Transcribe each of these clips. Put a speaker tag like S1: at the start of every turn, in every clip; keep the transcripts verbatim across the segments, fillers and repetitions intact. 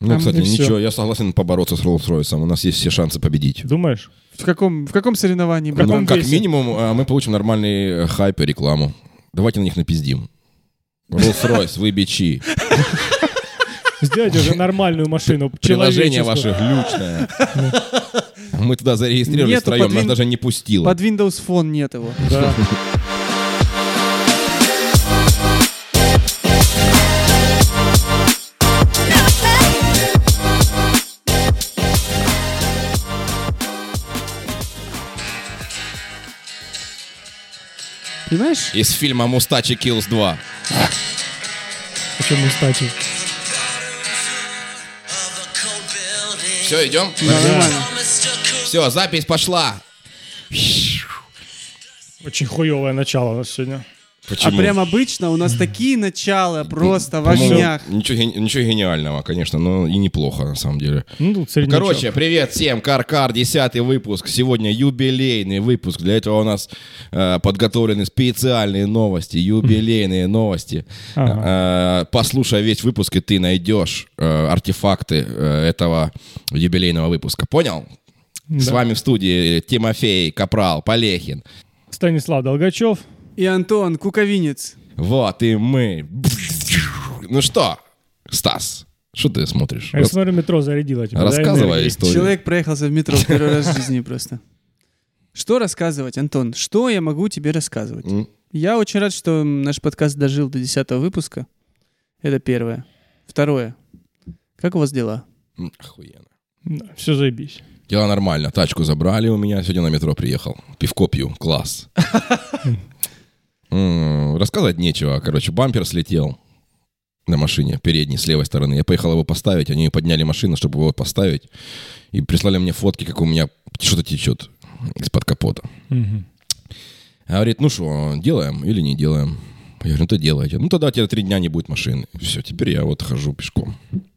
S1: Ну, кстати, ничего, я согласен побороться с Rolls-Royce. У нас есть все шансы победить.
S2: Думаешь?
S3: В каком, в каком соревновании?
S1: В каком как минимум мы получим нормальный хайп и рекламу. Давайте на них напиздим. Rolls-Royce, вы бичи.
S2: Сделайте уже нормальную машину.
S1: Приложение ваше глючное. Мы туда зарегистрировались втроем, нас даже не пустило.
S3: Под Windows Phone нет его.
S2: Да.
S3: Понимаешь?
S1: Из фильма «Мустачи Kills два».
S2: Почему Мустачи?
S1: Все, идем?
S3: Да, нормально.
S1: Все, запись пошла.
S2: Очень хуевое начало у нас сегодня.
S1: Почему?
S3: А прям обычно у нас такие начала просто в огнях.
S1: Ничего, ничего гениального, конечно, но и неплохо на самом деле.
S2: Ну, тут среднячок.
S1: Короче, привет всем, Каркар, десятый выпуск. Сегодня юбилейный выпуск. Для этого у нас э, подготовлены специальные новости, юбилейные новости. Ага. Э, послушай весь выпуск, и ты найдешь э, артефакты э, этого юбилейного выпуска. Понял? Да. С вами в студии Тимофей Капрал, Полехин,
S2: Станислав Долгачев
S3: и Антон Куковинец.
S1: Вот, и мы. Ну что, Стас, что ты смотришь?
S2: Я Рас... смотрю, метро зарядило. Типа,
S1: рассказывай историю.
S3: Человек проехался в метро в первый раз в жизни просто. Что рассказывать, Антон? Что я могу тебе рассказывать? Mm. Я очень рад, что наш подкаст дожил до десятого выпуска. Это первое. Второе. Как у вас дела?
S1: Охуенно.
S2: Да, все заебись.
S1: Дела нормально. Тачку забрали у меня. Сегодня на метро приехал. Пивко пью. Класс. Рассказать нечего. Короче, бампер слетел на машине передней, с левой стороны. Я поехал его поставить. Они подняли машину, чтобы его поставить. И прислали мне фотки, как у меня что-то течет из-под капота.
S2: Угу.
S1: Говорит, ну что, делаем или не делаем? Я говорю, ну то делайте. Ну тогда тебе три дня не будет машины. Все, теперь я вот хожу пешком.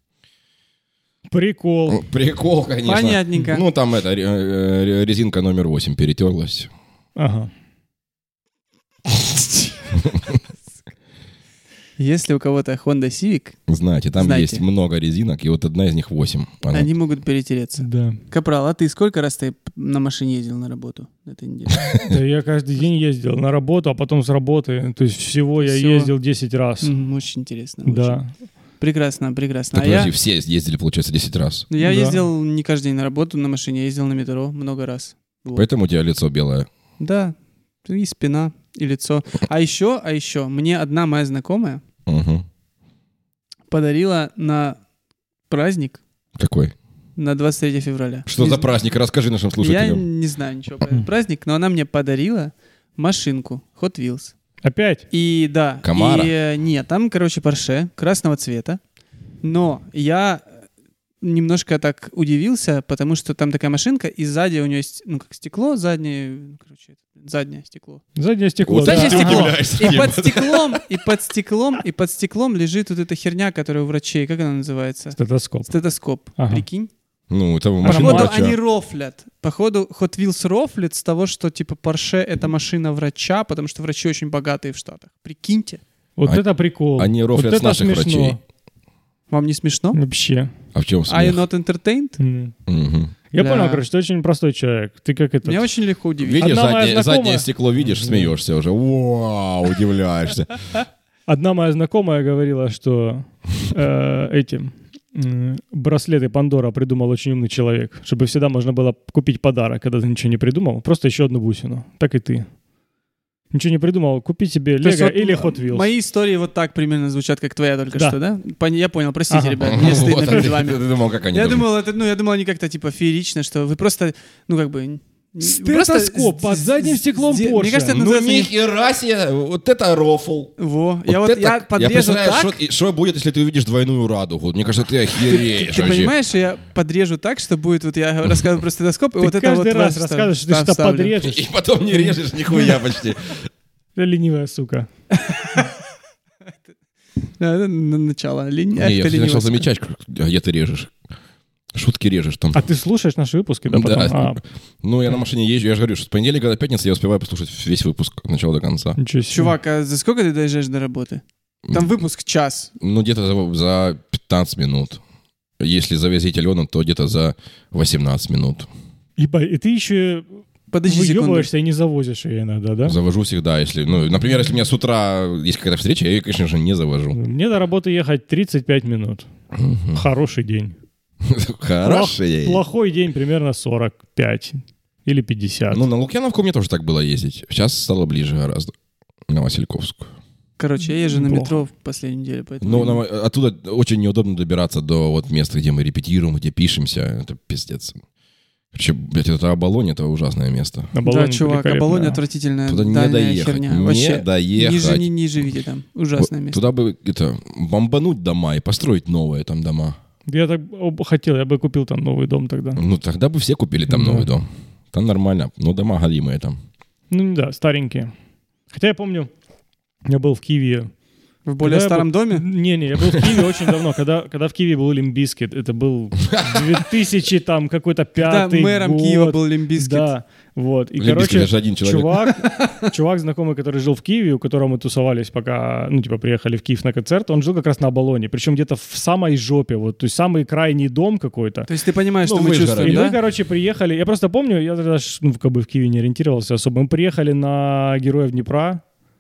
S2: Прикол.
S1: Прикол, конечно.
S3: Понятненько.
S1: Ну, там это, резинка номер восемь перетерлась.
S2: Ага.
S3: Если у кого-то Honda Civic,
S1: знаете, там
S3: знаете.
S1: есть много резинок, и вот одна из них восемь. Она...
S3: Они могут перетереться.
S2: Да.
S3: Капрал, а ты сколько раз ты на машине ездил на работу на этой неделе?
S2: Да я каждый день ездил на работу, а потом с работы. То есть всего я ездил десять раз.
S3: Очень интересно.
S2: Да.
S3: Прекрасно, прекрасно.
S1: Так, а подожди, я... все ездили, получается, десять раз.
S3: Я
S2: да.
S3: ездил не каждый день на работу на машине, я ездил на метро много раз.
S1: Вот. Поэтому у тебя лицо белое.
S3: Да, и спина, и лицо. А еще, а еще, мне одна моя знакомая
S1: угу.
S3: подарила на праздник.
S1: Какой?
S3: На двадцать третьего февраля.
S1: Что
S3: не
S1: за
S3: знаю.
S1: праздник? Расскажи нашим слушателям.
S3: Я не знаю ничего про этот праздник, но она мне подарила машинку Hot Wheels.
S2: Опять?
S3: И да.
S1: Камара?
S3: И, нет, там, короче, Porsche красного цвета. Но я немножко так удивился, потому что там такая машинка, и сзади у нее есть, ну, как стекло, заднее, короче, заднее стекло.
S2: Заднее стекло,
S1: вот
S2: да.
S3: Заднее стекло. И
S1: Кем?
S3: под стеклом, и под стеклом, и под стеклом лежит вот эта херня, которая у врачей, как она называется?
S2: Стетоскоп.
S3: Стетоскоп.
S2: Ага.
S3: Прикинь?
S1: Ну, это машина
S3: Походу,
S1: врача.
S3: они рофлят. Походу, Hot Wheels рофлит с того, что, типа, Porsche — это машина врача, потому что врачи очень богатые в Штатах. Прикиньте.
S2: Вот
S1: а,
S2: это прикол.
S1: Они рофлят
S2: вот
S1: с наших
S2: смешно.
S1: врачей.
S3: Вам не смешно?
S2: Вообще.
S1: А в чем
S3: Are you
S1: смех?
S3: not entertained?
S2: Mm.
S1: Угу.
S2: Я
S3: Да.
S2: понял, короче, ты очень простой человек. Ты как это...
S3: Меня очень легко удивить.
S1: Видишь,
S2: Одна моя
S1: заднее,
S2: знакомая-
S1: заднее стекло видишь, смеешься уже. Вау, удивляешься.
S2: Одна моя знакомая говорила, что э, эти э, браслеты Пандора придумал очень умный человек, чтобы всегда можно было купить подарок, когда ты ничего не придумал. Просто еще одну бусину. Так и ты. Ничего не придумал, купи себе
S3: То есть
S2: Лего
S3: вот
S2: или Hot Wheels.
S3: Мои истории вот так примерно звучат, как твоя только
S2: Да.
S3: что, да? Пон- Я понял, простите,
S2: Ага.
S3: ребят, мне стыдно
S1: Вот,
S3: перед
S1: а
S3: вами.
S1: ты, ты думал, как они
S3: Я
S1: там-
S3: думал, это, ну, я думал, они как-то типа феерично, что вы просто, ну, как бы... вы просто
S2: Стетоскоп
S3: с-
S2: под
S3: с-
S2: задним стеклом
S3: сде-
S2: Porsche.
S3: Мне кажется, это
S1: Ну
S3: называется...
S1: ни
S3: не-
S1: хера себе, вот это рофл.
S3: Во, я
S1: Вот
S3: вот,
S1: это-
S3: я подрежу
S1: представляю,
S3: так...
S1: что- и что будет, если ты увидишь двойную радугу. Мне кажется, ты охереешь
S3: Ты
S1: вообще.
S3: понимаешь, что я подрежу так, что будет, вот я рассказываю про стетоскоп, и
S2: Ты
S3: вот это вот...
S2: каждый раз
S3: вас
S2: рассказываешь, что ты
S3: встав-
S2: что-то
S3: вставлю.
S2: подрежешь.
S1: И потом не режешь нихуя почти.
S2: Ты ленивая сука.
S3: Да, это на- начало. Лень-
S1: Не, я
S3: это
S1: начал
S3: ленивость.
S1: замечать, как- где ты режешь. Шутки режешь там.
S2: А ты слушаешь наши выпуски, да, потом?
S1: Да.
S2: А,
S1: Ну, я на машине езжу, я же говорю, что с понедельника до пятницы я успеваю послушать весь выпуск от начала до конца.
S2: ничего себе.
S3: Чувак, а за сколько ты доезжаешь до работы? Там выпуск час.
S1: Ну, где-то за, за пятнадцать минут. если завезить Алену, то где-то за восемнадцать минут.
S2: Ибо, и ты еще
S3: Подожди
S2: выебываешься и не завозишь ее иногда, да?
S1: Завожу всегда, если... Ну, например, если у меня с утра есть какая-то встреча, я ее, конечно же, не завожу.
S2: Мне до работы ехать тридцать пять минут.
S1: Угу.
S2: Хороший день.
S1: Хороший день.
S2: Плохой день примерно сорок пять или пятьдесят.
S1: Ну, на Лукьяновку мне тоже так было ездить. Сейчас стало ближе гораздо. На Васильковскую.
S3: Короче, я езжу на
S2: Плохо.
S3: метро в последнюю неделю, поэтому...
S1: Ну, на, оттуда очень неудобно добираться до вот места, где мы репетируем, где пишемся. Это пиздец. Короче, блядь, это Оболонь, это ужасное место.
S3: Да, чувак, Оболонь отвратительная.
S1: Туда не доехать.
S3: Херня.
S1: Не
S3: Вообще,
S1: доехать.
S3: Ниже, не, не живите там. Ужасное
S1: Вот,
S3: место.
S1: туда бы это, бомбануть дома и построить новые там дома.
S2: Я так хотел, я бы купил там новый дом тогда.
S1: Ну, тогда бы все купили там
S2: Да.
S1: новый дом. Там нормально. Ну, дома галимые там.
S2: Ну да, старенькие. Хотя я помню, я был в Киеве.
S3: В более
S2: Когда я
S3: старом
S2: был-
S3: доме?
S2: Не-не, я был в Киеве очень давно, когда, когда в Киеве был Лимп Бизкит. Это был две тысячи там какой-то
S3: Когда
S2: пятый
S3: мэром
S2: год.
S3: Киева был Лимп Бизкит.
S2: Да, вот. И,
S1: Лимп Бизкит
S2: короче,
S1: даже один человек.
S2: чувак, чувак знакомый, который жил в Киеве, у которого мы тусовались, пока, ну, типа, приехали в Киев на концерт, он жил как раз на Оболоне, причем где-то в самой жопе, вот, то есть самый крайний дом какой-то.
S3: То есть ты понимаешь,
S1: Ну,
S3: что мы
S1: Выжгород,
S3: чувствуем,
S2: И
S3: да?
S2: мы, короче, приехали, я просто помню, я тогда ж, ну, как бы в Киеве не ориентировался особо, мы приехали на Героев Днепра,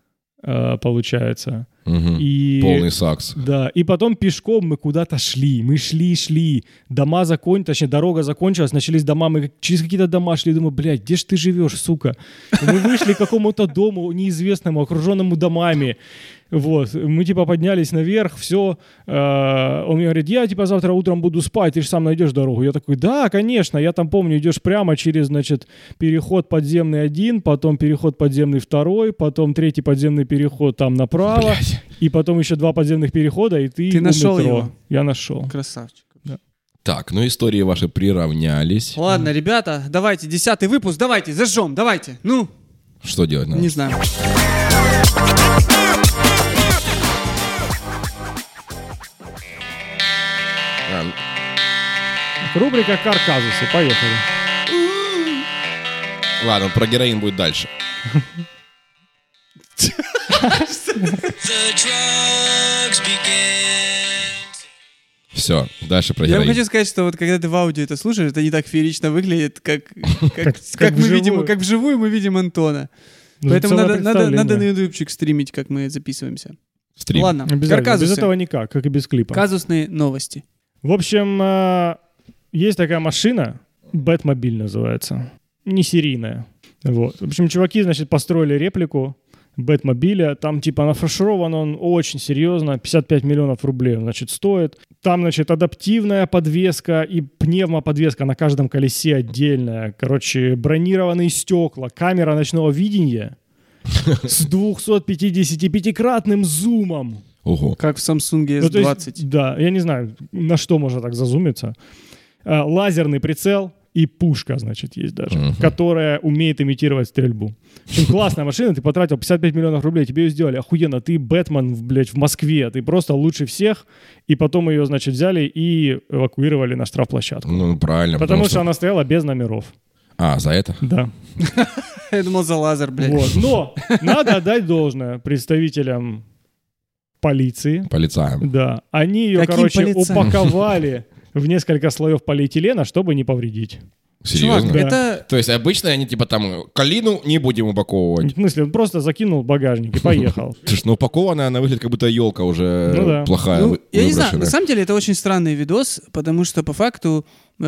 S2: э, получается,
S1: Мгм.
S2: и...
S1: Полный сакс.
S2: Да, и потом пешком мы куда-то шли, мы шли, шли, дома закончились, точнее, дорога закончилась, начались дома, мы через какие-то дома шли, думаю, блядь, где ж ты живешь, сука? И мы вышли к какому-то дому неизвестному, окруженному домами, вот, мы типа поднялись наверх, все, он мне говорит, я типа завтра утром буду спать, ты же сам найдешь дорогу. Я такой, да, конечно, я там помню, идешь прямо через, значит, переход подземный один, потом переход подземный второй, потом третий подземный переход там направо,
S1: Блядь.
S2: и потом еще два подземных перехода, и ты,
S3: Ты
S2: у
S3: нашел
S2: метро.
S3: его?
S2: Я нашел.
S3: Красавчик.
S1: Так, ну истории ваши приравнялись.
S3: Ладно, ребята, давайте, десятый выпуск, давайте, зажжем, давайте. Ну,
S1: Что делать надо?
S3: не знаю.
S1: А,
S2: Рубрика «Карказусы», поехали.
S1: ладно, про героин будет дальше.
S4: The drugs begin.
S1: Все, дальше про
S3: Я вам
S1: героин.
S3: хочу сказать, что вот когда ты в аудио это слушаешь, это не так феерично выглядит, как, как, как,
S2: как
S3: мы
S2: вживую.
S3: видим, как вживую мы видим Антона.
S2: Ну,
S3: Поэтому
S2: целое
S3: надо, надо,
S2: представление.
S3: надо на ютубчик стримить, как мы записываемся.
S1: Стрим.
S3: Ладно,
S2: Обязательно. Без
S3: карказусы.
S2: этого никак, как и без клипа.
S3: Казусные новости.
S2: В общем, э, есть такая машина, Бэтмобиль называется, не серийная. Вот. В общем, чуваки, значит, построили реплику Бэтмобиля. Там, типа, нафарширован он очень серьезно, пятьдесят пять миллионов рублей, значит, стоит. Там, значит, адаптивная подвеска и пневмоподвеска на каждом колесе отдельная. Короче, бронированные стекла, камера ночного видения с двухсотпятидесятипятикратным зумом.
S1: Ого.
S3: Как в Samsung
S2: Ну,
S3: эс
S2: то есть,
S3: двадцать.
S2: да, я не знаю, на что можно так зазумиться. А, лазерный прицел и пушка, значит, есть даже,
S1: Мгм.
S2: которая умеет имитировать стрельбу. В общем, классная машина, ты потратил пятьдесят пять миллионов рублей, тебе ее сделали, охуенно, ты Бэтмен, в- блядь, в Москве, ты просто лучше всех, и потом ее, значит, взяли и эвакуировали на штрафплощадку.
S1: Ну, правильно.
S2: Потому что она стояла без номеров,
S1: А, за это?
S2: да.
S3: Я думал за лазер, блядь.
S2: Вот. Но надо отдать должное представителям полиции.
S1: Полицаем.
S2: Да. Они ее,
S3: Каким
S2: короче,
S3: полицаем?
S2: упаковали в несколько слоев полиэтилена, чтобы не повредить.
S1: Серьезно?
S2: Да.
S3: Это...
S1: То есть обычно они типа там калину не будем упаковывать.
S2: В смысле, он просто закинул в багажник и поехал.
S1: Слушай, ну упакованная она выглядит, как будто елка уже
S2: Ну да.
S1: плохая,
S3: Ну,
S1: вы-
S3: я не знаю,
S1: выброшенная.
S3: на самом деле это очень странный видос, потому что по факту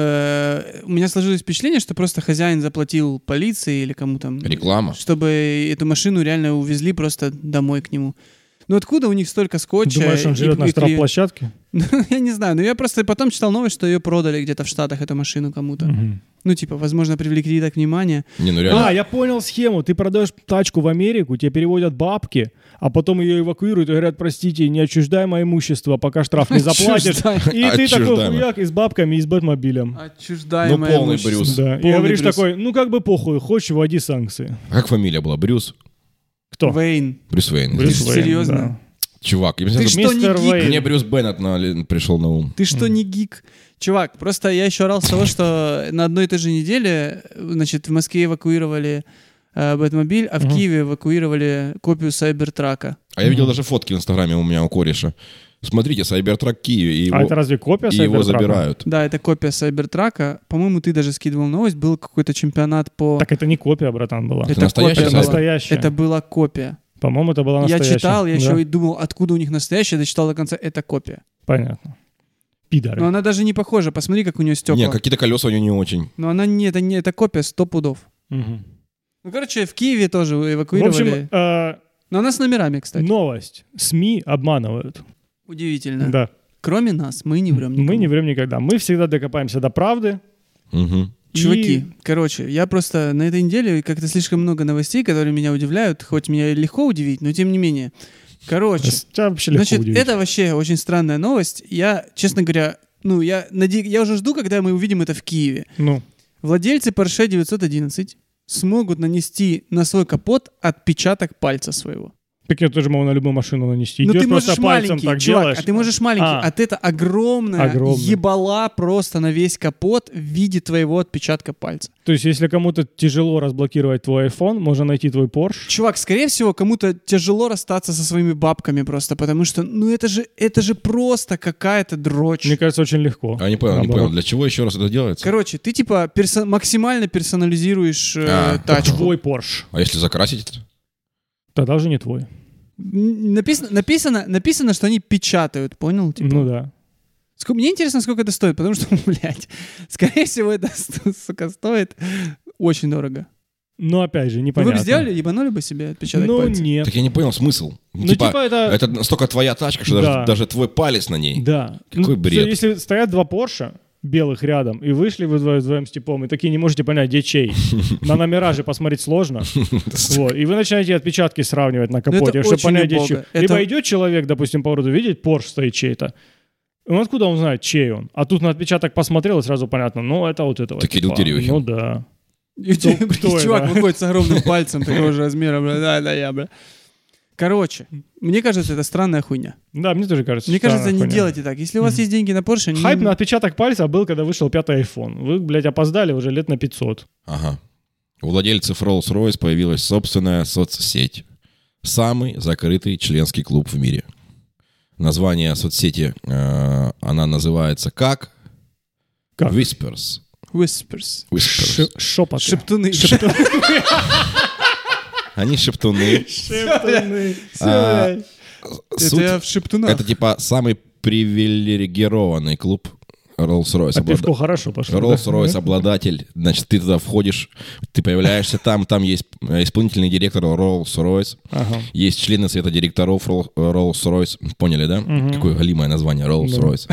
S3: э, у меня сложилось впечатление, что просто хозяин заплатил полиции или кому там,
S1: Реклама.
S3: чтобы эту машину реально увезли просто домой к нему. Ну откуда у них столько скотча?
S2: Думаешь, он
S3: и-
S2: живет
S3: и
S2: на
S3: кле-
S2: штрафплощадке?
S3: Я не знаю, но я просто потом читал новость, что ее продали где-то в Штатах, эту машину кому-то.
S2: Мгм.
S3: Ну типа, возможно, привлекли так внимание.
S1: Не, ну реально.
S2: А, я понял схему. Ты продаешь тачку в Америку, тебе переводят бабки, а потом ее эвакуируют и говорят, простите, неотчуждаемое имущество, пока штраф не заплатишь. И ты такой
S1: Отчуждаемое.
S2: хуяк и с бабками, и с Бэтмобилем.
S3: Отчуждаемое
S1: Ну, полный
S3: имущество.
S1: Брюс.
S2: Да. И
S3: Полный
S2: говоришь
S3: Брюс.
S2: такой, ну как бы похуй, хочешь, вводи санкции.
S1: А как фамилия была? Брюс?
S2: Кто?
S3: Вейн.
S1: Брюс Вейн.
S2: Брюс
S3: Ты
S2: Уэйн,
S3: серьезно?
S2: да.
S1: Чувак, я не
S3: Ты
S1: знаю,
S3: что, не
S2: Мистер
S3: гик?
S2: Вейн.
S1: мне Брюс Беннет на- пришел на ум.
S3: Ты что, не гик? Чувак, просто я еще орал с того, что на одной и той же неделе, значит, в Москве эвакуировали э, Бэтмобиль, а в
S2: Мгм.
S3: Киеве эвакуировали копию Сайбертрака.
S1: А я видел даже фотки в Инстаграме у меня у кореша. Смотрите, Cybertruck Киеве, и его,
S2: А это разве копия
S1: и его
S2: Cybertruck?
S1: забирают.
S3: Да, это копия Сайбертрака. По-моему, ты даже скидывал новость. Был какой-то чемпионат по...
S2: Так это не копия, братан, была.
S3: это
S1: настоящая
S3: копия
S2: Это
S1: Cyber-
S3: была.
S2: настоящая.
S3: Это была копия.
S2: По-моему, это была
S3: Я
S2: настоящая.
S3: читал, я
S2: Да.
S3: еще и думал, откуда у них настоящая. Дочитал до конца. Это копия.
S2: Понятно. Пидоры.
S3: Но она даже не похожа. Посмотри, как у нее стекла.
S1: Не, какие-то колеса у него не очень.
S3: Но она не, это не, это копия сто пудов.
S2: Мгм.
S3: Ну, короче, в Киеве тоже
S2: В
S3: эвакуировали.
S2: общем, э,
S3: Но она с номерами, кстати.
S2: новость. СМИ обманывают.
S3: Удивительно.
S2: Да.
S3: Кроме нас, мы не врем никому.
S2: Мы не врем никогда. Мы всегда докопаемся до правды.
S1: Мгм.
S3: Чуваки,
S2: И-
S3: короче, я просто на этой неделе как-то слишком много новостей, которые меня удивляют. Хоть меня и легко удивить, но тем не менее. Короче,
S2: Тебя вообще легко
S3: значит,
S2: удивить.
S3: это вообще очень странная новость. Я, честно говоря, ну, я, наде... я уже жду, когда мы увидим это в Киеве.
S2: Ну,
S3: Владельцы Porsche девятьсот одиннадцать смогут нанести на свой капот отпечаток пальца своего.
S2: так я тоже могу на любую машину нанести.
S3: Ну
S2: Идешь
S3: ты
S2: просто
S3: можешь
S2: пальцем
S3: маленький,
S2: так
S3: чувак,
S2: делаешь.
S3: а ты можешь маленький,
S2: А.
S3: а, это огромная
S2: Огромная.
S3: ебала просто на весь капот в виде твоего отпечатка пальца.
S2: То есть, если кому-то тяжело разблокировать твой iPhone, можно найти твой Porsche.
S3: Чувак, скорее всего, кому-то тяжело расстаться со своими бабками просто, потому что, ну это же, это же просто какая-то дрочь.
S2: Мне кажется, очень легко.
S1: А не понял, не
S2: Наоборот.
S1: понял, для чего еще раз это делается?
S3: Короче, ты типа персо- максимально персонализируешь э,
S1: А,
S3: тачку.
S2: Твой Porsche.
S1: А если закрасить это?
S2: Тогда уже не твой.
S3: М, Написано, написано, написано, что они печатают, понял? Типа.
S2: Ну да.
S3: Ск- Мне интересно, сколько это стоит, потому что, блядь, скорее всего, это, сука, стоит очень дорого.
S2: Но опять же,
S3: Ну,
S2: непонятно.
S3: Вы бы сделали, ебанули бы себе отпечаток
S2: Ну
S3: пальца?
S2: нет.
S1: Так я не понял смысл.
S2: Ну типа это...
S1: Это настолько твоя тачка, что
S2: Да.
S1: даже, даже твой палец на ней.
S2: Да.
S1: Какой
S2: Ну,
S1: бред.
S2: Если стоят два Porsche белых рядом, и вышли вы вдвоем, вдвоем с типом, и такие не можете понять, где чей. На номера же посмотреть сложно. Вот. И вы начинаете отпечатки сравнивать на капоте,
S3: это
S2: чтобы
S3: очень
S2: понять, где
S3: убого.
S2: чей.
S3: Это-
S2: Либо идет человек, допустим, по городу, видит, Porsche стоит чей-то. Ну откуда он знает, чей он? А тут на отпечаток посмотрел, и сразу понятно, ну это вот этого
S1: Это Кирилл
S2: типа.
S1: Терехин.
S2: Ну да.
S3: И у тебя,
S2: кто
S3: блядь, чувак
S2: это?
S3: выходит с огромным пальцем такого же размера, бля, да, да, я, бля. Короче, мне кажется, это странная хуйня.
S2: Да, мне тоже кажется.
S3: Мне кажется,
S2: странная
S3: не
S2: хуйня.
S3: делайте так. Если у вас есть деньги на Porsche, не...
S2: Хайп на отпечаток пальца был, когда вышел пятый iPhone. Вы, блядь, опоздали уже лет на пятьсот.
S1: Ага. У владельцев Rolls-Royce появилась собственная соцсеть. Самый закрытый членский клуб в мире. Название соцсети, э, она называется как?
S2: Как?
S1: Whispers.
S3: Whispers.
S1: Whispers.
S2: Ш- Шепоты.
S3: Шептуны.
S1: Они шептуны.
S2: Шептуны.
S1: А,
S3: Это
S1: Суть-
S3: я в шептунах.
S1: Это типа самый привилегированный клуб Rolls-Royce.
S2: А пивко хорошо пошло. да?
S1: Rolls-Royce обладатель, значит, ты туда входишь, ты появляешься там, там есть э, исполнительный директор Rolls-Royce,
S2: Ага.
S1: есть члены совета директоров Ролл- Rolls-Royce, поняли, да? Какое галимое название Rolls-Royce.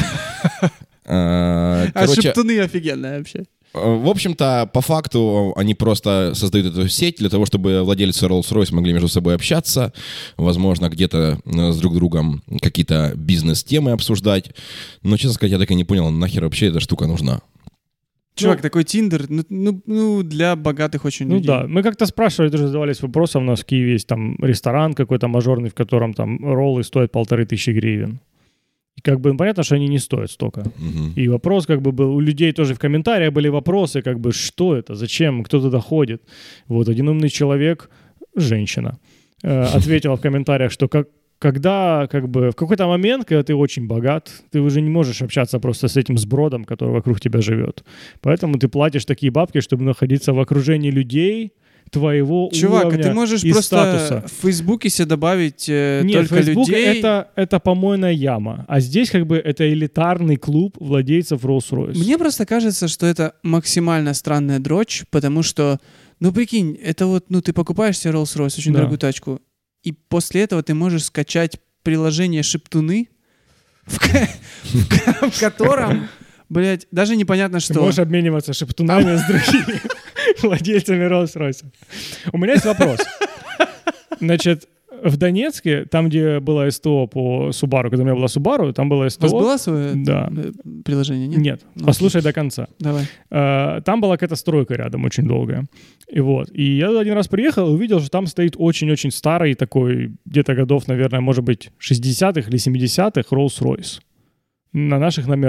S1: А,
S3: А
S1: Короче,
S3: шептуны офигенные вообще.
S1: э, в общем-то, по факту они просто создают эту сеть для того, чтобы владельцы Rolls-Royce могли между собой общаться, возможно, где-то э, с друг другом какие-то бизнес-темы обсуждать. Но, честно сказать, я так и не понял, нахер вообще эта штука нужна.
S3: Чувак, такой Тиндер, ну, ну, ну, для богатых очень
S2: Ну
S3: людей.
S2: да, мы как-то спрашивали, тоже задавались вопросом, у нас в Киеве есть там ресторан какой-то мажорный, в котором там роллы стоят полторы тысячи гривен. И как бы понятно, что они не стоят столько.
S1: Мгм.
S2: И вопрос как бы был, у людей тоже в комментариях были вопросы, как бы, что это, зачем, кто туда ходит. Вот один умный человек, женщина, э, ответила в комментариях, что как, когда, как бы, в какой-то момент, когда ты очень богат, ты уже не можешь общаться просто с этим сбродом, который вокруг тебя живет. Поэтому ты платишь такие бабки, чтобы находиться в окружении людей твоего
S3: Чувак, а
S2: уровня
S3: ты можешь
S2: и
S3: просто
S2: статуса.
S3: в Фейсбуке себе добавить э,
S2: Нет,
S3: только
S2: Facebook
S3: людей.
S2: это, это помойная яма, а здесь как бы это элитарный клуб владельцев Rolls-Royce.
S3: Мне просто кажется, что это максимально странная дрочь, потому что, ну прикинь, это вот, ну ты покупаешь себе Rolls-Royce, очень
S2: Да.
S3: дорогую тачку, и после этого ты можешь скачать приложение Шептуны, в, ко- в ко- в котором, блядь, даже непонятно
S2: Ты
S3: что.
S2: можешь обмениваться шептунами с другими владельцами Rolls-Royce. У меня есть вопрос. Значит, в Донецке, там, где было СТО по Subaru, когда у меня была Subaru, там было
S3: У
S2: СТО.
S3: вас было свое
S2: Да.
S3: э, приложение, нет?
S2: Нет,
S3: Ну,
S2: послушай до конца.
S3: Давай.
S2: Э, Там была какая-то стройка рядом очень долгая. И вот. И я один раз приехал и увидел, что там стоит очень-очень старый такой, где-то годов, наверное, может быть, шестидесятых или семидесятых Rolls-Royce на наших номерах.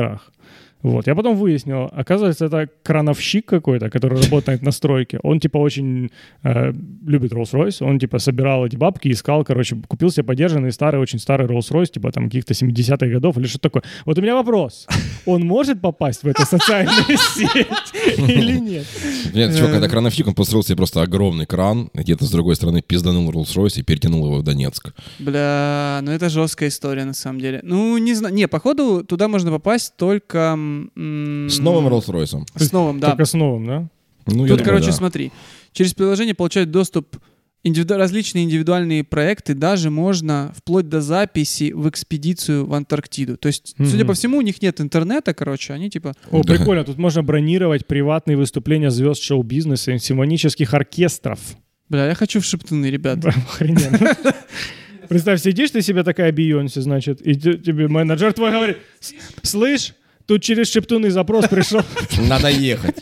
S2: Вот. Я потом выяснил, оказывается, это крановщик какой-то, который работает на стройке. Он, типа, очень э, любит Rolls-Royce. Он, типа, собирал эти бабки, искал, короче, купил себе подержанный старый, очень старый Rolls-Royce, типа, там, каких-то семидесятых годов или что-то такое. Вот у меня вопрос. Он может попасть в эту социальную сеть или нет?
S1: Нет, чувак, когда крановщик, он построил себе просто огромный кран, где-то с другой стороны пизданул Rolls-Royce и перетянул его в Донецк.
S3: Бля, ну это жесткая история на самом деле. Ну, не знаю. Не, походу, туда можно попасть только... м,
S1: С новым Rolls-Royce.
S3: С новым, да.
S2: Только с новым, да?
S1: Ну, я
S3: Тут,
S1: думаю,
S3: короче,
S1: да.
S3: смотри. Через приложение получают доступ индивиду... различные индивидуальные проекты. Даже можно вплоть до записи в экспедицию в Антарктиду. То есть,
S2: Мгм.
S3: судя по всему, у них нет интернета, короче. Они типа...
S2: О,
S1: Да.
S2: прикольно. Тут можно бронировать приватные выступления звезд шоу-бизнеса и симфонических оркестров.
S3: Бля, я хочу в Шептуны, ребят.
S2: Прям охрененно. Представь, сидишь ты себе такая Бейонсе, значит, и те- тебе менеджер твой говорит: «С- слышь, тут через Шептуны запрос пришел.
S1: Надо ехать.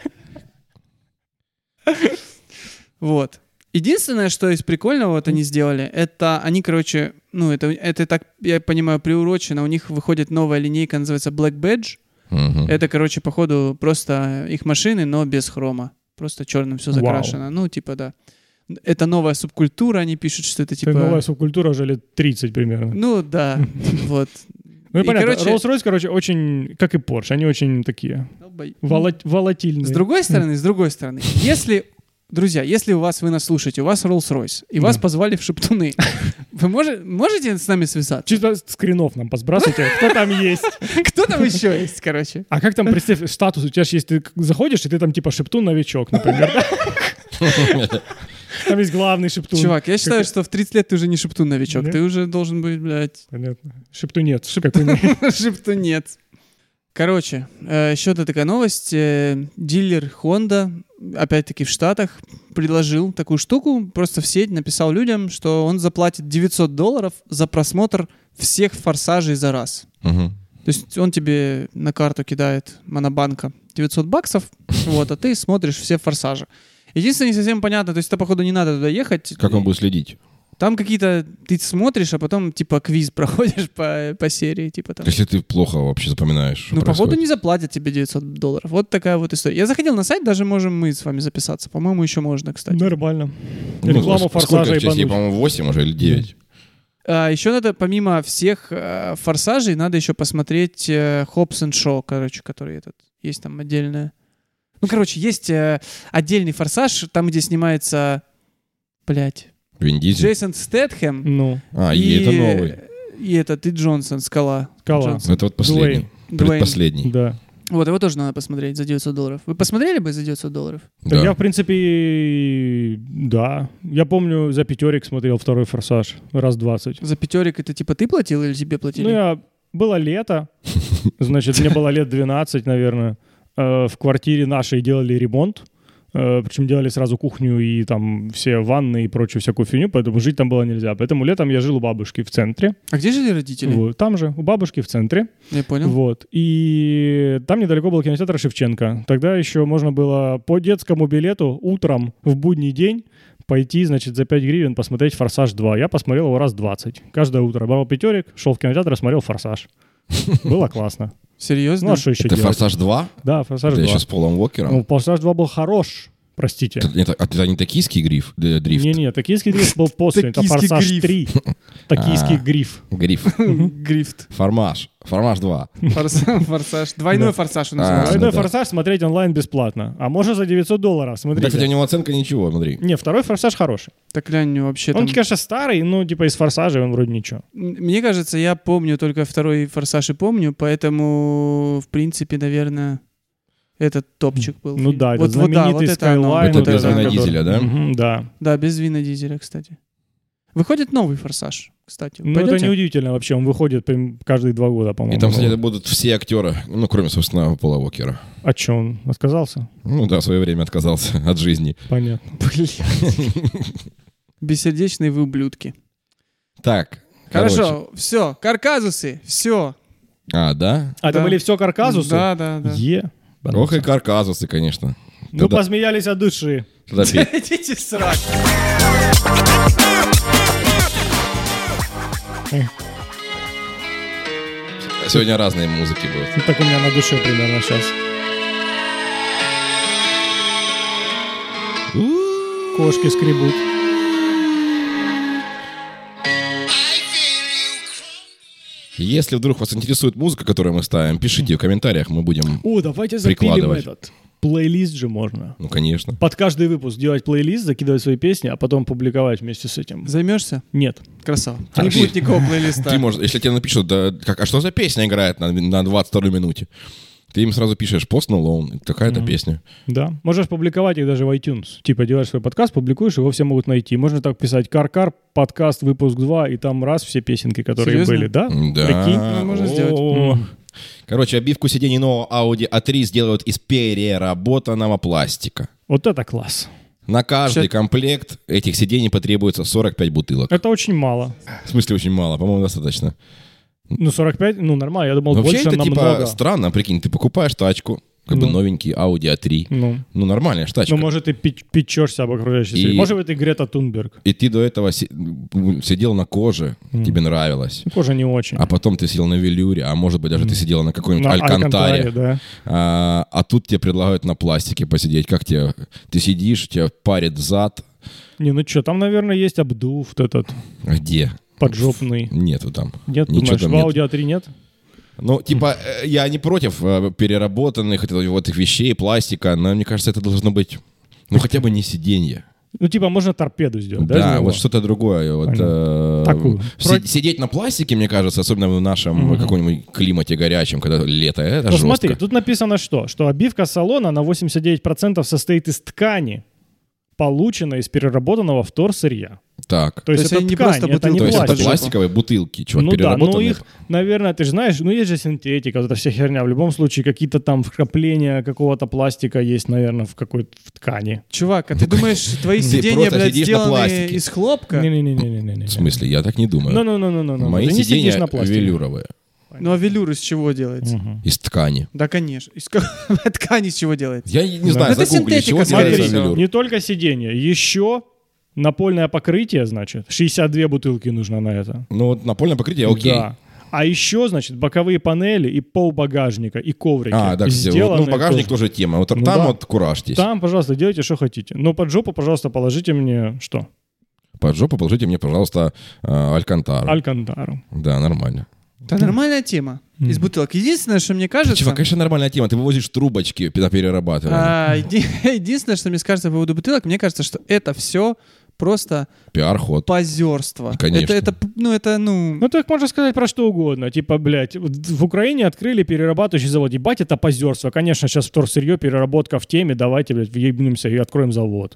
S3: Вот. Единственное, что из прикольного вот они сделали, это они, короче, ну, это, это так, я понимаю, приурочено. У них выходит новая линейка, называется Black Badge.
S1: Мгм.
S3: Это, короче, походу, просто их машины, но без хрома. Просто черным все
S2: Вау.
S3: закрашено. Ну, типа, да. Это новая субкультура, они пишут, что это типа...
S2: Это новая субкультура уже лет тридцать примерно.
S3: Ну, да, вот.
S2: Ну и
S3: и,
S2: понятно,
S3: короче-
S2: Rolls-Royce, короче, очень, как и Porsche, они очень такие волат- волатильные.
S3: С другой стороны, с другой стороны, если... Друзья, если у вас, вы нас слушаете, у вас Rolls-Royce, и вас
S2: Да.
S3: позвали в Шептуны, вы може- можете с нами связаться?
S2: Чисто скринов нам посбрасывайте, кто там есть.
S3: Кто там еще есть, короче?
S2: А как там, представь, статус, у тебя же есть, ты заходишь, и ты там типа шептун-новичок, например. да? Там есть главный шептун.
S3: Чувак, я считаю, что в тридцать лет ты уже не Шептун-новичок,
S2: Нет?
S3: ты уже должен быть, блядь,
S2: Понятно. Шептунец. Шептунец.
S3: Шептунец. Короче, э, еще одна такая новость. Э, Дилер Honda, опять-таки в Штатах, предложил такую штуку, просто в сеть написал людям, что он заплатит девятьсот долларов за просмотр всех форсажей за раз.
S1: Мгм.
S3: То есть он тебе на карту кидает монобанка девятьсот баксов, вот, а ты смотришь все форсажи. Единственное, не совсем понятно, то есть это, походу, не надо туда ехать.
S1: Как он будет следить?
S3: Там какие-то... Ты смотришь, а потом, типа, квиз проходишь по, по серии, типа там.
S1: Если ты плохо вообще запоминаешь, что
S3: Ну, походу,
S1: происходит.
S3: не заплатят тебе девятьсот долларов. Вот такая вот история. Я заходил на сайт, даже можем мы с вами записаться. По-моему, еще можно, кстати.
S2: Нормально.
S1: Ну,
S2: Рекламу
S1: сколько
S2: форсажа
S1: частей,
S2: ебануть.
S1: по-моему, восемь уже или девять.
S3: А, еще надо, помимо всех э, форсажей, надо еще посмотреть э, Hobbs and Shaw, короче, который этот... Есть там отдельное... Ну, короче, есть э, отдельный форсаж, там, где снимается... Блять.
S1: Вин Дизель.
S3: Джейсон Стэтхэм.
S2: Ну,
S1: А, и это новый.
S3: И этот, и Джонсон, Скала.
S2: Скала.
S3: Джонсон.
S1: Это вот последний.
S2: Дуэйн.
S3: Дуэйн.
S1: Предпоследний.
S2: да.
S3: Вот, его тоже надо посмотреть за девятьсот долларов. Вы посмотрели бы за девятьсот долларов?
S2: Так
S1: Да.
S2: я, в принципе, да. Я помню, за пятерик смотрел второй «Форсаж» раз двадцать.
S3: За пятерик это типа ты платил или тебе платили?
S2: Ну, я... Было лето, значит, мне было лет двенадцать, наверное. Э, В квартире нашей делали ремонт. Э, Причем делали сразу кухню и там все ванны и прочую всякую фигню, поэтому жить там было нельзя. Поэтому летом я жил у бабушки в центре.
S3: А где жили родители?
S2: Вот, там же, у бабушки в центре.
S3: Я понял.
S2: Вот. И там недалеко был кинотеатр Шевченко. Тогда еще можно было по детскому билету утром в будний день пойти, значит, за пять гривен посмотреть «Форсаж два». Я посмотрел его раз двадцать. Каждое утро брал пятерик, шел в кинотеатр и смотрел «Форсаж». Было классно.
S3: Серьезно?
S2: Ну, а что еще
S1: Это
S2: делать?
S1: «Форсаж два»?
S2: Да, «Форсаж
S1: Это
S2: два».
S1: еще с Полом Уокером?
S2: Ну, «Форсаж два» был хорош. Простите.
S1: Это, это, это не токийский гриф, э, дрифт?
S2: Не-не, токийский дрифт был после. Это
S3: Токийский
S2: «Форсаж
S3: гриф».
S2: три». Токийский
S1: А.
S2: гриф.
S1: Гриф.
S3: Грифт.
S1: Формаж. Формаж два.
S3: Форсаж. Форсаж. Двойной
S2: Да.
S3: форсаж он
S1: А,
S3: называется.
S2: Двойной
S1: да, да.
S2: «Форсаж» смотреть онлайн бесплатно. А можно за девятьсот долларов.
S1: Да,
S2: Смотрите.
S1: кстати, у него оценка ничего, смотри.
S2: Не, второй «Форсаж» хороший.
S3: Так глянь, вообще
S2: Он,
S3: там...
S2: конечно, старый, но типа из «Форсажа» он вроде ничего.
S3: М- Мне кажется, я помню только второй форсаж и помню, поэтому, в принципе, наверное, этот топчик был.
S2: Ну
S3: фильм.
S2: да,
S3: вот,
S2: этот
S3: вот, да,
S2: знаменитый
S3: вот это оно.
S2: Skyline.
S1: Это
S3: Вот
S1: без
S3: это
S1: Вина
S3: оно.
S1: Дизеля, да?
S2: Мгм, да.
S3: Да, без Вина Дизеля, кстати. Выходит новый форсаж, кстати.
S2: Ну
S3: Пойдете?
S2: это неудивительно вообще, он выходит прям каждые два года, по-моему.
S1: И там, кстати, будут все актеры, ну, кроме, собственно, Пола Уокера.
S2: А что, он отказался?
S1: Ну да, в свое время отказался от жизни.
S2: Понятно.
S3: Блядь. Бессердечные вы ублюдки.
S1: Так, короче.
S3: Хорошо, все, карказусы, все.
S1: А, да?
S2: А это
S3: Да.
S2: были все карказусы?
S3: Да, да, да.
S2: Е.
S1: Ох и карказусы, конечно.
S2: Ну,
S1: Тогда-
S2: посмеялись от души.
S1: тогда пей.
S3: Идите срать.
S1: Сегодня разные музыки будут.
S2: Ну, так у меня на душе примерно сейчас. Кошки скребут.
S1: Если вдруг вас интересует музыка, которую мы ставим, пишите в комментариях, мы будем
S2: О, давайте запилим
S1: прикладывать.
S2: этот. Плейлист же можно.
S1: Ну, конечно.
S2: Под каждый выпуск делать плейлист, закидывать свои песни, а потом публиковать вместе с этим.
S3: Займешься?
S2: Нет.
S3: Красава.
S1: А
S3: Не
S1: ты-
S3: будет никакого плейлиста.
S1: Ты можешь, если тебе напишут, да, как, а что за песня играет на, на двадцать второй минуте? Ты им сразу пишешь Post Malone, такая-то
S2: Мгм.
S1: песня.
S2: Да. Можешь публиковать их даже в iTunes. Типа делаешь свой подкаст, публикуешь, его все могут найти. Можно так писать «Кар-кар», подкаст, выпуск два, и там раз все песенки, которые
S3: Серьезно?
S2: были. Да?
S1: Да.
S2: Прикинь.
S3: Ну, можно сделать.
S1: О.
S2: М.
S1: Короче, обивку сидений нового Audi а три сделают из переработанного пластика.
S2: Вот это класс.
S1: На каждый
S3: Ща-
S1: комплект этих сидений потребуется сорок пять бутылок.
S2: Это очень мало.
S1: В смысле, очень мало, по-моему, достаточно.
S2: Ну, сорок пять, ну, нормально. Я думал,
S1: Вообще
S2: больше
S1: это
S2: намного.
S1: типа странно, прикинь, ты покупаешь тачку, как бы
S2: Ну.
S1: новенький Audi а три.
S2: Ну,
S1: Ну, нормальная ж тачка.
S2: ну, может, ты пи- печешься об окружающей
S1: И-
S2: среде. Может быть, ты Грета Тунберг.
S1: И ты до этого си- сидел на коже,
S2: Мгм.
S1: тебе нравилось.
S2: Ну, Кожа не очень.
S1: А потом ты сидел на велюре, а может быть даже ты сидела на какой-нибудь
S2: На
S1: алькантаре.
S2: Алькантаре, да.
S1: А, а тут тебе предлагают на пластике посидеть. Как тебе? Ты сидишь, тебя парит зад.
S2: Не, ну что, там, наверное, есть обдув вот этот
S1: Где?
S2: поджопный.
S1: Нету там.
S2: Нет,
S1: Ничего
S2: думаешь,
S1: там
S2: в
S1: нет.
S2: Audi а три нет?
S1: Ну, типа, э, я не против э, переработанных это- вот этих вещей, пластика, но мне кажется, это должно быть, ну, хотя бы не сиденье.
S2: Ну, типа, можно торпеду сделать, да?
S1: Да,
S2: из него?
S1: вот что-то другое. Вот, э,
S2: Такую.
S1: си-
S2: Про-
S1: Сидеть на пластике, мне кажется, особенно в нашем
S2: Мгм.
S1: каком-нибудь климате горячем, когда лето, это
S2: Ну,
S1: жестко.
S2: смотри, тут написано что? Что обивка салона на восемьдесят девять процентов состоит из ткани, полученной из переработанного вторсырья.
S1: Так.
S2: То есть
S3: есть
S2: это
S3: они не
S2: ткань,
S3: просто
S2: это
S3: бутылки,
S2: не
S1: То есть это
S2: пластик.
S1: пластиковые бутылки, чувак,
S2: Ну да, но
S1: переработанные.
S2: их, наверное, ты же знаешь, ну есть же синтетика, вот эта вся херня. В любом случае, какие-то там вкрапления какого-то пластика есть, наверное, в какой-то в ткани.
S3: Чувак, а ты думаешь, твои
S1: Ты
S3: сиденья,
S1: просто
S3: блядь,
S1: сидишь на
S3: сделаны
S1: пластике.
S3: из хлопка?
S2: Не-не-не-не-не.
S1: В смысле, я так не думаю.
S2: Ну, ну, ну, ну, ну.
S1: Мои
S2: Ты не сидишь
S1: сиденья
S2: на пластике.
S1: велюровые,
S3: Ну а велюр из чего делается?
S2: Мгм.
S1: из ткани.
S3: Да, конечно. Из какой ткани из чего делается?
S1: Я не
S2: Да.
S1: знаю,
S3: Это
S1: загугли, из чего
S3: синтетика, скорее
S1: делается
S3: всего.
S1: велюр.
S2: Не только сиденье, еще напольное покрытие, значит, шестьдесят две бутылки нужно на это.
S1: Ну вот напольное покрытие, окей.
S2: Да. А еще, значит, боковые панели и пол багажника, и коврики.
S1: А, да, кстати, вот,
S2: сделаны
S1: ну багажник
S2: тоже.
S1: тоже тема. Вот
S2: Ну
S1: там
S2: да.
S1: вот куражьтесь.
S2: Там, пожалуйста, делайте, что хотите. Но под жопу, пожалуйста, положите мне что?
S1: Под жопу положите мне, пожалуйста, э, алькантару.
S2: Алькантару.
S1: Да, нормально.
S3: Это нормальная тема. Из бутылок. Единственное, что мне кажется...
S1: Чувак, конечно, нормальная тема. Ты вывозишь трубочки на перерабатывание.
S3: а, еди- единственное, что мне кажется по поводу бутылок, мне кажется, что это все просто
S1: Пиар-ход.
S3: позерство.
S1: Конечно.
S3: Это, это, ну, это, ну...
S2: Ну, так можно сказать про что угодно. Типа, блядь, вот в Украине открыли перерабатывающий завод. Ебать, это позерство. Конечно, сейчас вторсырье, переработка в теме. Давайте, блядь, въебнемся и откроем завод.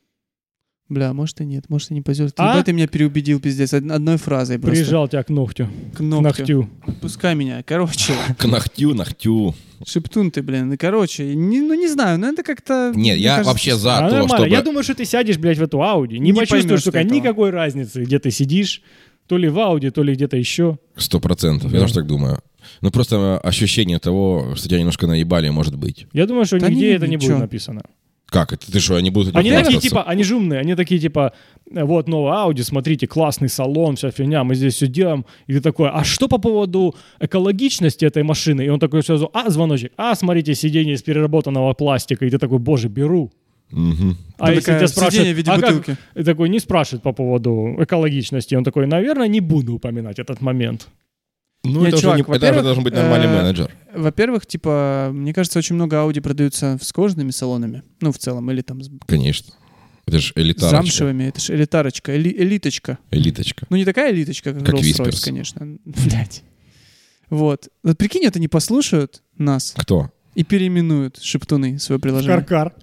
S3: Бля, может и нет, может и не позерство.
S2: А?
S3: Ебать, ты меня переубедил, пиздец, од- одной фразой просто.
S2: Прижал тебя к ногтю.
S3: К
S2: К
S3: ногтю.
S2: ногтю.
S3: Пускай меня. Короче,
S1: К ногтю, ногтю.
S3: шептун ты, блин. И короче, не- ну не знаю, ну это как-то...
S1: Нет,
S3: мне
S1: я
S3: кажется,
S1: вообще за
S2: А,
S1: то,
S2: нормально.
S1: чтобы...
S2: Я думаю, что ты сядешь, блядь, в эту Ауди. Не,
S3: Не
S2: почувствуешь,
S3: поймешь
S2: сука,
S3: ты этого.
S2: никакой разницы, где ты сидишь. То ли в Ауди, то ли где-то еще.
S1: Сто процентов.
S2: Да.
S1: Я тоже так думаю. Ну, просто ощущение того, что тебя немножко наебали, может быть.
S2: Я думаю, что
S3: Да
S2: нигде
S3: не,
S2: это не
S3: ничего.
S2: будет написано.
S1: Как это? Ты что, они будут
S2: Они такие,
S1: хвастаться?
S2: типа, они же умные, они такие, типа, вот новая Audi, смотрите, классный салон, вся фигня, мы здесь все делаем. И ты такой, а что по поводу экологичности этой машины? И он такой сразу, а, звоночек, а, смотрите, сиденье из переработанного пластика. И ты такой, боже, беру.
S1: Мгм.
S2: А
S3: Там
S2: если
S3: такая
S2: тебя
S3: сиденье
S2: спрашивают,
S3: в виде
S2: а как?
S3: бутылки.
S2: И такой не спрашивает по поводу экологичности. Он такой, наверное, не буду упоминать этот момент.
S1: Ну,
S3: Не,
S1: это,
S3: чувак,
S1: уже не- это
S3: во-первых,
S1: уже должен быть нормальный
S3: э,
S1: менеджер.
S3: Во-первых, типа, мне кажется, очень много Audi продаются с кожаными салонами. Ну, в целом, или там с
S1: Конечно. Это же
S3: с
S1: элитарочка.
S3: замшевыми. Это же элитарочка, эли- элиточка.
S1: Элиточка.
S3: Ну, не такая элиточка, как,
S1: Как
S3: Rolls-Royce,
S1: Whispers.
S3: конечно. Блять. Вот. Вот прикинь, это не послушают нас
S1: Кто?
S3: и переименуют шептуны свое приложение.
S2: Каркар.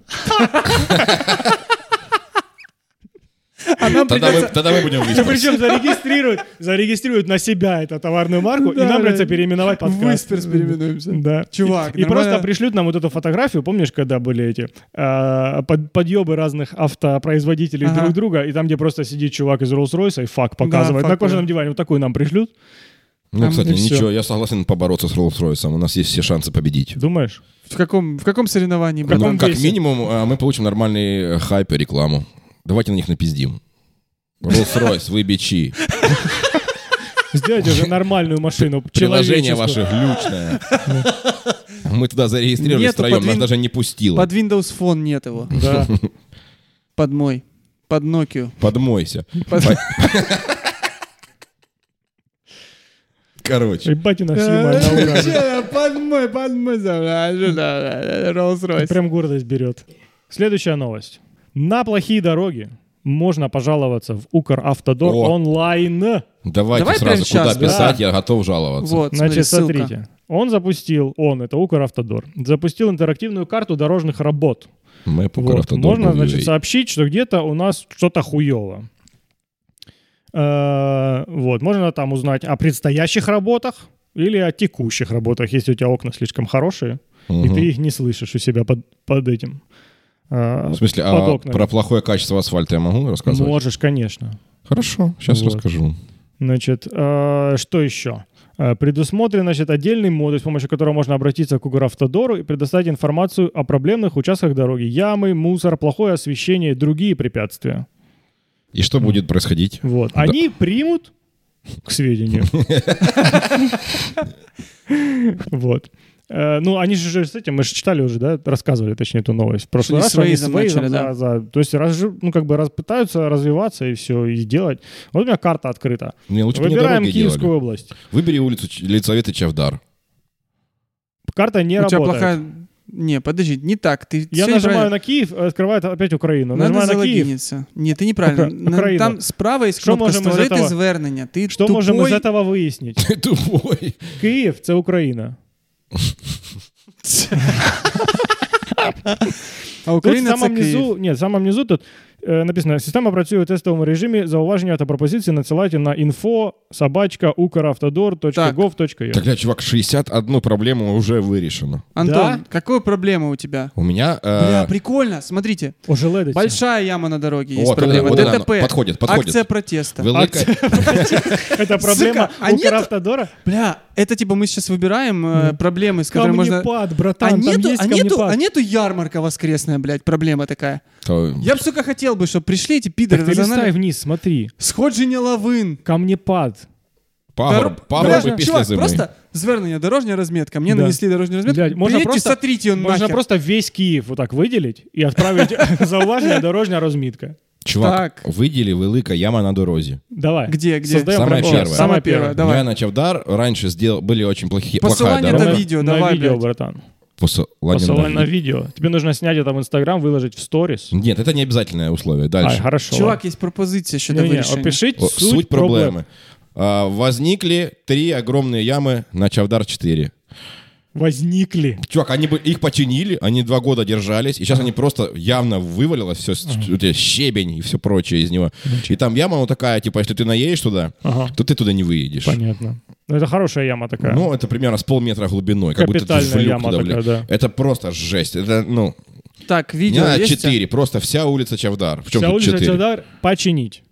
S3: А нам
S1: Тогда мы,
S3: придется...
S1: тогда мы будем
S2: И
S1: выспаться.
S2: причем зарегистрируют, зарегистрируют на себя эту товарную марку, и
S3: Да,
S2: нам
S3: да.
S2: придется переименовать подкаст.
S3: Whispers переименуемся.
S2: Да.
S3: Чувак,
S2: И, и
S3: нормально.
S2: просто пришлют нам вот эту фотографию, помнишь, когда были эти э, под, подъебы разных автопроизводителей
S3: Ага.
S2: друг друга, и там, где просто сидит чувак из Rolls-Royce и фак показывает
S3: фак,
S2: на кожаном
S3: да.
S2: диване, вот такую нам пришлют.
S1: Ну,
S3: Там
S1: кстати,
S2: и всё.
S1: ничего, я согласен побороться с Rolls-Royce. У нас есть все шансы победить.
S2: Думаешь?
S3: В каком, в каком соревновании?
S2: В каком
S1: Ну, как
S2: весе?
S1: минимум, а, мы получим нормальный э, хайп и рекламу. Давайте на них напиздим. Rolls-Royce, вы бичи.
S2: Сделайте уже нормальную машину.
S1: Приложение
S2: человеческую.
S1: ваше глючное. Мы туда зарегистрировались
S3: Нету
S1: втроем,
S3: под
S1: нас
S3: вин-
S1: даже не пустило.
S3: Под Windows Phone нет его.
S2: Да.
S3: Под мой. Под Nokia.
S1: Подмойся.
S3: Под-
S1: По- Короче.
S2: Ебать у нас юмор на уровне.
S3: Под мой, под мой. Rolls-Royce.
S2: Прям гордость берет. Следующая новость. На плохие дороги можно пожаловаться в Укравтодор
S1: О.
S2: онлайн.
S1: Давайте
S3: Давай
S1: сразу,
S3: прямо щас,
S1: куда
S3: да.
S1: писать, я готов жаловаться.
S3: Вот, смотри,
S2: Значит,
S3: ссылка.
S2: смотрите. Он запустил, он, это Укравтодор, запустил интерактивную карту дорожных работ.
S1: Мэп
S2: Вот.
S1: Укравтодор
S2: Можно,
S1: был
S2: значит,
S1: юзей.
S2: сообщить, что где-то у нас что-то хуево. Э, Вот. Можно там узнать о предстоящих работах или о текущих работах, если у тебя окна слишком хорошие, и
S1: Мгм.
S2: ты их не слышишь у себя под, под этим. э,
S1: В смысле,
S2: под
S1: а
S2: окнами.
S1: про плохое качество асфальта я могу рассказывать?
S2: Можешь, конечно.
S1: Хорошо, сейчас
S2: Вот.
S1: расскажу.
S2: Значит, э, что еще? Э, Предусмотрен, значит, отдельный модуль, с помощью которого можно обратиться к Укравтодору и предоставить информацию о проблемных участках дороги. Ямы, мусор, плохое освещение и другие препятствия.
S1: И что будет происходить?
S2: Вот.
S1: Да.
S2: Они примут к сведению. Вот. Э, Ну, они же с этим, мы же читали уже, да, рассказывали, точнее, эту новость. В прошлый
S3: Они
S2: раз
S3: с
S2: они
S3: Waze начали,
S2: Waze,
S3: да.
S2: за- То есть, разжи- ну, как бы раз, пытаются развиваться и все, и делать. Вот у меня карта открыта.
S1: Мне лучше бы не
S2: Выбираем
S1: дороги
S2: Киевскую
S1: делали.
S2: область.
S1: Выбери улицу Ч- Елизаветы Чавдар.
S2: Карта не
S3: У тебя
S2: работает.
S3: плохая... Не, подожди, не так. Ты
S2: Я
S3: всё
S2: нажимаю
S3: неправильно.
S2: на Киев, открывает опять Украину.
S3: Надо
S2: Нажимаю на Киев.
S3: залогиниться. Нет, ты неправильно.
S2: Укра-
S3: На-
S2: Украина.
S3: Там справа есть
S2: Что
S3: кнопка
S2: можем из
S3: «Створити
S2: этого-
S3: звернення». Ты
S2: Что
S3: тупой.
S2: можем из этого выяснить?
S1: Ты тупой.
S2: Киев — це Україна.
S3: А
S2: Тут в
S3: Україна
S2: самом
S3: це Київ.
S2: низу, нет, в самом низу тут э, написано: система працює у тестовому режимі. Зауваження та пропозиції надсилайте на info собачка укравтодор.gov.ua.
S1: Так, бля, чувак, шестьдесят одну проблему уже вырешено.
S3: Антон,
S2: Да?
S3: какая проблема у тебя?
S1: У меня... э,
S3: Бля, прикольно. Смотрите.
S2: Ожеледиться.
S3: Большая яма на дороге есть
S1: Вот это-
S3: проблема.
S1: вот это
S3: ДТП.
S1: оно. Подходит, подходит.
S3: Акция протеста.
S1: велика...
S2: Это проблема
S3: Сука, а нет-
S2: Укравтодора?
S3: Бля, это типа мы сейчас выбираем э, проблемы, с которыми можно...
S2: Камнепад,
S3: А
S2: братан, там
S3: нету,
S2: есть
S3: а, нету,
S2: камнепад.
S3: а нету ярмарка воскресная, блядь, проблема такая.
S1: То-
S3: Я бы, сука, хотел бы, чтобы пришли эти пидоры,
S2: Так ты листай
S3: разогнали.
S2: вниз, смотри.
S3: Сходження лавин.
S2: Камнепад.
S1: Пагорб,
S3: Дор-
S1: пагорби
S3: Бля,
S1: після
S3: чувак,
S1: зими.
S3: просто звернення, дорожня розмітка. Мне
S2: Да.
S3: нанесли дорожную разметку.
S2: Блядь, можно
S3: Приедьте,
S2: просто-
S3: сотрите ее
S2: Можно
S3: нахер.
S2: просто весь Киев вот так выделить и отправить зауваження дорожня розмітка.
S1: Чувак,
S3: Так.
S1: виділи велика яма на дорозі.
S2: Давай.
S3: Где, где?
S2: Создаем
S1: Самая
S2: прям- О,
S1: первая.
S2: Самая первая.
S3: первая, давай.
S1: Я на Чавдар раньше сделал, были очень плохие, плохая
S3: Посылание
S1: дорога.
S3: на видео,
S2: на
S3: давай,
S2: видео,
S3: блядь.
S2: братан.
S1: Посылание
S2: Посылай
S1: на
S2: на
S1: ви-
S2: видео. Тебе нужно снять это в Инстаграм, выложить в сторис.
S1: Нет, это не обязательное условие. Дальше.
S2: Ай, хорошо.
S3: Чувак, есть пропозиция щодо
S2: Не-не,
S3: вирішення.
S2: опишите
S1: О,
S2: суть,
S1: Суть,
S2: проблемы.
S1: проблемы. А, возникли три огромные ямы на Чавдар четыре.
S2: Возникли.
S1: Чувак, они бы их починили, они два года держались, и сейчас они просто явно вывалилось все, у тебя щебень и все прочее из него. И там яма вот такая, типа, если ты наедешь туда,
S2: Ага.
S1: то ты туда не выедешь.
S2: Понятно. Ну, это хорошая яма такая.
S1: Ну, это примерно с полметра глубиной, как будто ты
S2: Капитальная
S1: в люк
S2: яма
S1: туда,
S2: такая,
S1: бля.
S2: да.
S1: Это просто жесть. Это, ну,
S3: Так,
S1: не
S3: видео
S1: надо
S3: есть?
S1: четыре, просто вся улица Чавдар. В чем
S2: Вся
S1: тут
S2: улица
S1: четыре?
S2: Чавдар починить.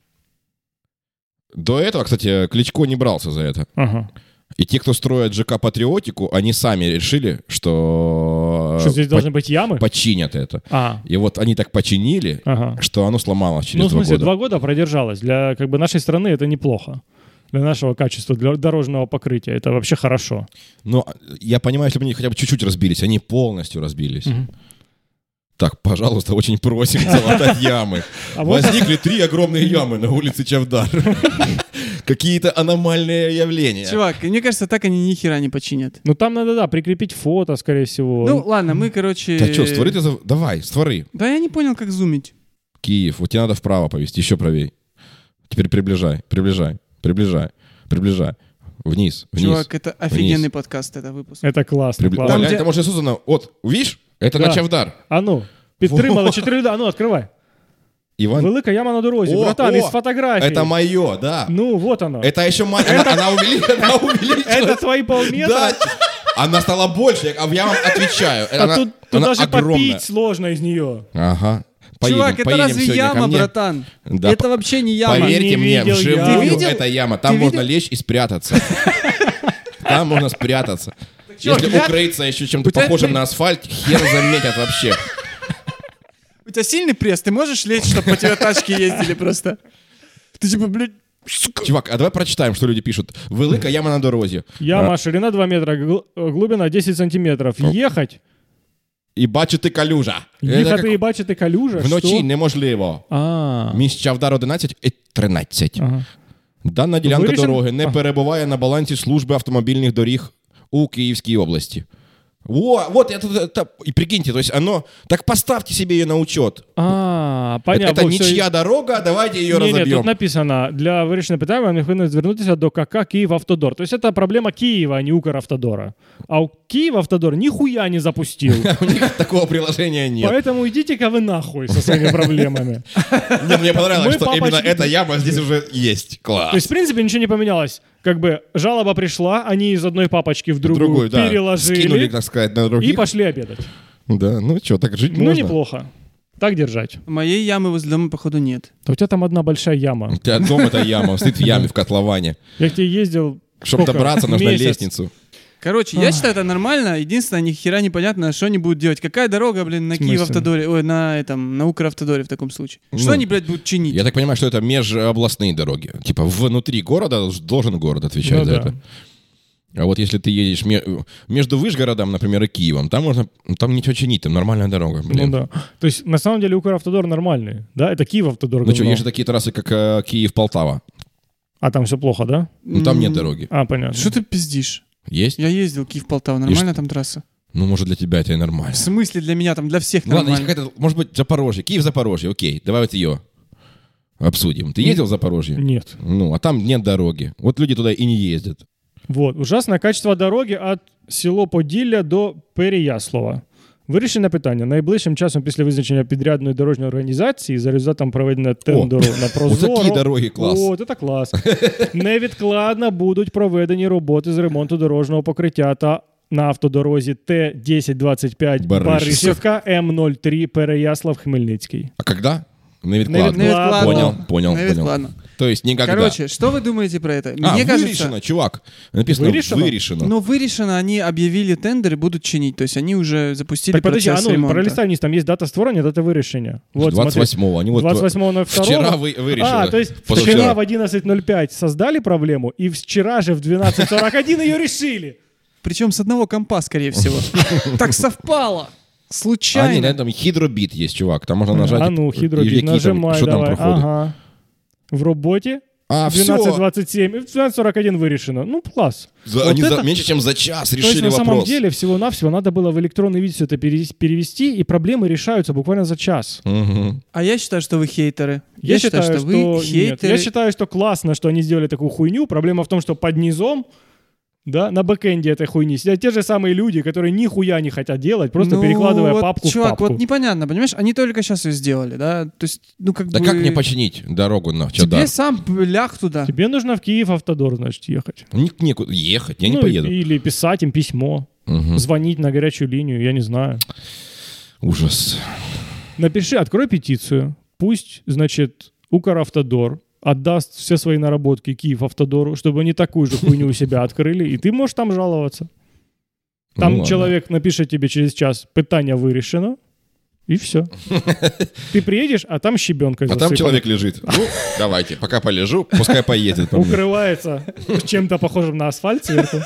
S1: До этого, кстати, Кличко не брался за это.
S2: Ага.
S1: И те, кто строят ЖК Патриотику, они сами решили, что,
S2: Что здесь
S1: по-
S2: должны быть ямы?
S1: починят это.
S2: А,
S1: И вот они так починили,
S2: ага.
S1: что оно сломалось через
S2: Ну, в
S1: два
S2: смысле,
S1: года.
S2: два года продержалось. Для как бы нашей страны это неплохо. Для нашего качества, для дорожного покрытия. Это вообще хорошо.
S1: Но я понимаю, если бы они хотя бы чуть-чуть разбились, они полностью разбились.
S2: Мгм.
S1: Так, пожалуйста, очень просим залатать ямы.
S2: А вот-
S1: Возникли три огромные ямы на улице Чавдар. Какие-то аномальные явления.
S3: Чувак, мне кажется, так они ни хера не починят.
S2: Ну, там надо, да, прикрепить фото, скорее всего.
S3: Ну, ладно, мы, короче...
S1: Да что, створи ты... за- Давай, створи.
S3: Да я не понял, как зумить.
S1: Киев, вот тебе надо вправо повести, еще правее. Теперь приближай, приближай, приближай, приближай. Вниз, вниз.
S3: Чувак, это офигенный
S1: вниз.
S3: подкаст, это выпуск.
S2: Это классно.
S1: Прибли-
S2: классно.
S1: О, глянь,
S3: где-
S1: это может создано... Вот, видишь? Это
S2: Да.
S1: на Чавдар.
S2: А ну, підтримали чотири люди. А ну, открывай.
S1: Иван...
S2: Велика яма на дорозі.
S1: О,
S2: Братан,
S1: о,
S2: із фотографії.
S1: Это мое, да.
S2: Ну, вот оно.
S1: Это еще маленькая. Она, она, увели- она увеличилась.
S2: Это твои полметра?
S1: Да. Она стала больше, я, а я вам отвечаю.
S2: А
S1: она
S2: тут, тут
S1: она
S2: даже
S1: огромная.
S2: попить сложно из нее.
S1: Ага. Поедем,
S3: Чувак, это
S1: поедем
S3: разве
S1: сегодня ко
S3: яма,
S1: мне.
S3: братан?
S1: Да,
S3: Это вообще не яма.
S1: Поверьте
S2: Не
S1: мне,
S2: видел
S1: вживую
S2: яму. Ты
S3: видел?
S1: это яма. Там
S3: Ты
S1: можно
S3: видел?
S1: лечь и спрятаться. Там можно спрятаться.
S3: чувак,
S1: Если
S3: ля-
S1: укрыться еще чем-то
S3: У тебя-
S1: похожим на асфальт, хер заметят вообще.
S3: У тебя сильный пресс, ты можешь лечь, чтобы по тебе тачки ездили просто? Ты типа, блядь,
S1: Чувак, а давай прочитаем, что люди пишут. Велика яма на дорозі.
S2: Яма,
S1: А,
S2: ширина два метра, гл- глубина десять сантиметров. Ехать,
S1: І бачити калюжа. Це
S2: їхати
S1: як
S2: і бачити калюжа.
S1: вночі
S2: що?
S1: неможливо.
S2: А,
S1: Місця вдар одинадцять і тринадцять.
S2: ага.
S1: Дана ділянка
S2: Вирішимо?
S1: дороги не
S2: Ага.
S1: перебуває на балансі служби автомобільних доріг у Київській області. О, вот это, это, и прикиньте, то есть оно, так поставьте себе ее на учет.
S2: А,
S1: Это,
S2: понятно.
S1: это
S2: Во, всё.
S1: ничья дорога, давайте ее
S2: Ні, ні,
S1: разобьем.
S2: тут написано, для вирішення питання вони повинні звернутися до КК «Київавтодор». Тобто це проблема Києва, а не Укравтодора. А у Київавтодор ніхуя не запустил.
S1: У них такого приложения нет.
S2: Поэтому идите-ка вы нахуй со своими проблемами.
S1: Не, мне понравилось,
S2: Мы
S1: что именно
S2: папочки-
S1: эта яма здесь уже есть. Класс.
S2: То есть, в принципе, ничего не поменялось. Как бы жалоба пришла, они из одной папочки в другую,
S1: Другую, да.
S2: переложили
S1: Скинули, так сказать, на
S2: и
S1: других.
S2: пошли обедать.
S1: Да, ну что, так жить
S2: Ну,
S1: можно.
S2: неплохо. Так держать.
S3: Моей ямы возле дома, походу, нет.
S2: А у тебя там одна большая яма.
S1: У тебя дом это яма, он стоит в яме, в котловане.
S2: Я к тебе ездил...
S1: Чтобы
S2: сколько?
S1: добраться, нужно
S2: Месяц.
S1: лестницу.
S3: Короче, я считаю, это нормально. Единственное, ни хера непонятно, что они будут делать. Какая дорога, блин, на
S2: В смысле?
S3: Киевавтодоре, ой, на этом, на Укравтодоре в таком случае? Что
S1: Ну,
S3: они, блядь, будут чинить?
S1: Я так понимаю, что это межобластные дороги. Типа внутри города должен город отвечать
S2: Ну
S1: за
S2: да.
S1: это. А вот если ты едешь ме- между Вышгородом, например, и Киевом, там можно, там ничего чинить, там нормальная дорога, блин.
S2: Ну да. То есть, на самом деле, Укравтодор нормальный, да? Это Киевавтодор.
S1: Ну что,
S2: говно.
S1: есть же такие трассы, как э, Киев-Полтава.
S2: А там все плохо, да?
S1: Ну там нет
S3: М,
S1: дороги.
S2: А, понятно.
S3: Что ты пиздишь?
S1: Есть?
S3: Я ездил Киев-Полтава, нормальная там трасса.
S1: Ну, может, для тебя это и нормально.
S3: В смысле для меня, там для всех
S1: Ну ладно, есть
S3: нормально.
S1: какая-то, может быть, Запорожье. Киев-Запорожье, окей. Давай вот ее обсудим. Ты ездил в Запорожье?
S2: Нет.
S1: Ну, а там нет дороги. Вот люди туда и не ездят.
S2: Вот. Ужасное качество дороги от село Поділля до Переяслава. Вирішення питання. Найближчим часом після визначення підрядної дорожньої організації за результатом проведення тендеру на Прозоро...
S1: такі дороги, клас.
S2: О, це клас. Невідкладно будуть проведені роботи з ремонту дорожнього покриття та на автодорозі Т десять двадцять п'ять
S1: Баришівка.
S2: Баришівка М нуль три Переяслав-Хмельницький.
S1: А когда? Невідкладно.
S2: Невідкладно.
S1: Понял, понял, понял.
S3: Невідкладно.
S1: То есть никогда.
S3: Короче, что вы думаете про это?
S1: а,
S3: Мне кажется,
S1: вырешено, чувак. Написано
S2: Вырешено?
S1: вырешено.
S3: ну, вырешено, они объявили тендер и будут чинить. То есть они уже запустили
S2: Так подожди, а
S3: процесс
S2: ну,
S3: ремонта.
S2: пролистай вниз, там есть дата створения, дата вирішення. Вот,
S1: двадцать
S2: смотри.
S1: восьмого. Они вот
S2: двадцать восьмого ноль второго.
S1: вчера вы, вырешено.
S2: А, то есть
S1: Позавчера.
S2: вчера в одиннадцать ноль пять создали проблему, и вчера же в двенадцать сорок один ее решили.
S3: Причем с одного компа, скорее всего. Так совпало.
S1: А, нет,
S3: Случайно.
S1: там хидробит есть, чувак. Там можно нажать.
S2: А ну,
S1: и- и
S2: хидробит,
S1: какие там-
S2: нажимай,
S1: Что там
S2: давай.
S1: проходит?
S2: Ага. В работе
S1: А,
S2: в двенадцать
S1: все.
S2: двадцать семь, и в двенадцать сорок один вырешено. Ну, класс.
S1: За,
S2: Вот
S1: они
S2: это-
S1: за, меньше, чем за час
S2: То есть,
S1: решили
S2: на самом
S1: вопрос.
S2: деле, всего-навсего надо было в электронный вид все это пере- перевести, и проблемы решаются буквально за час.
S1: Мгм.
S3: А я считаю, что вы хейтеры.
S2: Я, считаю, что,
S3: вы
S2: нет.
S3: хейтеры.
S2: Я считаю, что классно, что они сделали такую хуйню. Проблема в том, что под низом, да, на бэкэнде этой хуйни сидят те же самые люди, которые нихуя не хотят делать, просто
S3: Ну,
S2: перекладывая
S3: вот,
S2: папку
S3: чувак,
S2: в папку.
S3: вот непонятно, понимаешь? Они только сейчас ее сделали, да? То есть, ну как
S1: Да
S3: бы...
S1: как мне починить дорогу на
S3: Тебе
S1: Чадар?
S3: сам ляг туда.
S2: Тебе нужно в Киев автодор, значит, ехать.
S1: Ник- некуда ехать, я не
S2: Ну,
S1: поеду.
S2: Или писать им письмо,
S1: Мгм.
S2: звонить на горячую линию, я не знаю.
S1: Ужас.
S2: Напиши, открой петицию. Пусть, значит, Укравтодор отдаст все свои наработки Киевавтодору, чтобы они такую же хуйню у себя открыли, и ты можешь там жаловаться. Там
S1: Ну ладно.
S2: человек напишет тебе через час, питание вырешено, и все. Ты приедешь, а там щебенка
S1: А там человек лежит. Ну, давайте, пока полежу, пускай поедет. по мне.
S2: укрывается чем-то похожим на асфальт сверху.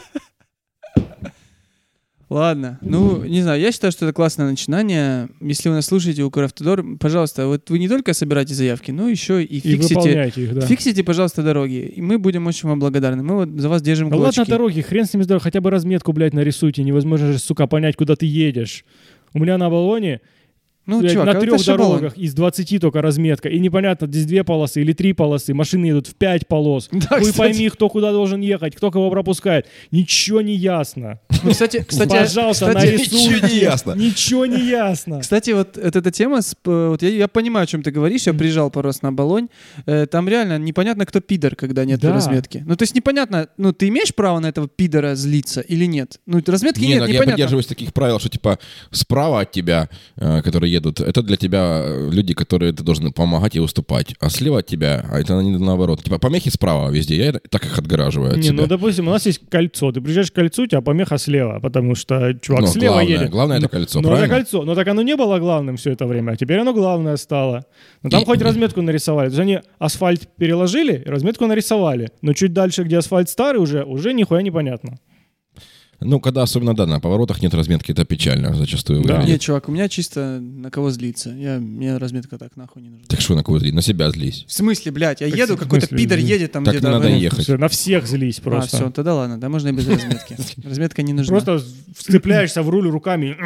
S3: Ладно, ну, не знаю, я считаю, что это классное начинание. Если вы нас слушаете, Укравтодор, пожалуйста, вот вы не только собираете заявки, но еще и
S2: И
S3: фиксите,
S2: выполняйте их, да.
S3: фиксите, пожалуйста, дороги. И мы будем очень вам благодарны. Мы вот за вас держим
S2: Да
S3: кулачки.
S2: ладно дороги, хрен с ними с дорог, хотя бы разметку, блядь, нарисуйте. Невозможно же, сука, понять, куда ты едешь. У меня на Авалоне
S3: Ну,
S2: блядь,
S3: чувак,
S2: на
S3: а
S2: трех
S3: это шаблон.
S2: дорогах из двадцати только разметка. И непонятно, здесь две полосы или три полосы. Машины едут в пять полос.
S3: Да,
S2: Хуй
S3: кстати.
S2: пойми, кто куда должен ехать, кто кого пропускает. Ничего не ясно.
S3: Ну, кстати, кстати,
S2: Пожалуйста,
S3: кстати,
S2: нарисуйте.
S1: Ничего не ясно.
S2: Ничего не ясно.
S3: Кстати, вот, вот эта тема, с, п- вот я, я понимаю, о чем ты говоришь, я приезжал пару раз на Болонь, э, там реально непонятно, кто пидор, когда нет
S2: Да.
S3: разметки. Ну, то есть непонятно, ну, ты имеешь право на этого пидора злиться или нет? Ну, разметки
S1: Не,
S3: нет,
S1: ну, я
S3: непонятно.
S1: поддерживаюсь таких правил, что типа справа от тебя, э, который едут, это для тебя люди, которые ты должен помогать и уступать. А слева от тебя, а это не наоборот. Типа помехи справа везде, я так их отгораживаю от
S2: Не,
S1: себя.
S2: ну, допустим, у нас есть кольцо. Ты приезжаешь к кольцу, у тебя помеха слева, потому что чувак
S1: Ну,
S2: слева
S1: главное,
S2: едет.
S1: главное это
S2: Ну,
S1: кольцо,
S2: ну,
S1: правильно?
S2: это кольцо. Но так оно не было главным все это время, а теперь оно главное стало. Ну, там
S1: И-
S2: хоть разметку нарисовали. То есть они асфальт переложили, разметку нарисовали. Но чуть дальше, где асфальт старый уже, уже нихуя непонятно.
S1: Ну, когда особенно, да, на поворотах нет разметки, это печально зачастую
S2: Да.
S1: выглядит.
S3: Нет, чувак, у меня чисто на кого злиться. Я, мне разметка так нахуй не нужна.
S1: Так что на кого злить? На себя злись.
S3: В смысле, блядь, я
S2: Так
S3: еду,
S2: в
S3: какой-то
S2: смысле,
S3: пидор
S2: зли-
S3: едет там
S1: Так
S3: где-то.
S1: не надо
S3: в-
S1: ехать.
S2: Всё, на всех злись
S3: А,
S2: просто.
S3: все, тогда ладно, да, можно и без разметки. Разметка не нужна.
S2: Просто вцепляешься в руль руками.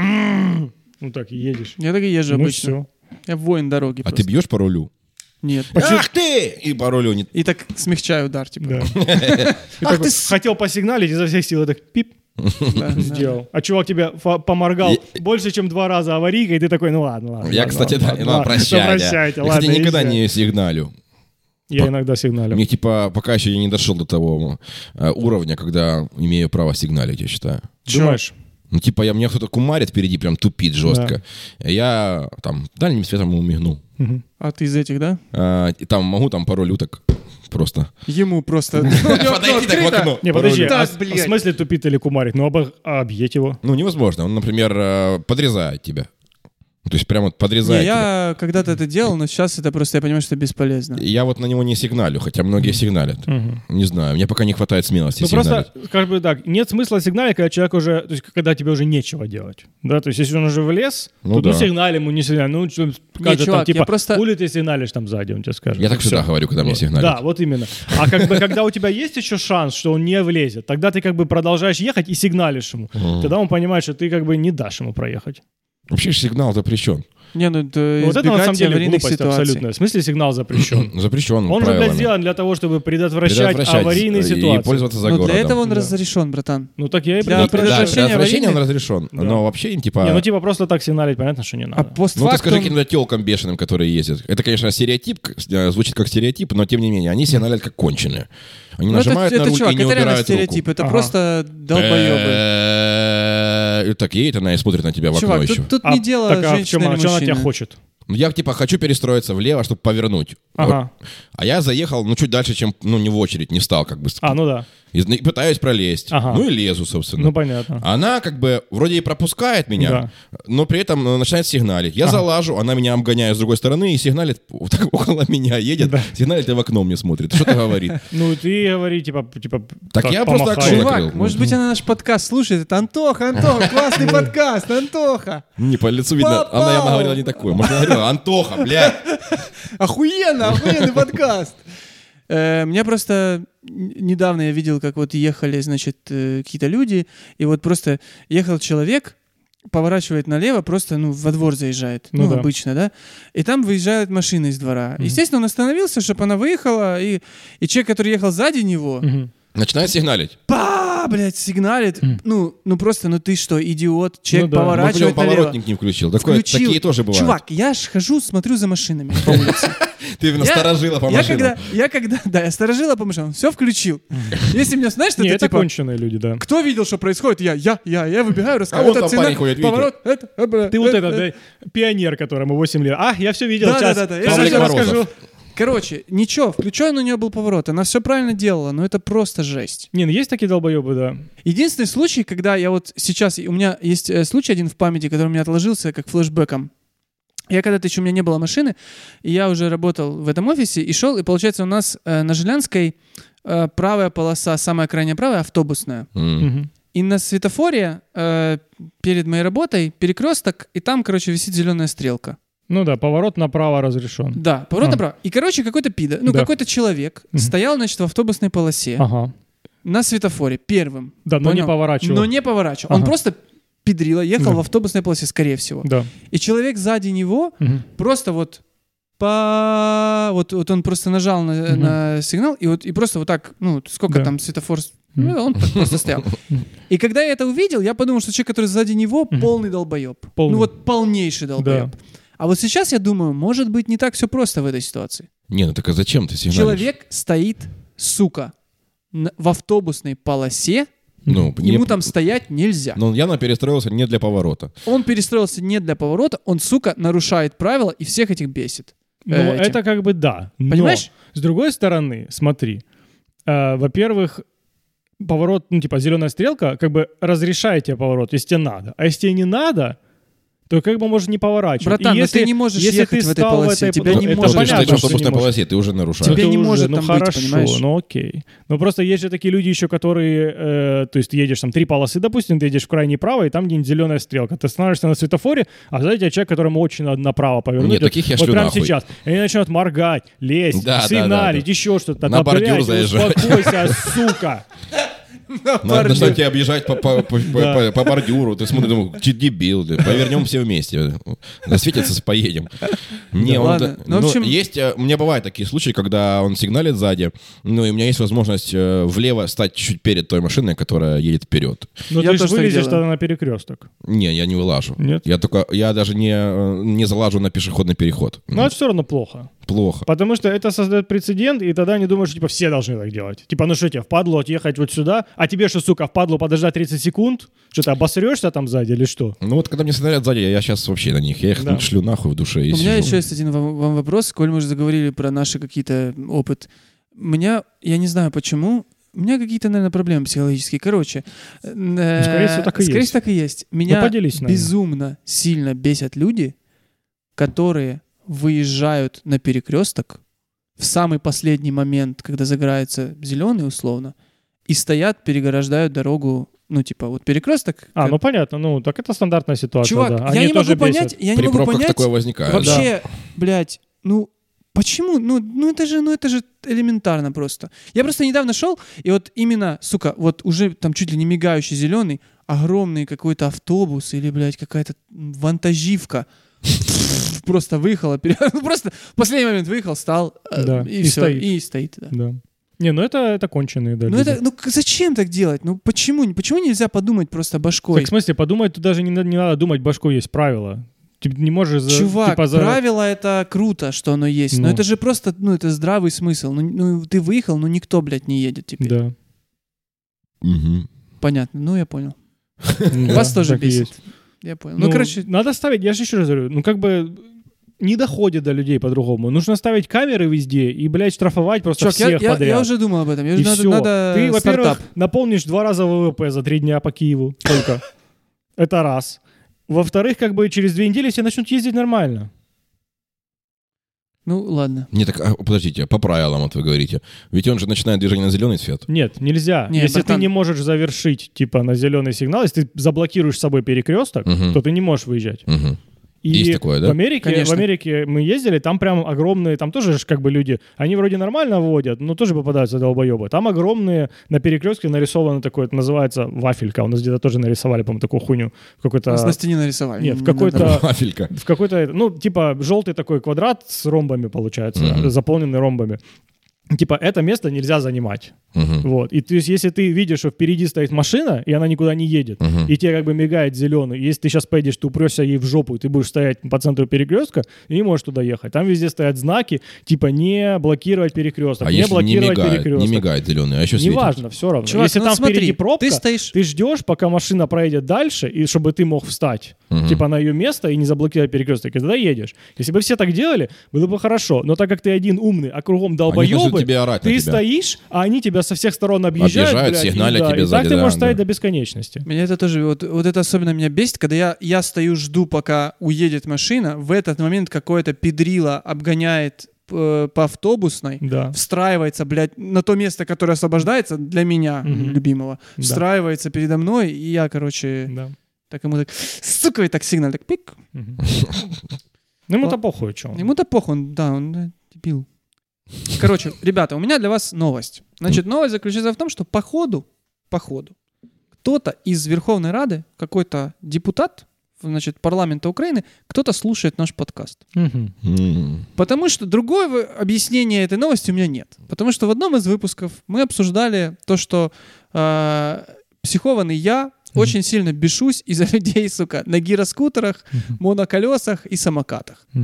S2: Ну так и едешь.
S3: Я так и езжу
S2: Ну
S3: обычно.
S2: все.
S3: Я воин дороги
S1: А
S3: просто.
S1: ты бьешь по рулю?
S3: Нет.
S1: Ах ты! И по рулю не...
S3: И так смягчаю удар, типа.
S2: Да. И
S3: Ах
S2: такой
S3: ты с-
S2: хотел посигналить, изо всех сил и так пип
S3: Да, да.
S2: сделал. А чувак тебе фа- поморгал
S1: И-
S2: больше, чем два раза аварийкой, и ты такой, ну ладно, ладно.
S1: Я,
S2: ладно,
S1: кстати, да,
S2: ладно,
S1: ну,
S2: ладно,
S1: прощай,
S2: ну,
S1: да.
S2: прощайте,
S1: Я,
S2: ладно,
S1: кстати, никогда
S2: езжай.
S1: не сигналю.
S2: Я иногда сигналю.
S1: Мне, типа, пока еще я не дошел до того э, уровня, когда имею право сигналить, я считаю.
S2: Думаешь?
S1: Ну, типа, я, меня кто-то кумарит впереди, прям тупит жестко. Я там дальним светом ему мигну.
S2: Мгм.
S3: А ты из этих, да?
S1: А, и там могу там по рулю так просто.
S3: Ему просто...
S1: Подойти так в окно.
S2: Не,
S1: по
S2: подожди,
S1: рулю.
S2: а
S3: Так,
S2: с-
S3: блядь.
S2: в смысле тупит или кумарит? Ну, обо- а объедь его.
S1: Ну, невозможно. Он, например, э, подрезает тебя. То есть прям вот подрезает
S3: Не,
S1: тебя.
S3: я когда-то это делал, но сейчас это просто, я понимаю, что это бесполезно.
S1: И я вот на него не сигналю, хотя многие сигналят.
S2: Мгм.
S1: Не знаю, мне пока не хватает смелости
S2: Ну
S1: сигналить.
S2: просто, как бы так, нет смысла сигналить, когда человек уже, то есть когда тебе уже нечего делать. Да, то есть если он уже влез,
S1: Ну
S2: то
S1: да.
S2: ну сигнали ему не сигнали. Ну, что, скажет, там,
S3: чувак, я
S2: типа,
S3: просто-
S2: хули ты сигналишь там сзади, он тебе скажет.
S1: Я так
S2: Всё.
S1: всегда говорю, когда мне
S2: Вот.
S1: сигналят.
S2: Да, вот именно. А как бы, когда у тебя есть еще шанс, что он не влезет, тогда ты как бы продолжаешь ехать и сигналишь ему. Тогда он понимает, что ты как бы не дашь ему проехать.
S1: Вообще же сигнал запрещен.
S3: Не, ну это
S2: Ну, вот это на самом
S3: избегать
S2: деле
S3: аварийных
S2: глупость
S3: ситуаций.
S2: абсолютная. В смысле сигнал запрещен?
S1: Запрещен
S2: Он же, блядь,
S1: правилами.
S2: сделан для того, чтобы предотвращать,
S1: Предотвращать
S2: аварийные
S1: и
S2: ситуации.
S1: пользоваться за
S3: Но
S1: городом.
S3: для этого он
S2: Да.
S3: разрешен, братан.
S2: Ну так я и
S3: Для
S1: Да,
S2: предотвращаю.
S3: предотвращения
S1: для отвращения он
S3: аварийных-
S1: разрешен.
S2: Да.
S1: Но вообще, типа...
S2: Не, ну типа просто так сигналить, понятно, что не
S3: А
S2: надо.
S1: Ну, ты
S3: постфактум...
S1: скажи каким-то телкам бешеным, которые ездят. Это, конечно, стереотип, к- э, звучит как стереотип, но тем не менее, они сигналят как конченые. Они
S3: Ну, это,
S1: нажимают на
S3: это,
S1: руль
S3: чувак,
S1: и не
S3: это реально
S1: убирают руку.
S3: стереотип, это
S2: Ага.
S3: просто долбоебы.
S1: Э, И так едет она и смотрит на тебя в окно
S3: Чувак,
S1: еще.
S3: тут, тут
S2: А,
S3: не дело
S2: так, а в
S3: женщины
S2: чем,
S3: или
S2: а что она тебя
S3: мужчины.
S2: хочет?
S1: Ну, я, типа, хочу перестроиться влево, чтобы повернуть.
S2: Ага.
S1: Вот. А я заехал, ну, чуть дальше, чем, ну, не в очередь, не стал, как бы.
S2: А, ну да.
S1: И, и пытаюсь пролезть.
S2: Ага.
S1: Ну, и лезу, собственно.
S2: Ну понятно.
S1: Она, как бы, вроде и пропускает меня,
S2: Да.
S1: но при этом ну, начинает сигналить. Я
S2: Ага.
S1: залажу, она меня обгоняет с другой стороны и сигналит, вот так около меня едет,
S2: Да.
S1: сигналит и в окно мне смотрит. Что-то говорит.
S2: Ну ты говори, типа, типа
S1: Так
S2: как
S1: я просто
S2: помахай.
S1: окно
S3: Чувак,
S1: закрыл.
S3: может быть, она наш подкаст слушает. Это Антоха, Антоха, классный подкаст, Антоха.
S1: Не, по лицу видно,
S3: Попал!
S1: она явно говорила не такое. Может, она говорила, Антоха, блядь.
S3: Охуенно, охуенный подкаст. Э, Меня просто н- недавно я видел, как вот ехали, значит, э, какие-то люди, и вот просто ехал человек, поворачивает налево, просто, ну, во двор заезжает,
S2: Ну
S3: ну,
S2: да.
S3: обычно, да, и там выезжает машина из двора. Естественно, он остановился, чтобы она выехала, и, и человек, который ехал сзади него,
S2: Мгм.
S1: Начинает сигналить.
S3: па, блядь, сигналит. Ну, ну просто, ну ты что, идиот, человек
S2: Ну да.
S1: Может, он
S3: поворачивает налево.
S1: поворотник не включил. Такое,
S3: Включил.
S1: такие тоже бывают.
S3: Чувак, я ж хожу, смотрю за машинами по улице.
S1: Ты именно
S3: Я-
S1: сторожила по
S3: я
S1: машинам.
S3: когда, я когда, да, я сторожила по машинам, все включил. Если меня, знаешь, что
S2: Не,
S3: это
S2: это
S3: типа,
S2: конченые люди, да.
S3: кто видел, что происходит? Я, я, я, я выбегаю,
S1: А
S3: рассказываю.
S1: вон там
S3: сигнал,
S1: парень ходит, видите?
S3: поворот, это, э, бля,
S2: Ты вот
S3: э,
S2: этот,
S3: э.
S2: да, пионер, которому восемь лет. А, я все видел,
S3: Да,
S2: сейчас.
S3: да, да, да. Я
S2: сейчас
S1: Павлик
S2: я
S1: Морозов.
S2: расскажу.
S3: Короче, ничего, включен у нее был поворот, она все правильно делала, но это просто жесть.
S2: Не, ну есть такие долбоебы, да.
S3: Единственный случай, когда я вот сейчас, у меня есть э, случай один в памяти, который у меня отложился как флешбеком. Я когда-то еще у меня не было машины, и я уже работал в этом офисе и шел, и получается у нас э, на Жилянской э, правая полоса, самая крайняя правая, автобусная.
S1: М.
S2: Мгм.
S3: И на светофоре э, перед моей работой перекресток, и там, короче, висит зеленая стрелка.
S2: Ну да, поворот направо разрешен.
S3: Да, поворот
S2: А.
S3: направо. И, короче, какой-то пидор, ну,
S2: Да.
S3: какой-то человек
S2: Мгм.
S3: стоял, значит, в автобусной полосе
S2: Ага.
S3: на светофоре первым.
S2: Да, но не
S3: Понял?
S2: поворачивал.
S3: Но не поворачивал. Он
S2: Ага.
S3: просто педрила, ехал
S2: Да.
S3: в автобусной полосе, скорее всего.
S2: Да.
S3: И человек сзади него
S2: Мгм.
S3: просто вот по... Вот, вот он просто нажал на,
S2: Мгм.
S3: на сигнал, и вот и просто вот так, ну, сколько
S2: Да.
S3: там светофор... с-
S2: Мгм.
S3: Ну, он так просто стоял. И когда я это увидел, я подумал, что человек, который сзади него,
S2: Мгм.
S3: полный долбоеб.
S2: Полный.
S3: Ну вот полнейший долбоеб.
S2: Да.
S3: А вот сейчас я думаю, может быть, не так все просто в этой ситуации.
S1: Не, ну так а зачем ты сигналишь?
S3: Человек стоит, сука, н- в автобусной полосе,
S1: Ну,
S3: Ему
S1: не-
S3: там стоять нельзя.
S1: Но явно перестроился не для поворота.
S3: Он перестроился не для поворота, он, сука, нарушает правила и всех этих бесит.
S2: Ну,
S3: Э, этим.
S2: это как бы да. Но,
S3: Понимаешь?
S2: с другой стороны, смотри. э, во-первых, поворот, ну, типа, зеленая стрелка, как бы разрешает тебе поворот, если тебе надо. А если тебе не надо, то как бы можешь не поворачивать.
S3: Братан,
S2: И
S3: но
S2: если,
S3: ты не можешь
S2: если
S3: ехать
S2: ты
S3: в этой
S2: стал
S3: полосе,
S2: в этой
S3: тебя
S2: ну,
S3: не
S2: это
S3: может-
S1: Ты
S2: понятно,
S1: стоишь в
S2: что не
S1: автобусной
S2: можешь.
S1: полосе, ты уже нарушаешь.
S3: Тебя
S2: Это
S3: не
S2: уже,
S3: может
S2: ну,
S3: там быть,
S2: хорошо,
S3: понимаешь?
S2: ну окей. Но просто есть же такие люди еще, которые, э, то есть ты едешь там три полосы, допустим, ты едешь в крайней право, и там где-нибудь зеленая стрелка. Ты становишься на светофоре, а сзади тебя человек, которому очень надо направо повернуть.
S1: Нет,
S2: Вот-
S1: таких я
S2: вот
S1: шлю
S2: прямо
S1: нахуй.
S2: сейчас. И они начинают моргать, лезть,
S1: Да, да,
S2: сигналить,
S1: да, да.
S2: еще что-то.
S1: На
S2: Да,
S1: бордюр
S2: блядь,
S1: заезжать.
S2: успокойся, сука.
S1: Надо начинать тебя объезжать по, по, по,
S2: Да.
S1: по- по бордюру. Ты смотришь, думаешь, че дебил, да, повернем все вместе. Засветится, поедем. Не,
S3: Да
S1: он
S3: ладно.
S1: это-
S3: Ну, в
S1: ну,
S3: общем-
S1: есть, э, у меня бывают такие случаи, когда он сигналит сзади, ну, и у меня есть возможность э, влево стать чуть перед той машиной, которая едет вперед.
S2: Ну
S3: Я
S2: ты же
S3: тоже так
S2: вылезешь
S3: делаю.
S2: тогда на перекресток.
S1: Не, я не вылажу.
S2: Нет?
S1: Я только, я даже не, э, не залажу на пешеходный переход.
S2: Но это все равно плохо.
S1: Плохо.
S2: Потому что это создает прецедент, и тогда они думают, что типа все должны так делать. Типа, ну что тебе, впадло отъехать вот сюда, а тебе что, сука, впадло подождать тридцать секунд? Что ты обосрешься там сзади или что?
S1: Ну вот, когда мне сигналят сзади, я сейчас вообще на них. Я их
S2: Да.
S1: шлю нахуй в душе и
S3: У меня
S1: сижу.
S3: еще есть один вам, вам вопрос, коль мы уже заговорили про наши какие-то опыт. У меня, я не знаю почему, у меня какие-то, наверное, проблемы психологические. Короче, э,
S2: скорее всего, так и
S3: скорее
S2: есть.
S3: всего, так и есть. Меня
S2: поделись, наверное.
S3: безумно сильно бесят люди, которые выезжают на перекресток в самый последний момент, когда загорается зеленый условно, и стоят, переграждают дорогу, ну, типа, вот перекресток.
S2: А,
S3: как-
S2: ну понятно, ну так это стандартная ситуация,
S3: Чувак,
S2: да.
S3: я
S2: Они
S3: не
S2: тоже
S3: могу
S2: бесят.
S3: понять, я не
S1: При
S3: могу
S1: пробках
S3: понять,
S1: такое возникает.
S3: вообще, блядь, ну, почему? Ну, ну, это же, ну, это же элементарно просто. Я просто недавно шел, и вот именно, сука, вот уже там чуть ли не мигающий зеленый, огромный какой-то автобус или, блядь, какая-то вантаживка просто выехала, пере- ну, просто в последний момент выехал, стал, э,
S2: Да,
S3: и,
S2: и
S3: все,
S2: стоит.
S3: и стоит, да.
S2: Да. Не, ну это, это конченые, да.
S3: Ну,
S2: люди.
S3: это, ну к- зачем так делать? Ну почему? Почему нельзя подумать просто башкой?
S2: Так, в смысле, подумать, тут даже не, надо- не надо думать, башкой есть правила. Ты не можешь за,
S3: Чувак,
S2: типа, за...
S3: правило это круто, что оно есть, но
S2: Ну.
S3: это же просто, ну это здравый смысл. Ну, ну, ты выехал, но никто, блядь, не едет теперь.
S2: Да.
S1: Мгм.
S3: Понятно, ну я понял.
S2: Да,
S3: Вас тоже
S2: так и
S3: бесит.
S2: есть.
S3: Я понял. Ну, короче,
S2: надо ставить, я же еще раз говорю, ну как бы не доходит до людей по-другому. Нужно ставить камеры везде и, блядь, штрафовать просто
S3: чувак, я,
S2: всех
S3: я-
S2: подряд.
S3: я уже думал об этом. Я
S2: И
S3: уже надо,
S2: всё.
S3: надо
S2: Ты, во-первых,
S3: стартап.
S2: наполнишь два раза ВВП за три дня по Киеву только. Это раз. Во-вторых, как бы через две недели все начнут ездить нормально.
S3: Ну, ладно.
S1: Не, так, а, подождите, по правилам вот вы говорите. Ведь он же начинает движение на зеленый свет.
S2: Нет, нельзя.
S3: Не,
S2: Если
S3: братан.
S2: ты не можешь завершить, типа, на зеленый сигнал, если ты заблокируешь с собой перекресток,
S1: Мгм.
S2: то ты не можешь выезжать.
S1: Мгм.
S2: И
S1: Есть такое, да?
S2: В Америке,
S3: Конечно.
S2: в Америке мы ездили, там прям огромные, там тоже ж как бы люди, они вроде нормально водят, но тоже попадаются долбоебы. Там огромные, на перекрестке нарисовано такое, это называется вафелька. У нас где-то тоже нарисовали, по-моему, такую хуйню. В какой-то...
S3: У нас на стене нарисовали.
S2: Нет, в
S3: Не
S2: какой-то-
S3: надо.
S1: Вафелька.
S2: В какой-то, ну, типа, желтый такой квадрат с ромбами, получается,
S1: Мгм.
S2: заполненный ромбами. Типа, это место нельзя занимать.
S1: Мгм.
S2: Вот. И то есть, если ты видишь, что впереди стоит машина, и она никуда не едет,
S1: Мгм.
S2: и тебе как бы мигает зеленый, если ты сейчас поедешь, ты упрешься ей в жопу, и ты будешь стоять по центру перекрестка, и не можешь туда ехать. Там везде стоят знаки, типа, не блокировать перекресток,
S1: А
S2: не
S1: если не
S2: блокировать
S1: мигает,
S2: перекресток.
S1: не мигает зеленый, а еще светит?
S2: Неважно, все равно.
S3: Чувак,
S2: если
S3: ну
S2: там
S3: смотри,
S2: впереди пробка,
S3: ты стоишь...
S2: ты ждешь, пока машина проедет дальше, и чтобы ты мог встать,
S1: Мгм.
S2: типа, на ее место и не заблокировать перекресток, и тогда едешь. Если бы все так делали, было бы хорошо. Но так как ты один умный, а кругом
S1: начнут
S2: долбоебы,
S1: тебе орать на
S2: ты
S1: тебя.
S2: стоишь, а они тебя со всех сторон объезжают,
S1: Объезжают,
S2: блядь,
S1: сигналят
S2: и, да,
S1: тебе
S2: и
S1: сзади,
S2: так ты
S1: да,
S2: можешь
S1: да.
S2: стоять до бесконечности.
S3: Меня это тоже, вот, вот это особенно меня бесит, когда я, я стою, жду, пока уедет машина, в этот момент какое-то педрило обгоняет э, по автобусной,
S2: Да.
S3: встраивается, блядь, на то место, которое освобождается для меня,
S2: Мгм.
S3: любимого,
S2: Да.
S3: встраивается передо мной, и я, короче,
S2: Да.
S3: так ему так, сука, и так сигнал, так пик.
S2: Мгм. Ну, ему-то похуй, что.
S3: Ему-то похуй, он, да, он да, дебил. Короче, ребята, у меня для вас новость. Значит, новость заключается в том, что по ходу, по ходу, кто-то из Верховной Рады, какой-то депутат, значит, парламента Украины, кто-то слушает наш подкаст.
S2: Мгм.
S1: М.
S3: Потому что другого объяснения этой новости у меня нет. Потому что в одном из выпусков мы обсуждали то, что э, психованный я очень сильно бешусь из-за людей, сука, на гироскутерах,
S2: Мгм.
S3: моноколесах и самокатах.
S2: Мгм.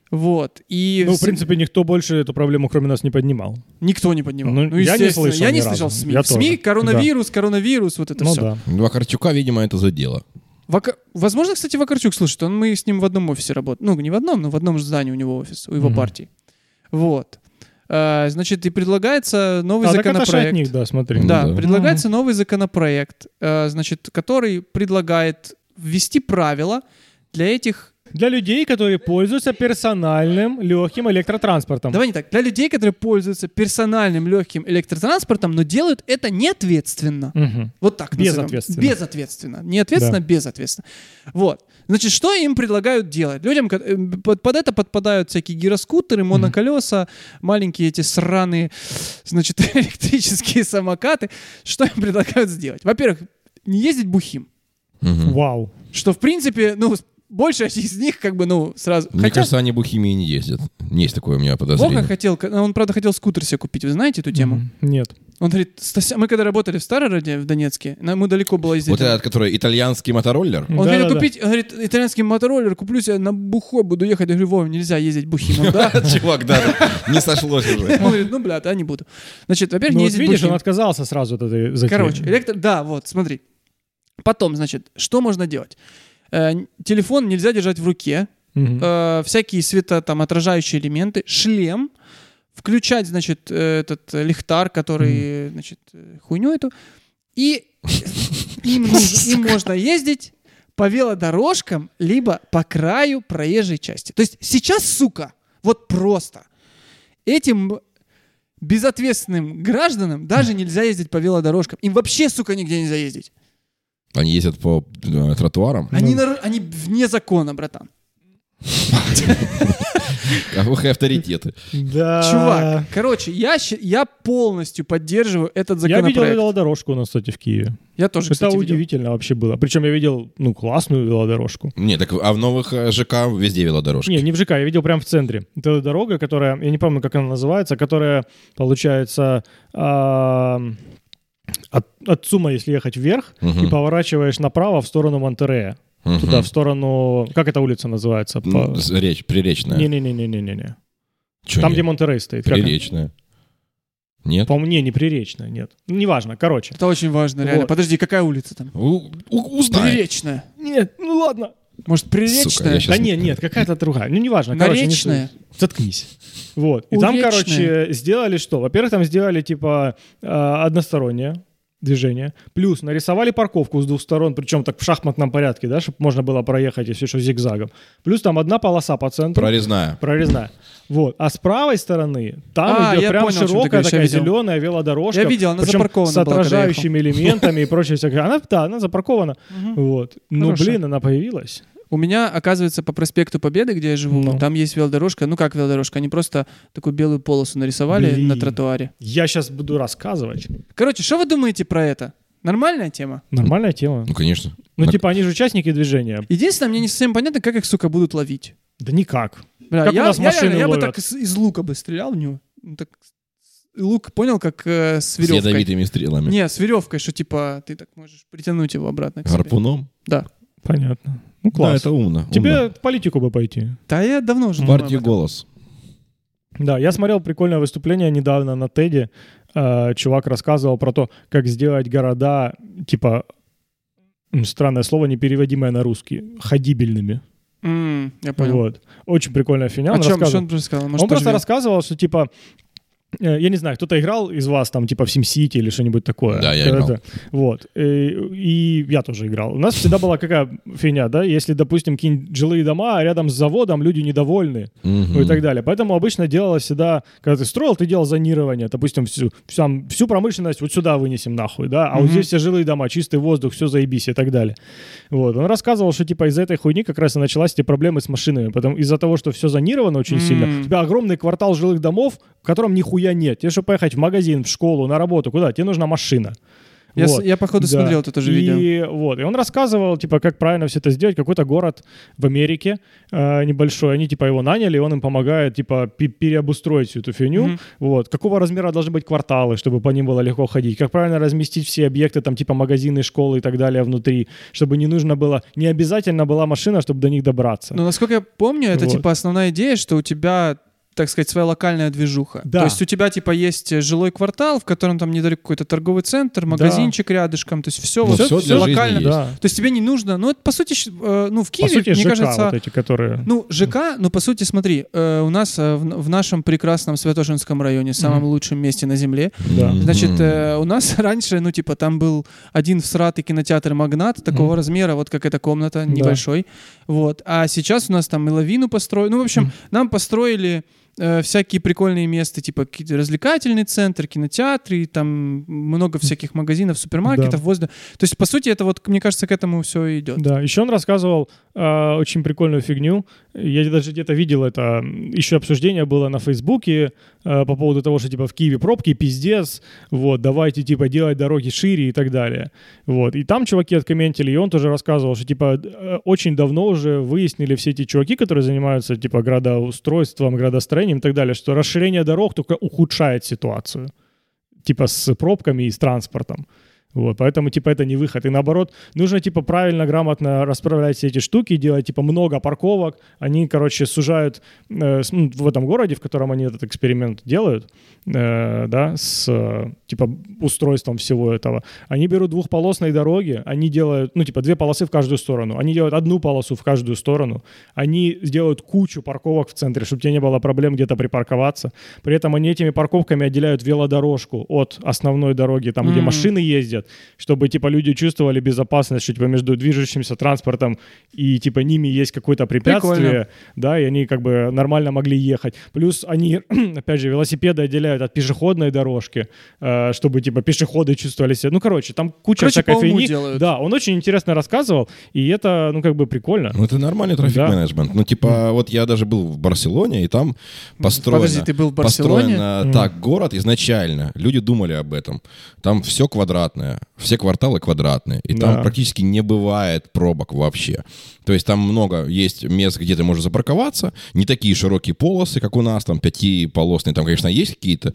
S3: Вот. И
S2: Ну, в принципе, никто больше эту проблему, кроме нас, не поднимал.
S3: никто не поднимал.
S2: Ну,
S3: Ну,
S2: я не
S3: естественно,
S2: слышал
S3: я не
S2: ни
S3: слышал
S2: разу.
S3: в СМИ.
S2: Я
S3: В СМИ
S2: тоже.
S3: коронавирус, коронавирус, вот это
S2: Ну
S3: все.
S2: да.
S1: Вакарчука, видимо, это задело.
S3: Вака... Возможно, кстати, Вакарчук слушает. Он, мы с ним в одном офисе работаем. Ну, не в одном, но в одном же здании у него офис, у его
S2: Мгм.
S3: партии. Вот. А, значит, и предлагается новый
S2: А, так это ж от
S3: законопроект.
S2: них, да, смотри.
S3: Да,
S1: Ну да.
S3: предлагается новый законопроект, а, значит, который предлагает ввести правила для этих...
S2: Для людей, которые пользуются персональным легким электротранспортом.
S3: Давай не так. Для людей, которые пользуются персональным легким электротранспортом, но делают это неответственно.
S2: Мгм.
S3: Вот так назовем.
S2: Безответственно.
S3: Безответственно. Не ответственно, безответственно. Вот. Значит, что им предлагают делать? Людям, ко- э, под, под это подпадают всякие гироскутеры, моноколеса, маленькие эти сраные, значит, электрические самокаты. Что им предлагают сделать? Во-первых, не ездить бухим.
S1: Мгм.
S2: Вау.
S3: Что, в принципе, ну, большая часть из них как бы, ну, сразу...
S1: Мне кажется, они бухими и не ездят. Есть такое у меня подозрение.
S3: Вовка хотел, он, правда, хотел скутер себе купить. Вы знаете эту тему?
S2: Мгм. Нет.
S3: Он говорит, Стася, мы когда работали в Старороде, в Донецке, нам- мы далеко было ездить.
S1: Вот этот, который итальянский мотороллер?
S3: Он
S2: Да,
S3: хотел
S2: да, да.
S3: купить, он говорит, итальянский мотороллер, куплю себе на бухой, буду ехать. Я говорю, Вова, нельзя ездить бухим. Он, да?
S1: Чувак, да, да, не сошлось уже.
S3: Он говорит, ну, бля, да, не буду. Значит, во-первых,
S2: Ну
S3: не
S2: вот
S3: ездить
S2: видишь, он
S3: бухим.
S2: отказался сразу от этой затеи.
S3: Короче, электро... Да, вот, смотри. Потом, значит, что можно делать? Э, телефон нельзя держать в руке.
S2: Мгм.
S3: Э, всякие свето, там, отражающие элементы. Шлем. Включать, значит, э, этот э, лихтар, который, значит, э, хуйню эту. И им, нужно- им можно ездить по велодорожкам, либо по краю проезжей части. То есть сейчас, сука, вот просто этим безответственным гражданам даже нельзя ездить по велодорожкам. Им вообще, сука, нигде нельзя ездить.
S1: Они ездят по э, тротуарам?
S3: Они, нар- они вне закона, братан.
S1: Ох и авторитеты.
S2: Да.
S3: Чувак, короче, я, щ- я полностью поддерживаю этот
S2: Я видел
S3: законопроект.
S2: велодорожку у нас, кстати, в Киеве.
S3: Я тоже,
S2: Это
S3: кстати, видел.
S2: удивительно вообще было. Причем я видел, ну, классную велодорожку.
S1: Не, так а в новых э, ЖК везде велодорожки.
S2: Не, не в ЖК, я видел прямо в центре. Это дорога, которая, я не помню, как она называется, которая, получается, а, от, от ЦУМа, если ехать вверх,
S1: Мгм.
S2: и поворачиваешь направо в сторону Монтерея.
S1: Мгм.
S2: Туда, в сторону... Как эта улица называется? По-
S1: М, с- Реч, приречная.
S2: Не-не-не-не-не-не.
S1: Чё
S2: Там,
S1: нет?
S2: где Монтерей стоит. Как она?
S1: Приречная. Нет?
S2: По-моему, не, не Приречная, нет. Ну, неважно, короче.
S3: Это очень важно, реально.
S2: Вот.
S3: Подожди, какая улица там?
S1: У- у- Узнай.
S3: Приречная.
S2: Нет, ну ладно.
S3: Может,
S1: Сука,
S3: приречная?
S1: я щас-
S2: Да нет, нет, какая-то другая. Ну, неважно. короче, не
S3: Наречная?
S2: суть. Заткнись. Вот. И там,
S3: Уречная.
S2: короче, сделали что? Во-первых, там сделали, типа, э, одностороннее движение. Плюс нарисовали парковку с двух сторон, причем так в шахматном порядке, да, чтобы можно было проехать, если что, зигзагом. Плюс там одна полоса по центру.
S1: Прорезная.
S2: Прорезная. Вот. А с правой стороны там
S3: А,
S2: идет
S3: я
S2: прям
S3: понял, о чем ты
S2: широкая
S3: говоришь, я
S2: такая
S3: видел.
S2: зеленая велодорожка.
S3: Я видел, она
S2: причем
S3: запаркована
S2: с
S3: была, когда я
S2: отражающими элементами и прочее всякое. Она, да, она запаркована. Вот. Ну,
S3: Хорошо.
S2: блин, она появилась.
S3: У меня, оказывается, по проспекту Победы, где я живу,
S2: Ну.
S3: там есть велодорожка. Ну как велодорожка? Они просто такую белую полосу нарисовали
S2: Блин.
S3: на тротуаре.
S2: Я сейчас буду рассказывать.
S3: Короче, что вы думаете про это? Нормальная тема?
S2: Нормальная тема.
S1: Ну, конечно.
S2: Ну,
S1: На-
S2: типа, они же участники движения.
S3: Единственное, мне не совсем понятно, как их, сука, будут ловить.
S2: Да никак.
S3: Бля,
S2: Как у
S3: я,
S2: нас
S3: я
S2: машины
S3: реально, я бы
S2: ловят.
S3: так из, из лука бы стрелял в него. Ну, так, с- лук, понял, как э, с
S1: С
S3: веревкой.
S1: ядовитыми стрелами.
S3: Не, с веревкой, что типа ты так можешь притянуть его обратно к себе.
S1: Гарпуном?
S3: Да.
S2: Понятно. Ну,
S1: Да,
S2: класс.
S1: это умно.
S2: Тебе
S1: умно.
S2: в политику бы пойти.
S3: Да я давно уже
S1: В
S3: думаю
S1: партию
S3: об этом.
S1: «Голос».
S2: Да, я смотрел прикольное выступление недавно на Теде. Э, чувак рассказывал про то, как сделать города, типа, м, странное слово, непереводимое на русский, ходибельными.
S3: М, я понял.
S2: Вот. Очень прикольная фигня.
S3: О
S2: Он
S3: чем,
S2: рассказывал-
S3: что он рассказал? Может,
S2: Он просто
S3: поживее?
S2: рассказывал, что типа, э, я не знаю, кто-то играл из вас там типа в SimCity или что-нибудь такое.
S1: Да, я
S2: Это-
S1: играл.
S2: Вот. И, и я тоже играл. У нас всегда была какая фигня, да? Если, допустим, какие-нибудь жилые дома, а рядом с заводом люди недовольны,
S1: Мгм.
S2: ну, и так далее. Поэтому обычно делалось всегда, когда ты строил, ты делал зонирование. Допустим, всю, всю, всю промышленность вот сюда вынесем нахуй, да? А вот
S3: Мгм.
S2: здесь все жилые дома, чистый воздух, все заебись и так далее. Вот. Он рассказывал, что типа из-за этой хуйни как раз и началась эти проблемы с машинами. Потому, из-за того, что все зонировано очень
S3: М.
S2: сильно, у тебя огромный квартал жилых домов, в котором нихуя нет. Тебе, чтобы поехать в магазин, в школу, на работу, куда? Тебе нужна машина.
S3: Я,
S2: Вот.
S3: с- я походу,
S2: Да.
S3: смотрел это тоже
S2: и,
S3: видео.
S2: Вот, и он рассказывал, типа, как правильно все это сделать. Какой-то город в Америке э, небольшой, они, типа, его наняли, и он им помогает, типа, пе- переобустроить всю эту фигню.
S3: Мгм.
S2: Вот. Какого размера должны быть кварталы, чтобы по ним было легко ходить. Как правильно разместить все объекты, там, типа, магазины, школы и так далее внутри, чтобы не нужно было, не обязательно была машина, чтобы до них добраться.
S3: Но, насколько я помню, это,
S2: Вот.
S3: типа, основная идея, что у тебя, так сказать, своя локальная движуха.
S2: Да.
S3: То есть у тебя, типа, есть жилой квартал, в котором там недалеко какой-то торговый центр, магазинчик рядышком, то есть все,
S1: Ну,
S3: вот,
S1: всё
S3: всё
S1: для жизни
S3: локально.
S1: есть.
S2: Да.
S3: То есть тебе не нужно, ну, это, по сути, щ- э, ну, в
S2: По
S3: Киеве,
S2: сути,
S3: мне
S2: ЖК
S3: кажется...
S2: вот эти, которые...
S3: Ну, ЖК, ну, по сути, смотри, э, у нас э, в, в нашем прекрасном Святошинском районе, самом лучшем месте на земле,
S2: Да.
S3: значит, э, у нас раньше, ну, типа, там был один всратый кинотеатр «Магнат», такого
S2: Мгм.
S3: размера, вот как эта комната,
S2: Да.
S3: небольшой, вот. А сейчас у нас там и лавину построили, ну, в общем,
S2: Мгм.
S3: нам построили э, всякие прикольные места, типа какие-то развлекательный центр, кинотеатры, там много всяких магазинов, супермаркетов,
S2: Да.
S3: возле. То есть, по сути, это вот, мне кажется, к этому все идет.
S2: Да, еще он рассказывал э, очень прикольную фигню. Я даже где-то видел это. Еще обсуждение было на Фейсбуке э, по поводу того, что типа в Киеве пробки, пиздец, вот, давайте типа делать дороги шире и так далее. Вот. И там чуваки откомментили, и он тоже рассказывал, что типа э, очень давно уже выяснили все эти чуваки, которые занимаются типа градоустройством, градостроением и так далее, что расширение дорог только ухудшает ситуацию. Типа с пробками и с транспортом. Вот, поэтому, типа, это не выход. И наоборот, нужно, типа, правильно, грамотно расправлять все эти штуки, делать, типа, много парковок. Они, короче, сужают э, с- ну, в этом городе, в котором они этот эксперимент делают, э, да, с, э, типа, устройством всего этого. Они берут двухполосные дороги, они делают, ну, типа, две полосы в каждую сторону. Они делают одну полосу в каждую сторону. Они сделают кучу парковок в центре, чтобы тебе не было проблем где-то припарковаться. При этом они этими парковками отделяют велодорожку от основной дороги, там, где
S3: М.
S2: машины ездят, чтобы, типа, люди чувствовали безопасность, что, типа, между движущимся транспортом и, типа, ними есть какое-то препятствие,
S3: Прикольно.
S2: да, и они, как бы, нормально могли ехать. Плюс они, опять же, велосипеды отделяют от пешеходной дорожки, э, чтобы, типа, пешеходы чувствовали себя. Ну, короче, там куча
S3: Короче,
S2: всякой
S3: по уму
S2: фигни.
S3: делают.
S2: Да, он очень интересно рассказывал, и это, ну, как бы, прикольно.
S1: Ну, это нормальный трафик-менеджмент. Ну, типа, вот я даже был в Барселоне, и там построено...
S3: Подожди, ты был в Барселоне?
S1: Построено так город изначально. Люди думали об этом. Там все квадратное, все кварталы квадратные, и там
S2: Да.
S1: практически не бывает пробок вообще. То есть там много есть мест, где ты можешь запарковаться, не такие широкие полосы, как у нас, там пятиполосные, там, конечно, есть какие-то,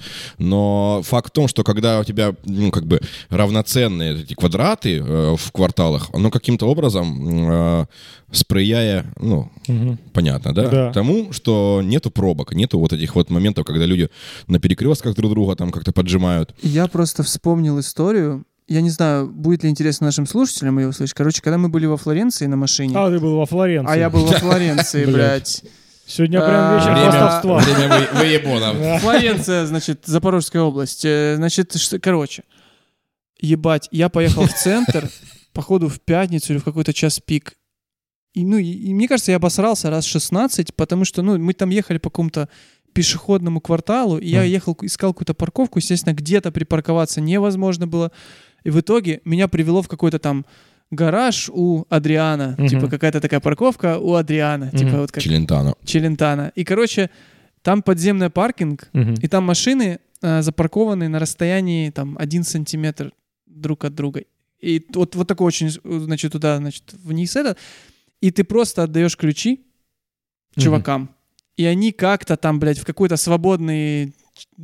S1: но факт в том, что когда у тебя, ну, как бы равноценные эти квадраты э, в кварталах, оно каким-то образом э, сприяя, ну,
S2: Мгм.
S1: понятно, да?
S2: Да.
S1: Тому, что нету пробок, нету вот этих вот моментов, когда люди на перекрестках друг друга там как-то поджимают.
S3: Я просто вспомнил историю. Я не знаю, будет ли интересно нашим слушателям ее услышать. Короче, когда мы были во Флоренции на машине,
S2: А, ты был во Флоренции.
S3: а я был во Флоренции,
S2: Блядь.
S3: блядь.
S2: Сегодня прям
S3: А,
S2: вечер
S3: Время-
S2: хвастовства.
S1: Время вы- выебонов.
S3: Флоренция, значит, Запорожская область. Э, Значит, что- короче, ебать, я поехал в центр, походу в пятницу или в какой-то час пик. И, ну, и, и мне кажется, я обосрался раз шестнадцать, потому что, ну, мы там ехали по какому-то пешеходному кварталу, и я
S2: Мгм.
S3: ехал, искал какую-то парковку, естественно, где-то припарковаться невозможно было. И в итоге меня привело в какой-то там гараж у Адриана.
S2: Мгм.
S3: Типа какая-то такая парковка у Адриана.
S2: Мгм.
S3: Типа вот как
S1: Челентано.
S3: Челентано. И, короче, там подземный паркинг,
S2: Мгм.
S3: и там машины э, запаркованы на расстоянии там один сантиметр друг от друга. И вот, вот такой очень, значит, туда, значит, вниз это. И ты просто отдаешь ключи чувакам, и они как-то там, блядь, в какой-то свободный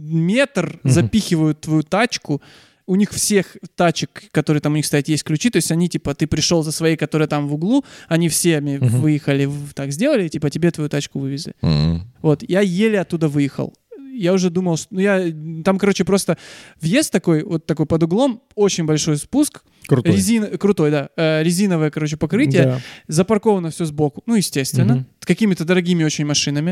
S3: метр
S2: Мгм.
S3: запихивают твою тачку. У них всех тачек, которые там у них стоят, есть ключи, то есть они, типа, ты пришел за своей, которая там в углу, они всеми
S2: Мгм.
S3: выехали, в- так сделали, и, типа, тебе твою тачку вывезли.
S1: Мгм.
S3: Вот, я еле оттуда выехал. Я уже думал, что, ну, я, там, короче, просто въезд такой, вот такой под углом, очень большой спуск,
S2: Крутой.
S3: резин, крутой, да, э, резиновое, короче, покрытие,
S2: Да.
S3: запарковано все сбоку, ну, естественно,
S2: Мгм.
S3: какими-то дорогими очень машинами.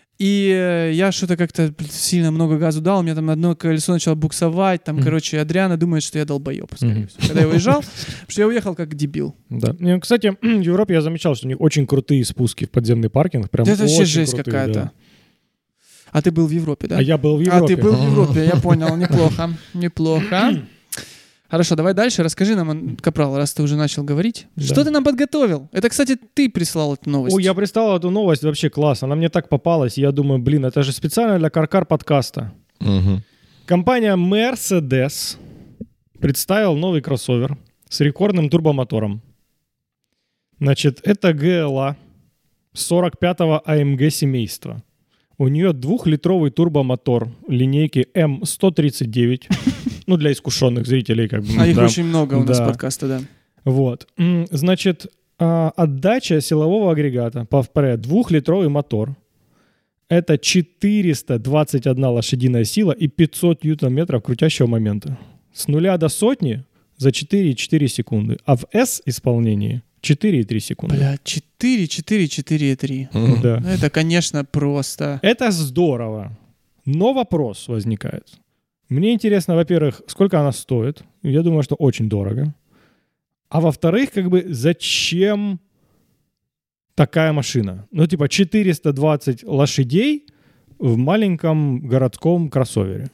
S3: И э, я что-то как-то блин, сильно много газу дал, у меня там одно колесо начало буксовать, там,
S2: Мгм.
S3: короче, Адриана думает, что я долбоеб, скорее
S2: Мгм.
S3: всего. Когда я уезжал, потому что я уехал как дебил.
S2: Да. И, кстати, в Европе я замечал, что у них очень крутые спуски в подземный паркинг. Прям
S3: Это вообще
S2: очень
S3: жесть
S2: крутые,
S3: какая-то.
S2: да.
S3: А ты был в Европе, да?
S2: А я был в
S3: А
S2: Европе.
S3: ты был в Европе, я понял, неплохо, неплохо. Хорошо, давай дальше. Расскажи нам, Ан- Капрал, раз ты уже начал говорить.
S2: Да.
S3: Что ты нам подготовил? Это, кстати, ты прислал эту новость.
S2: Ой, я представил эту новость, вообще класс. Она мне так попалась. И я думаю, блин, это же специально для Каркар подкаста.
S1: Мгм.
S2: Компания Mercedes представил новый кроссовер с рекордным турбомотором. Значит, это джи эл эй сорок пятого эй эм джи семейства. У нее двухлитровый турбомотор линейки эм сто тридцать девять. Ну, для искушенных зрителей, как бы.
S3: А их
S2: да.
S3: очень много у нас
S2: Да.
S3: подкаста, да.
S2: Вот. М, Значит, а, отдача силового агрегата, повторяю, двухлитровый мотор. Это четыреста двадцать одна лошадиная сила и пятьсот ньютон-метров крутящего момента. С нуля до сотни за четыре и четыре секунды. А в S-исполнении четыре и три секунды.
S3: Бля, четыре, четыре, четыре и три.
S2: Да.
S3: Ну, это, конечно, просто...
S2: Это здорово. Но вопрос возникает. Мне интересно, во-первых, сколько она стоит. Я думаю, что очень дорого. А во-вторых, как бы, зачем такая машина? Ну, типа, четыреста двадцать лошадей в маленьком городском кроссовере.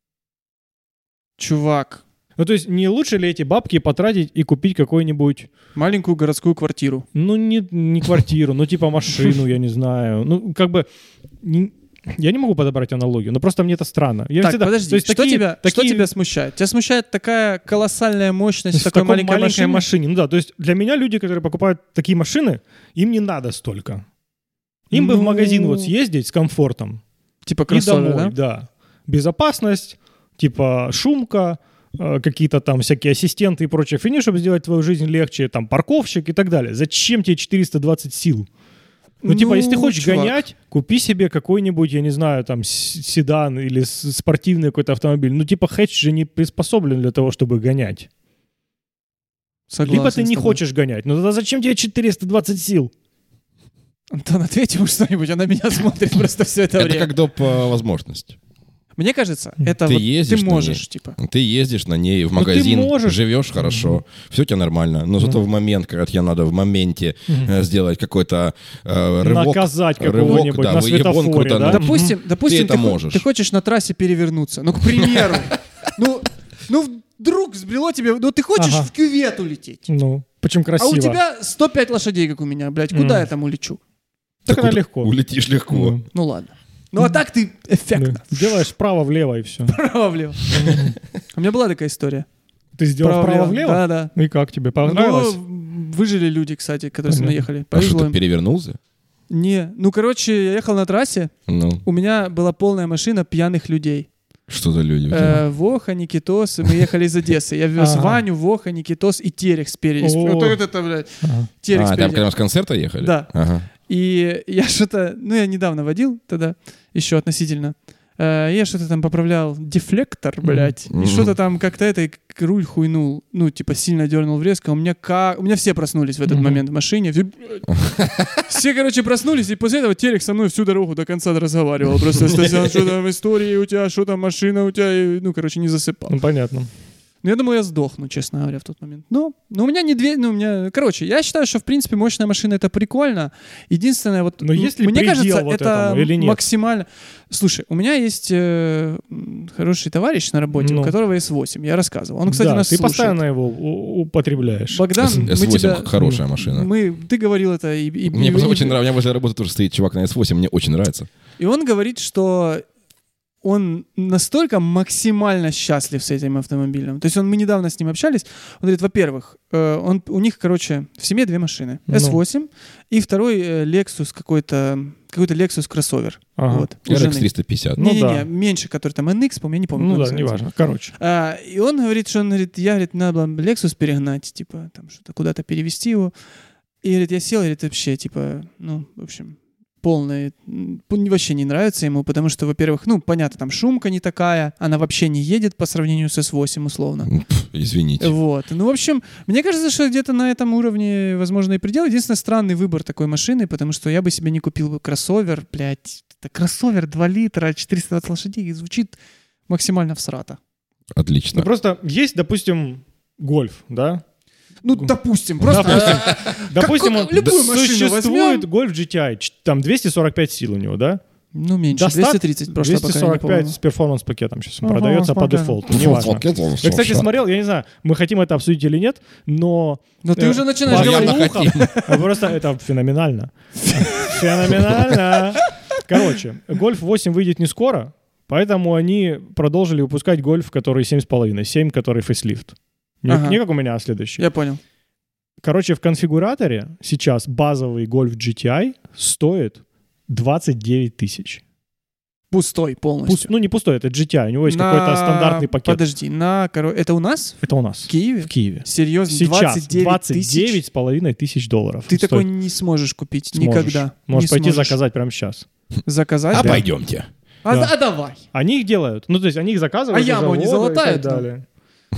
S3: Чувак,
S2: Ну, то есть, не лучше ли эти бабки потратить и купить какой-нибудь,
S3: маленькую городскую квартиру.
S2: ну, не, не квартиру, ну, типа машину, я не знаю. Ну, как бы... не- я не могу подобрать аналогию, но просто мне это странно. Я
S3: Так,
S2: всегда-
S3: подожди,
S2: то есть
S3: что,
S2: такие-
S3: тебя, что
S2: такие-
S3: тебя смущает? Тебя смущает такая колоссальная мощность
S2: в
S3: в такой
S2: такой
S3: маленькой,
S2: маленькой
S3: машине?
S2: машине. Ну да, то есть для меня люди, которые покупают такие машины, им не надо столько. Им бы в
S3: Ну,
S2: магазин вот съездить с комфортом
S3: Типа
S2: и
S3: кроссовер,
S2: домой,
S3: да?
S2: да? Безопасность, типа шумка, э, какие-то там всякие ассистенты и прочая фигня, чтобы сделать твою жизнь легче, там парковщик и так далее. Зачем тебе четыреста двадцать сил? Ну, типа,
S3: Ну,
S2: если ты хочешь
S3: чувак.
S2: гонять, купи себе какой-нибудь, я не знаю, там, с- седан или с- спортивный какой-то автомобиль. Ну, типа, хэтч же не приспособлен для того, чтобы гонять.
S3: Согласен
S2: Либо ты
S3: с
S2: не
S3: тобой.
S2: хочешь гонять. Ну, тогда зачем тебе четыреста двадцать сил?
S3: Антон, ответь ему что-нибудь, он на меня смотрит просто все это
S1: Это
S3: время.
S1: как доп. э, возможность.
S3: Мне кажется, это
S1: Ты
S3: вот
S1: ездишь
S3: ты
S1: на
S3: можешь,
S1: ней.
S3: типа.
S1: Ты ездишь на ней в
S2: ты
S1: магазин,
S2: можешь.
S1: живешь хорошо, все у тебя нормально. Но зато в момент, когда тебе надо в моменте э, сделать какой-то э, рывок,
S2: Наказать
S1: рывок,
S2: какого-нибудь
S1: да,
S2: на
S1: выебон
S2: светофоре,
S1: куда-то,
S2: да?
S1: ну,
S3: Допустим, допустим,
S1: это
S3: ты, хо-
S1: можешь.
S3: ты хочешь на трассе перевернуться. Ну, к примеру. Ну, ну вдруг сбрело тебе, ну ты хочешь
S2: Ага.
S3: в кювет улететь.
S2: Ну, причем
S3: А
S2: красиво.
S3: у тебя сто пять лошадей, как у меня, блядь. Куда
S2: Мгм.
S3: я там улечу?
S2: Так
S1: Так
S2: она
S1: вот
S2: легко.
S1: улетишь легко.
S2: Ну,
S3: Ну ладно. Ну а так ты эффектно.
S2: да. Делаешь вправо-влево и все.
S3: Право-влево. У меня была такая история.
S2: Ты сделал вправо-влево?
S3: Да, да.
S2: Ну и как тебе? Понравилось?
S3: Ну, выжили люди, кстати, которые со мной
S2: Понятно.
S3: ехали.
S1: А что,
S3: Повезло
S1: ты
S3: им.
S1: перевернулся?
S3: Не, ну короче, я ехал на трассе,
S1: Ну,
S3: у меня была полная машина пьяных людей.
S1: что за люди у тебя?
S3: Э, Воха, Никитос, и мы ехали из Одессы. Я вез
S2: Ага.
S3: Ваню, Воха, Никитос и Терех спереди.
S2: О.
S3: Вот это, это, блядь,
S2: Ага.
S3: Терех
S1: А, там
S3: спереди.
S1: когда мы с концерта ехали?
S3: Да.
S1: Ага.
S3: И я что-то, ну я недавно водил тогда, еще относительно. Э, Я что-то там поправлял дефлектор, блядь,
S1: Мгм.
S3: и что-то там как-то это к- руль хуйнул, ну типа сильно дернул в резко. У меня как, у меня все проснулись в этот
S2: Мгм.
S3: момент в машине. Все, блядь. Все, короче, проснулись, и после этого Терех со мной всю дорогу до конца разговаривал. Просто Стасян, что там истории у тебя, что там машина у тебя, и, ну короче не засыпал.
S2: Ну, понятно.
S3: Ну, я думал, я сдохну, честно говоря, в тот момент. Но, но у меня не две, ну, у меня... Короче, я считаю, что, в принципе, мощная машина — это прикольно. Единственное, вот...
S2: Но есть ли
S3: мне
S2: предел
S3: кажется,
S2: вот
S3: это
S2: этому или нет?
S3: максимально... Слушай, у меня есть э, м, хороший товарищ на работе,
S2: Ну.
S3: у которого эс восемь, я рассказывал. Он, кстати,
S2: да,
S3: нас
S2: ты
S3: слушает.
S2: постоянно его у- употребляешь.
S3: Богдан,
S1: С-
S3: мы
S1: эс восемь
S3: тебя...
S1: хорошая машина.
S3: Мы, ты говорил это и... и-
S1: Мне
S3: и-
S1: просто
S3: и-
S1: очень нравится. У меня возле работы тоже стоит чувак на эс восемь, мне очень нравится.
S3: И он говорит, что он настолько максимально счастлив с этим автомобилем. То есть он, мы недавно с ним общались. Он говорит, во-первых, э, он, у них, короче, в семье две машины.
S2: Ну.
S3: эс восемь и второй э, Lexus какой-то, какой-то Lexus кроссовер.
S2: Ага.
S3: Вот, у
S1: эр
S3: жены.
S1: икс триста пятьдесят.
S2: Ну
S3: Не-не-не,
S2: да.
S3: меньше, который там эн икс, по-моему, я не помню.
S2: Ну
S3: как
S2: да,
S3: называется.
S2: неважно. Короче.
S3: А, и он говорит, что он говорит, я, говорит, надо было Lexus перегнать, типа, там что-то куда-то перевести его. И, говорит, я сел, говорит, вообще, типа, ну, в общем, полное, м, вообще не нравится ему, потому что, во-первых, ну, понятно, там шумка не такая, она вообще не едет по сравнению с эс восемь, условно.
S1: Пф, Извините.
S3: Вот. Ну, в общем, мне кажется, что где-то на этом уровне, возможно, и предел. Единственное, странный выбор такой машины, потому что я бы себе не купил бы кроссовер, блядь, это кроссовер два литра, четыреста двадцать лошадей, и звучит максимально всрато.
S1: Отлично.
S2: Ну, просто есть, допустим, гольф, да?
S3: Ну, допустим, просто...
S2: Допустим, допустим,
S3: как-
S2: он
S3: любую машину
S2: существует
S3: возьмем.
S2: гольф джи ти ай, ч- там двести сорок пять сил у него, да?
S3: Ну, меньше,
S2: Достат-
S3: двести тридцать прошлое
S2: двести сорок
S3: поколение,
S2: пять с перформанс-пакетом сейчас он
S3: Ага,
S2: продается по
S3: смотрю.
S2: дефолту, неважно. Я, кстати, смотрел, я не знаю, мы хотим это обсудить или нет, но...
S3: Но ты
S2: э,
S3: уже начинаешь
S2: по
S1: говорить.
S2: слухам,
S1: Явно
S2: Просто это феноменально. Феноменально. Короче, Гольф восемь выйдет не скоро, Поэтому они продолжили выпускать гольф, который семь с половиной, семь, который фейслифт. Не,
S3: Ага.
S2: не как у меня, а следующий.
S3: Я понял.
S2: Короче, в конфигураторе сейчас базовый гольф джи ти ай стоит двадцать девять тысяч.
S3: Пустой полностью.
S2: Пуст- ну, не пустой, это джи ти ай, у него есть
S3: На-
S2: какой-то стандартный пакет.
S3: Подожди, на... коро- Это у нас?
S2: Это у нас.
S3: В Киеве?
S2: В Киеве.
S3: Серьезно?
S2: Сейчас
S3: двадцать девять
S2: двадцать
S3: тысяч?
S2: девять с половиной тысяч долларов.
S3: Ты
S2: стоит.
S3: такой не сможешь купить
S2: Сможешь.
S3: никогда.
S2: Можешь
S3: Не
S2: пойти
S3: сможешь.
S2: заказать прямо сейчас.
S3: Заказать?
S1: А
S3: Да.
S1: пойдемте.
S3: А,
S2: Да.
S3: а давай.
S2: Они их делают. Ну, то есть они их заказывают.
S3: А
S2: с
S3: яму они
S2: завода и так
S3: залатают, ну?
S2: далее.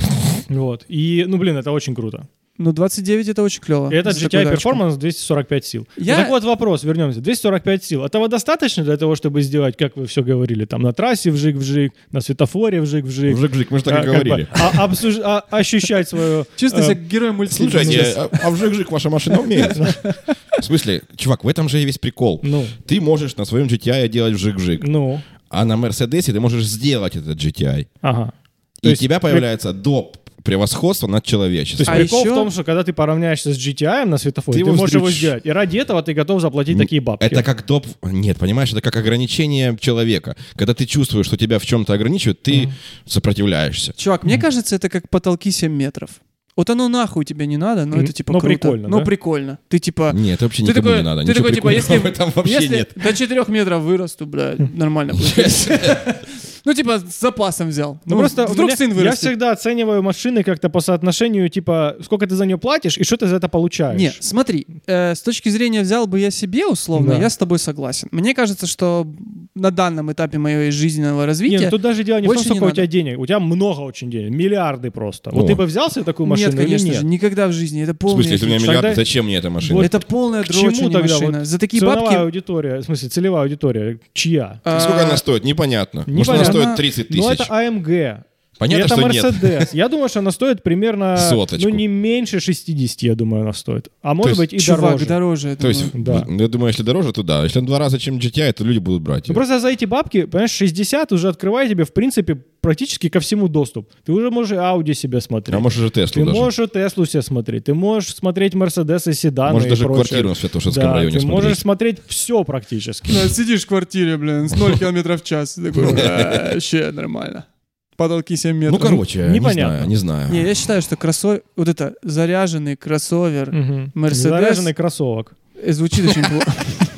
S2: Вот. И, ну, блин, это очень круто.
S3: Ну, двадцать девять это очень клево.
S2: И это
S3: За
S2: джи ти ай
S3: такую тачку.
S2: Performance двести сорок пять сил.
S3: Я-
S2: Ну, так вот вопрос, вернемся. двести сорок пять сил. Этого достаточно для того, чтобы сделать, как вы все говорили, там на трассе вжик-вжик, на светофоре вжик-вжик?
S1: Вжик-вжик, мы же так
S2: А,
S1: и
S2: как
S1: говорили.
S2: бы, а- обсуж- а- ощущать свою...
S3: Чувствую
S2: э,
S3: себя героем мультфильма.
S1: Слушайте,
S3: сейчас.
S1: а а вжик-вжик ваша машина умеет? В смысле, чувак, в этом же и весь прикол.
S2: Ну,
S1: Ты можешь на своем джи ти ай делать вжик-вжик,
S2: ну,
S1: а на Мерседесе ты можешь сделать этот джи ти ай.
S2: ага.
S1: И
S2: То
S1: у
S2: есть
S1: тебя появляется доп. Превосходство над
S2: То есть
S1: человечеством.
S3: А
S2: прикол
S3: еще-
S2: в том, что когда ты поравняешься с джи ти ай на светофоре,
S1: Ты
S2: ты,
S1: его
S2: можешь его
S1: вздрючишь.
S2: сделать. И ради этого ты готов заплатить
S1: Н-
S2: такие бабки.
S1: Это как доп... Нет, понимаешь, это как ограничение человека. Когда ты чувствуешь, что тебя в чем-то ограничивают, ты сопротивляешься.
S3: Чувак, мне кажется, это как потолки семь метров. Вот оно нахуй тебе не надо, но
S2: М,
S3: это типа
S2: но
S3: круто.
S2: прикольно,
S3: Но
S2: да?
S3: прикольно. Ты типа...
S1: Нет, это вообще
S3: Ты
S1: никому
S3: такой,
S1: не надо.
S3: ты
S1: Ничего
S3: такой, типа,
S1: прикольного
S3: если,
S1: в этом вообще
S3: если
S1: нет.
S3: до четырех метров вырасту, блядь, нормально будет. Ну, типа, с запасом взял.
S2: Ну,
S3: Ну,
S2: просто у
S3: вдруг
S2: меня-
S3: сын
S2: я
S3: вырастет.
S2: всегда оцениваю машины как-то по соотношению, типа, сколько ты за нее платишь и что ты за это получаешь.
S3: Не, смотри, э, с точки зрения взял бы я себе условно,
S2: Да.
S3: я с тобой согласен. Мне кажется, что на данном этапе моего жизненного
S2: Не,
S3: развития...
S2: ну тут даже дело не в том,
S3: больше не
S2: сколько у
S3: надо.
S2: тебя денег. У тебя много очень денег. Миллиарды просто. Вот
S1: О.
S2: ты бы взял себе такую машину
S3: Нет, конечно
S2: или
S3: же,
S2: нет?
S3: никогда в жизни. Это
S1: В
S3: полная
S1: смысле, если у меня
S3: дичь.
S1: миллиарды,
S2: Тогда-
S1: зачем мне эта машина?
S2: Вот
S3: Это полная
S2: К
S3: дрочь,
S2: чему
S3: а не
S2: тогда?
S3: машина.
S2: Вот
S3: За такие
S2: Ценовая
S3: бабки...
S2: аудитория, в смысле, целевая аудитория, чья?
S3: а,
S1: Сколько она стоит? Непонятно. Может, она
S2: Непонятно.
S1: стоит тридцать
S2: Ну,
S1: тысяч.
S2: это а эм гэ.
S1: Понятно,
S2: И это
S1: что нет.
S2: Мерседес. Я думаю, что она стоит примерно,
S1: Соточку.
S2: ну, не меньше шестьдесят, я думаю, она стоит. А может
S1: есть
S2: быть и
S3: Чувак,
S2: дороже.
S3: дороже. я
S1: То есть,
S3: думаю.
S2: Да.
S1: я думаю, если дороже, то да. Если в два раза, чем джи ти ай, то люди будут брать
S2: Ну
S1: её.
S2: просто за эти бабки, понимаешь, шестьдесят уже открывает тебе, в принципе, практически ко всему доступ. Ты уже можешь и Audi себе смотреть.
S1: А может, уже Теслу
S2: Ты
S1: даже.
S2: можешь и Теслу себе смотреть. Ты можешь смотреть Мерседесы, седаны
S1: Может,
S2: и
S1: даже
S2: прочее.
S1: квартиру на Святошинском
S2: Да,
S1: районе
S2: ты
S1: смотреть.
S2: можешь смотреть все практически.
S3: Да, сидишь в квартире, блин, с ноль километров в час. Ты такой, «Э, вообще нормально. Потолки семь метров.
S1: Ну, короче, не
S2: непонятно.
S1: знаю, не знаю.
S3: Не, я считаю, что кроссовер, вот это заряженный кроссовер
S2: Мгм.
S3: Мерседес
S2: Заряженный кроссовок.
S3: э, звучит очень плохо.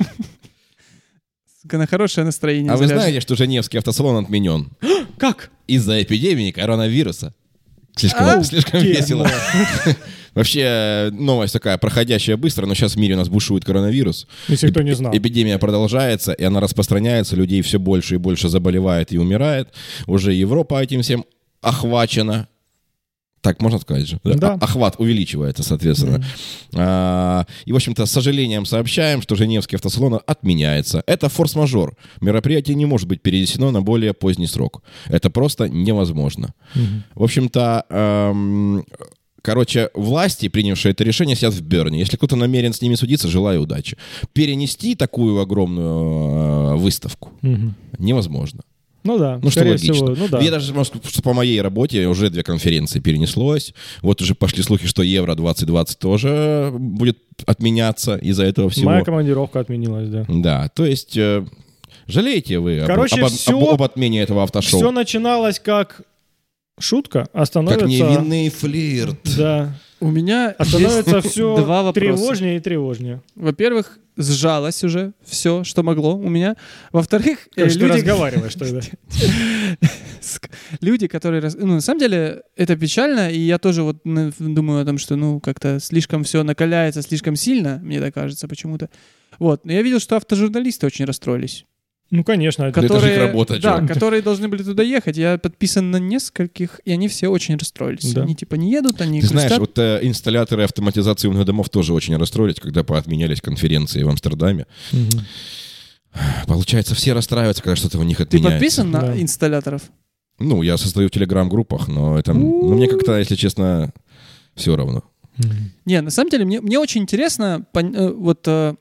S3: Сука, на хорошее настроение
S1: А вы
S3: заряжен.
S1: знаете, что Женевский автосалон отменен
S2: Как?
S1: из-за эпидемии коронавируса? Слишком,
S3: А?
S1: слишком
S2: Дерьмо.
S1: весело. Вообще, новость такая, проходящая быстро, но сейчас в мире у нас бушует коронавирус.
S2: Если кто не знал.
S1: Эпидемия продолжается, и она распространяется, людей все больше и больше заболевает и умирает. Уже Европа этим всем охвачена. Так можно сказать же?
S2: Да.
S1: О- Охват увеличивается, соответственно. А, и, в общем-то, с сожалением сообщаем, что Женевский автосалон отменяется. Это форс-мажор. Мероприятие не может быть перенесено на более поздний срок. Это просто невозможно. В общем-то, эм, короче, власти, принявшие это решение, сидят в Берне. Если кто-то намерен с ними судиться, желаю удачи. Перенести такую огромную э, выставку
S2: Мгм.
S1: невозможно.
S2: Ну да,
S1: Ну, что
S2: скорее
S1: логично.
S2: всего, ну да.
S1: Я даже могу сказать, что по моей работе уже две конференции перенеслось. Вот уже пошли слухи, что Евро двадцать двадцать тоже будет отменяться из-за этого всего.
S2: Моя командировка отменилась, да.
S1: Да, то есть э, жалеете вы об-
S2: Короче,
S1: об,
S2: всё-
S1: об- об отмене этого автошоу?
S2: Все начиналось как шутка, а
S1: Как
S2: становится...
S1: невинный флирт.
S2: Да.
S3: У меня
S2: А становится
S3: есть
S2: все
S3: два вопроса.
S2: тревожнее и тревожнее.
S3: Во-первых, сжалось уже все, что могло у меня. Во-вторых, э,
S2: Как же ты
S3: люди,
S2: разговариваешь тогда?
S3: ск- люди, которые... рас- Ну, на самом деле, это печально, и я тоже вот ну, думаю о том, что, ну, как-то слишком все накаляется, слишком сильно, мне так кажется почему-то. Вот. Но я видел, что автожурналисты очень расстроились.
S2: Ну, конечно. это-
S1: это же их
S3: Которые,
S1: работа,
S3: да,
S1: чё?
S3: которые должны были туда ехать. Я подписан на нескольких, и они все очень расстроились.
S2: Да.
S3: Они типа не едут, они
S1: Ты знаешь,
S3: грустят.
S1: вот э, инсталляторы автоматизации умных домов тоже очень расстроились, когда поотменялись конференции в Амстердаме.
S2: Мгм.
S1: Получается, все расстраиваются, когда что-то у них
S3: Ты
S1: отменяется.
S3: подписан на
S2: Да.
S3: инсталляторов?
S1: Ну, я состою в телеграм-группах, но это... Ну, мне как-то, если честно, все равно.
S2: Мгм.
S3: Не, на самом деле, мне, мне очень интересно, пон- э, вот э,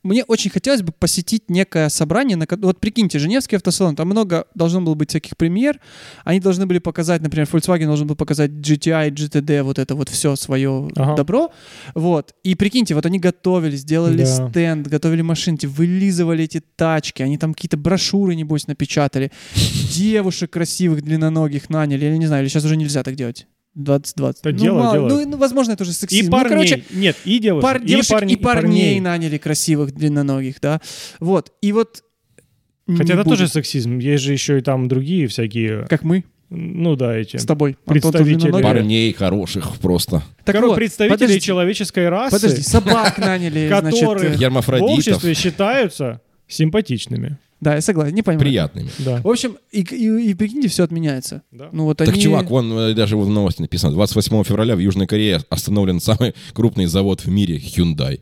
S3: мне очень хотелось бы посетить некое собрание. На... ко- Вот прикиньте, Женевский автосалон, там много должно было быть всяких премьер. Они должны были показать, например, Volkswagen должен был показать джи ти ай, джи ти ди, вот это вот все свое
S2: Ага.
S3: добро. Вот. И прикиньте, вот они готовились, делали
S2: Да.
S3: стенд, готовили машинки, вылизывали эти тачки. Они там какие-то брошюры, небось, напечатали. Девушек красивых, длинноногих наняли. Я не знаю, или сейчас уже нельзя так делать. двадцать двадцать.
S2: Да
S3: ну,
S2: делают,
S3: мало.
S2: делают.
S3: Ну, ну, возможно, это уже
S2: И
S3: сексизм.
S2: парней.
S3: Ну, короче,
S2: Нет, и девушек.
S3: пар-
S2: и
S3: девушек
S2: парней,
S3: и парней наняли красивых, длинноногих, да. Вот. И вот...
S2: Хотя
S3: не
S2: это тоже
S3: будет.
S2: сексизм. Есть же еще и там другие всякие,
S3: Как мы
S2: ну да, эти.
S3: с тобой. Антон, ты
S2: Представители
S3: длинноногий.
S1: Парней хороших просто.
S3: Так
S2: Короче,
S3: вот,
S2: представители
S3: подожди,
S2: человеческой расы
S3: Подожди, собак наняли, значит...
S2: Которые-
S3: э,
S2: в
S1: Гермафродитов.
S2: обществе считаются симпатичными.
S3: Да, я согласен, не понимаю.
S1: Приятными.
S2: Да.
S3: В общем, и, и, и прикиньте, все отменяется.
S2: Да.
S3: Ну вот
S1: Так,
S3: они...
S1: чувак, вон э, даже вот в новости написано. двадцать восьмого февраля в Южной Корее остановлен самый крупный завод в мире Hyundai.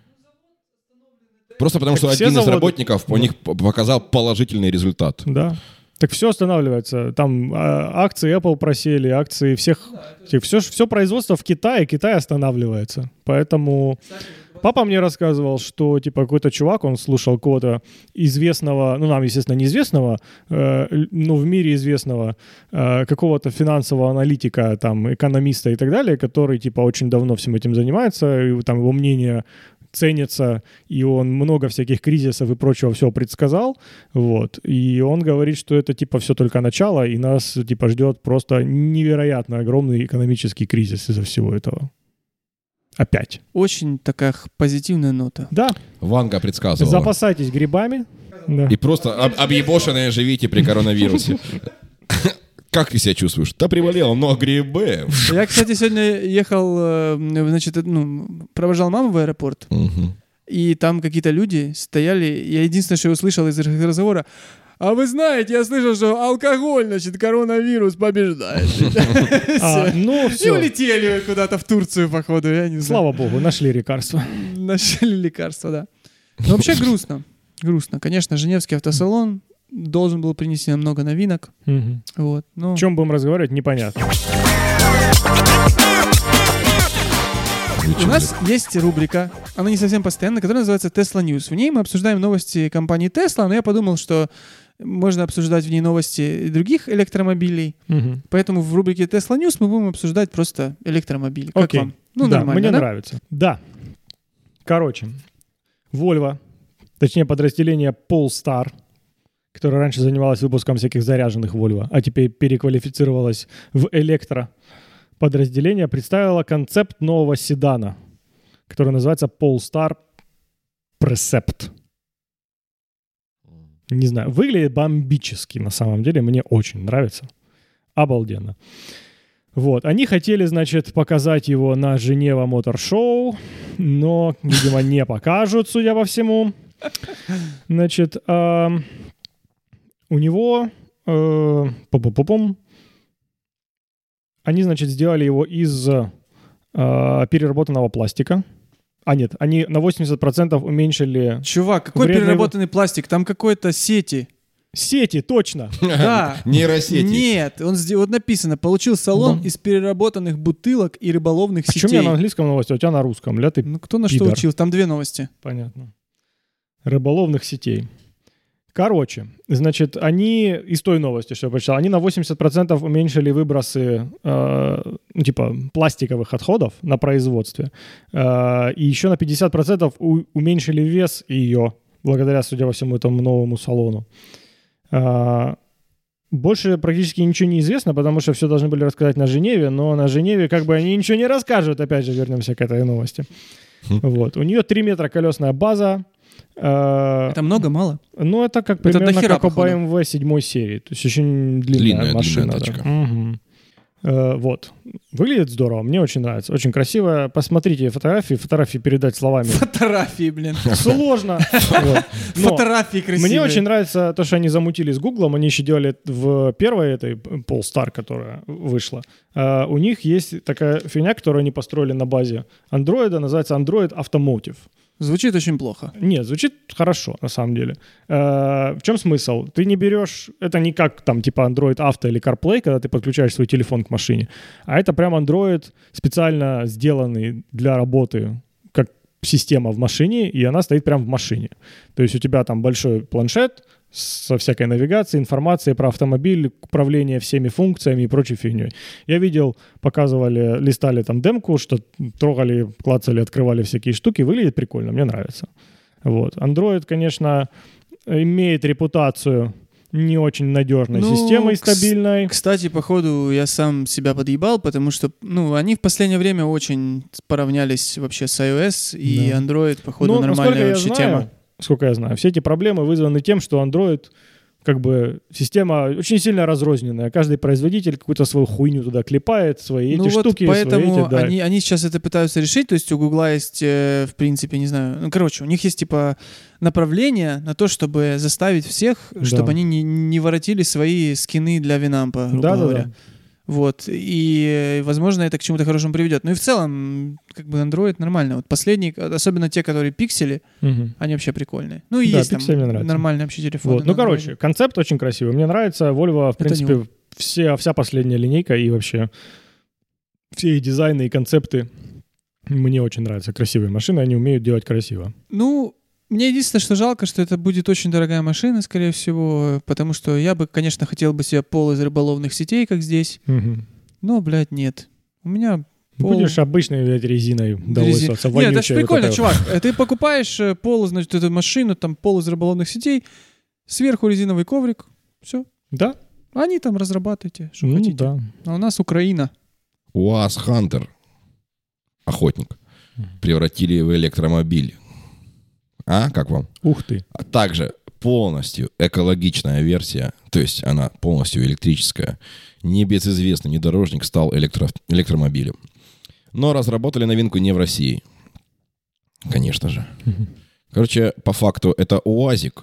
S1: Просто потому,
S2: Так
S1: что
S2: все
S1: один из
S2: заводы-
S1: работников у
S2: Да.
S1: них п- показал положительный результат.
S2: Да. Так все останавливается. Там а, акции Apple просели, акции всех... все, все производство в Китае, Китай останавливается. Поэтому папа мне рассказывал, что типа какой-то чувак, он слушал кого-то известного, ну нам, естественно, неизвестного, э, л- но в мире известного э, какого-то финансового аналитика, там, экономиста и так далее, который типа очень давно всем этим занимается, и там его мнение ценится, и он много всяких кризисов и прочего всего предсказал, вот, и он говорит, что это, типа, все только начало, и нас, типа, ждет просто невероятно огромный экономический кризис из-за всего этого. Опять.
S3: Очень такая х- позитивная нота.
S2: Да,
S1: Ванга предсказывала.
S2: запасайтесь грибами. Да.
S1: И просто об- объебошенные живите при коронавирусе. Как ты себя чувствуешь? Да приболел, но грибы.
S3: Я, кстати, сегодня ехал, э, значит, э, ну, провожал маму в аэропорт,
S1: Мгм.
S3: и там какие-то люди стояли, я единственное, что я услышал из их разговора: а вы знаете, я слышал, что алкоголь, значит, коронавирус побеждает.
S2: А,
S3: Всё.
S2: ну,
S3: И
S2: все.
S3: улетели куда-то в Турцию, походу, я не знаю.
S2: Слава богу, нашли лекарство.
S3: Нашли лекарства, да. Но вообще грустно. Грустно. Конечно, Женевский автосалон должен был принести нам много новинок.
S2: Мгм.
S3: Вот. Но...
S2: О чем будем разговаривать, непонятно.
S3: У нас есть рубрика, она не совсем постоянная, которая называется Tesla News. В ней мы обсуждаем новости компании Tesla, но я подумал, что можно обсуждать в ней новости и других электромобилей.
S2: Мгм.
S3: Поэтому в рубрике Tesla News мы будем обсуждать просто электромобили. Как
S2: Окей.
S3: вам? Ну,
S2: Да,
S3: нормально,
S2: мне
S3: да?
S2: нравится. Да. Короче, Volvo, точнее подразделение Polestar, которое раньше занималось выпуском всяких заряженных Volvo, а теперь переквалифицировалось в электро подразделение, представило концепт нового седана, который называется Polestar Precept. Не знаю, выглядит бомбически на самом деле, мне очень нравится. Обалденно. Вот, они хотели, значит, показать его на Женева Мотор Шоу, но, видимо, не покажут, судя по всему. Значит, ам, у него э, пу-пу-пу-пум. Они, значит, сделали его из э, переработанного пластика. А нет, они на восемьдесят процентов уменьшили
S3: Чувак, какой
S2: Вредный-
S3: переработанный пластик? Там какой-то сети.
S2: сети, точно.
S3: Да.
S1: Нейросети.
S3: Нет, он сдел- вот написано, получил салон
S2: Да.
S3: из переработанных бутылок и рыболовных
S2: А что у
S3: сетей.
S2: меня на английском новости, а у тебя на русском? Ля ты,
S3: Ну, кто на что
S2: пидор.
S3: учил? Там две новости.
S2: понятно. Рыболовных сетей. Короче, значит, они из той новости, что я прочитал, они на восемьдесят процентов уменьшили выбросы, э, ну, типа, пластиковых отходов на производстве. Э, и еще на пятьдесят процентов у- уменьшили вес ее, благодаря, судя по всему, этому новому салону. Э, больше практически ничего не известно, потому что все должны были рассказать на Женеве, но на Женеве как бы они ничего не расскажут. Опять же, вернемся к этой новости. Вот. У нее три метра колесная база. Э,
S3: Это много, мало?
S2: ну, это как
S3: Это
S2: примерно
S3: дохера,
S2: как у
S3: походу.
S2: бэ эм вэ седьмой серии. То есть очень длинная,
S1: Длинная,
S2: машина.
S1: длинная
S2: да.
S1: тачка.
S2: Мгм. Э, вот. Выглядит здорово. Мне очень нравится. Очень красиво. Посмотрите фотографии. Фотографии передать словами
S3: Фотографии, блин.
S2: сложно. Вот. Но
S3: Фотографии красивые.
S2: мне очень нравится то, что они замутили с Гуглом. Они еще делали в первой этой Polestar, которая вышла. Э, у них есть такая фигня, которую они построили на базе Android. Называется Android Automotive.
S3: Звучит очень плохо.
S2: Нет, звучит хорошо, на самом деле. Э, в чем смысл? Ты не берешь... Это не как там типа Android Auto или CarPlay, когда ты подключаешь свой телефон к машине. А это прям Android специально сделанный для работы, как система в машине, и она стоит прямо в машине. То есть у тебя там большой планшет со всякой навигацией, информацией про автомобиль, управление всеми функциями и прочей фигней. Я видел, показывали, листали там демку, что трогали, клацали, открывали всякие штуки. Выглядит прикольно, мне нравится. Вот. Android, конечно, имеет репутацию не очень надежной
S3: Ну,
S2: системой,
S3: кс-
S2: стабильной.
S3: Кстати, походу, я сам себя подъебал, потому что, ну, они в последнее время очень поравнялись вообще с iOS, и
S2: Да.
S3: Android, походу,
S2: Ну, насколько
S3: нормальная
S2: я
S3: вообще
S2: знаю,
S3: тема.
S2: сколько я знаю, все эти проблемы вызваны тем, что Android, как бы, система очень сильно разрозненная. Каждый производитель какую-то свою хуйню туда клепает, свои
S3: Ну
S2: эти
S3: вот
S2: штуки,
S3: поэтому
S2: свои эти, да.
S3: они, они сейчас это пытаются решить. То есть у Гугла есть, э, в принципе, не знаю, ну, короче, у них есть, типа, направление на то, чтобы заставить всех,
S2: Да.
S3: чтобы они не, не воротили свои скины для Винампа, грубо
S2: Да, да,
S3: говоря.
S2: да.
S3: Вот. И, э, возможно, это к чему-то хорошему приведет. Ну и в целом, как бы Android нормально. Вот последние, особенно те, которые пиксели,
S2: Мгм.
S3: они вообще прикольные. Ну и
S2: Да,
S3: есть
S2: пиксели мне
S3: там
S2: нравятся.
S3: нормальные вообще телефоны.
S2: Вот. Ну,
S3: на
S2: короче,
S3: Android.
S2: концепт очень красивый. Мне нравится. Volvo, в
S3: Это
S2: принципе,
S3: не
S2: все, вся последняя линейка и вообще все их дизайны и концепты мне очень нравятся. Красивые машины, они умеют делать красиво.
S3: Ну, мне единственное, что жалко, что это будет очень дорогая машина, скорее всего, потому что я бы, конечно, хотел бы себе пол из рыболовных сетей, как здесь,
S2: Мгм.
S3: но, блядь, нет. У меня пол...
S2: Будешь обычной, блядь, резиной довольствоваться.
S3: Нет, это
S2: вонючей
S3: же
S2: вот
S3: прикольно,
S2: этой вот.
S3: чувак. Э, Ты покупаешь э, пол, значит, эту машину, там пол из рыболовных сетей, сверху резиновый коврик, все.
S2: Да?
S3: Они там разрабатывайте, что
S2: Ну,
S3: хотите.
S2: да.
S3: А у нас Украина.
S1: УАЗ Хантер, охотник, превратили в электромобиль. А, как вам?
S2: Ух ты.
S1: А также полностью экологичная версия, то есть она полностью электрическая. Небезызвестный внедорожник стал электро... электромобилем. Но разработали новинку не в России. Конечно же. Короче, по факту это УАЗик,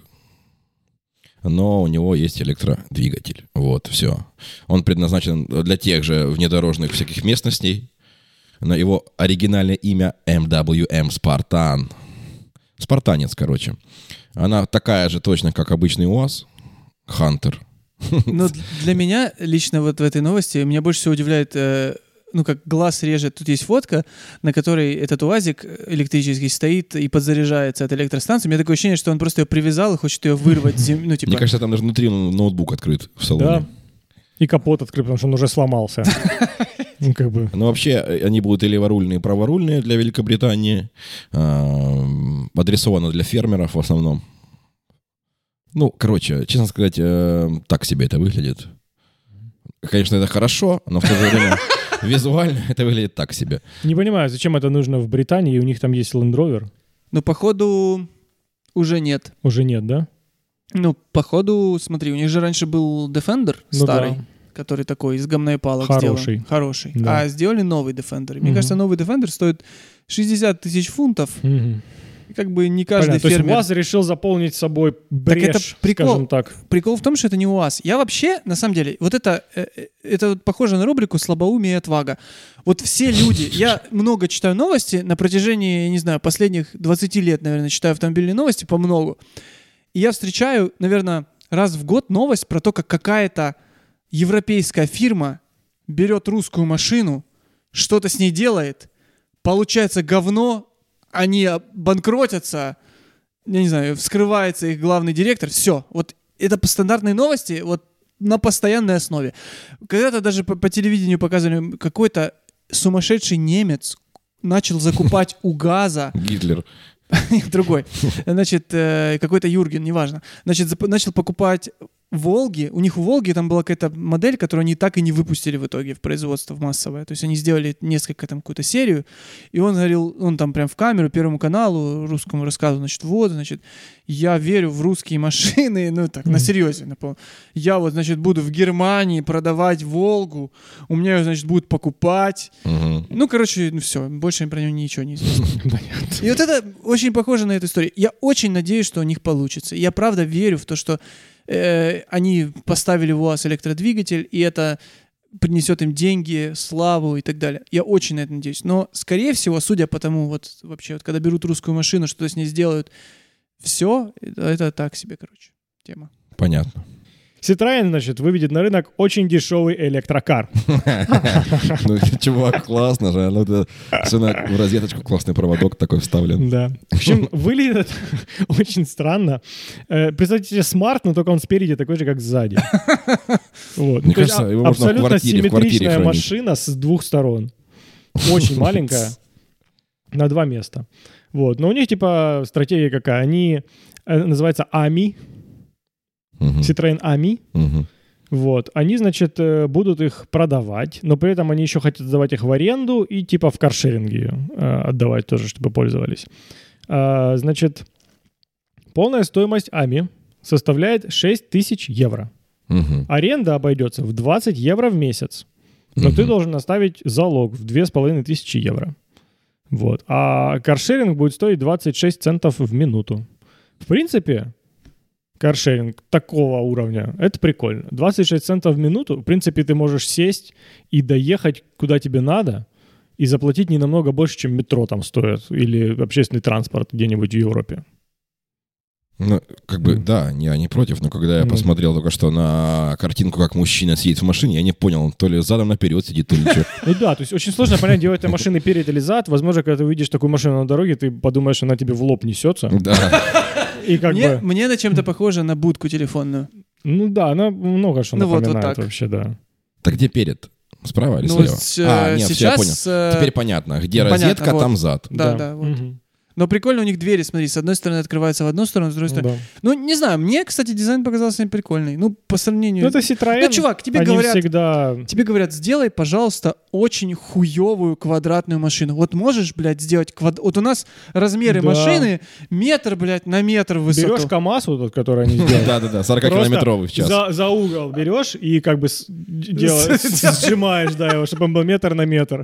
S1: но у него есть электродвигатель. Вот, все. Он предназначен для тех же внедорожных всяких местностей. Но его оригинальное имя эм дабл ю эм Spartan. Спартанец, короче. Она такая же точно, как обычный УАЗ. Хантер.
S3: Но для меня лично вот в этой новости меня больше всего удивляет, э, ну как глаз режет. Тут есть фотка, на которой этот УАЗик электрический стоит и подзаряжается от электростанции. У меня такое ощущение, что он просто ее привязал и хочет ее вырвать. Зем... Ну, типа...
S1: Мне кажется, там даже внутри ноутбук открыт в салоне.
S2: Да. И капот открыт, потому что он уже сломался. Ну, как бы.
S1: Но вообще они будут и леворульные, и праворульные для Великобритании. А, адресовано для фермеров в основном. Ну, короче, честно сказать, э, так себе это выглядит. Конечно, это хорошо, но в то же время визуально это выглядит так себе.
S2: Не понимаю, зачем это нужно в Британии, у них там есть Land Rover.
S3: Ну, походу, уже нет.
S2: Уже нет, да?
S3: Ну, походу, смотри, у них же раньше был Defender
S2: Ну
S3: старый,
S2: да.
S3: который такой из говна и палок
S2: Хороший.
S3: сделан. Хороший.
S2: Да.
S3: А сделали новый Defender. И мне
S2: Мгм.
S3: кажется, новый Defender стоит шестьдесят тысяч фунтов.
S2: Мгм.
S3: И как бы не каждый
S2: Понятно. То есть
S3: фермер...
S2: УАЗ решил заполнить собой брешь,
S3: это прикол.
S2: скажем так.
S3: Прикол в том, что это не УАЗ. Я вообще, на самом деле, вот это, э, э, это вот похоже на рубрику «Слабоумие и отвага». Вот все люди... Я много читаю новости на протяжении, я не знаю, последних двадцати лет, наверное, читаю автомобильные новости по многу. И я встречаю, наверное, раз в год новость про то, как какая-то европейская фирма берет русскую машину, что-то с ней делает, получается говно, они банкротятся, я не знаю, вскрывается их главный директор, все. Вот это по стандартной новости, вот на постоянной основе. Когда-то даже по, по телевидению показывали, какой-то сумасшедший немец начал закупать у ГАЗа
S1: Гитлер.
S3: другой, значит, э, какой-то Юрген, неважно, значит, зап- начал покупать Волги. У них у Волги там была какая-то модель, которую они так и не выпустили в итоге в производство, в массовое. То есть они сделали несколько, там, какую-то серию, и он говорил, он там прям в камеру Первому каналу русскому рассказывал, значит, вот, значит, я верю в русские машины, ну, так, на серьезе, напомню. Я вот, значит, буду в Германии продавать Волгу, у меня ее, значит, будут покупать.
S1: Мгм.
S3: Ну, короче, ну все, больше про него ничего не известно.
S2: Понятно.
S3: И вот это очень похоже на эту историю. Я очень надеюсь, что у них получится. Я правда верю в то, что э, они поставили в УАЗ электродвигатель, и это принесет им деньги, славу и так далее. Я очень на это надеюсь. Но, скорее всего, судя по тому, вот вообще, вот, когда берут русскую машину, что с ней сделают, все, это, это так себе, короче, тема.
S1: Понятно.
S2: Citroёn, значит, выведет на рынок очень дешевый электрокар.
S1: Ну, чувак, классно же. Ну, это все на в розеточку классный проводок такой вставлен.
S2: Да. В общем, выглядит очень странно. Э, Представьте себе смарт, но только он спереди такой же, как сзади. Вот.
S1: Мне
S2: То есть
S1: кажется,
S2: а-
S1: его можно в
S2: абсолютно
S1: квартире- в квартире
S2: симметричная
S1: хранить.
S2: машина с двух сторон. Очень маленькая. На два места. Вот. Но у них, типа, стратегия какая? Они, э, называется АМИ.
S1: Мгм.
S2: Citroёn АМИ.
S1: Мгм.
S2: Вот. Они, значит, э, будут их продавать, но при этом они еще хотят сдавать их в аренду и типа в каршеринге э, отдавать тоже, чтобы пользовались. А, значит, полная стоимость АМИ составляет шесть тысяч евро.
S1: Мгм.
S2: Аренда обойдется в двадцать евро в месяц. Но ты
S1: Мгм.
S2: должен оставить залог в две с половиной тысячи евро. Вот. А каршеринг будет стоить двадцать шесть центов в минуту. В принципе, каршеринг такого уровня, это прикольно. двадцать шесть центов в минуту, в принципе, ты можешь сесть и доехать куда тебе надо и заплатить не намного больше, чем метро там стоит или общественный транспорт где-нибудь в Европе.
S1: Ну, как бы,
S2: Мгм.
S1: да, я не против, но когда я
S2: Ну.
S1: посмотрел только что на картинку, как мужчина сидит в машине, я не понял, то ли задом наперед сидит, то ли что.
S2: Ну да, то есть очень сложно понять, делать этой машины перед или зад. Возможно, когда ты увидишь такую машину на дороге, ты подумаешь, она тебе в лоб несется.
S1: Да.
S2: И как
S3: Мне,
S2: бы...
S3: мне на чем-то похоже на будку телефонную.
S2: Ну да, она много что
S3: Ну вот, вот
S2: напоминает
S3: так.
S2: вообще, да.
S1: Так где перед? Справа или
S3: Ну,
S1: слева?
S3: с-
S1: А, нет, все, я
S3: сейчас,
S1: понял.
S3: э,
S1: Теперь понятно, где
S3: понятно,
S1: розетка,
S3: вот.
S1: там зад.
S3: Да, да. вот.
S2: Мгм.
S3: Но прикольно у них двери, смотри, с одной стороны открываются в одну сторону, с другой
S2: Ну
S3: стороны.
S2: да.
S3: Ну, не знаю, мне, кстати, дизайн показался мне прикольный. Ну, по сравнению...
S2: Ну это Citroёn.
S3: Ну, чувак, тебе
S2: они
S3: говорят-
S2: всегда...
S3: Тебе говорят, сделай, пожалуйста, очень хуевую квадратную машину. Вот можешь, блядь, сделать квад... Вот у нас размеры
S2: Да.
S3: машины метр, блядь, на метр в высоту.
S2: Берешь КамАЗ, вот, тот, который они сделали.
S1: Да-да-да, сорокакилометровый в час.
S2: За, за угол берешь и как бы с- делаешь, сжимаешь, да, его, чтобы он был метр на метр.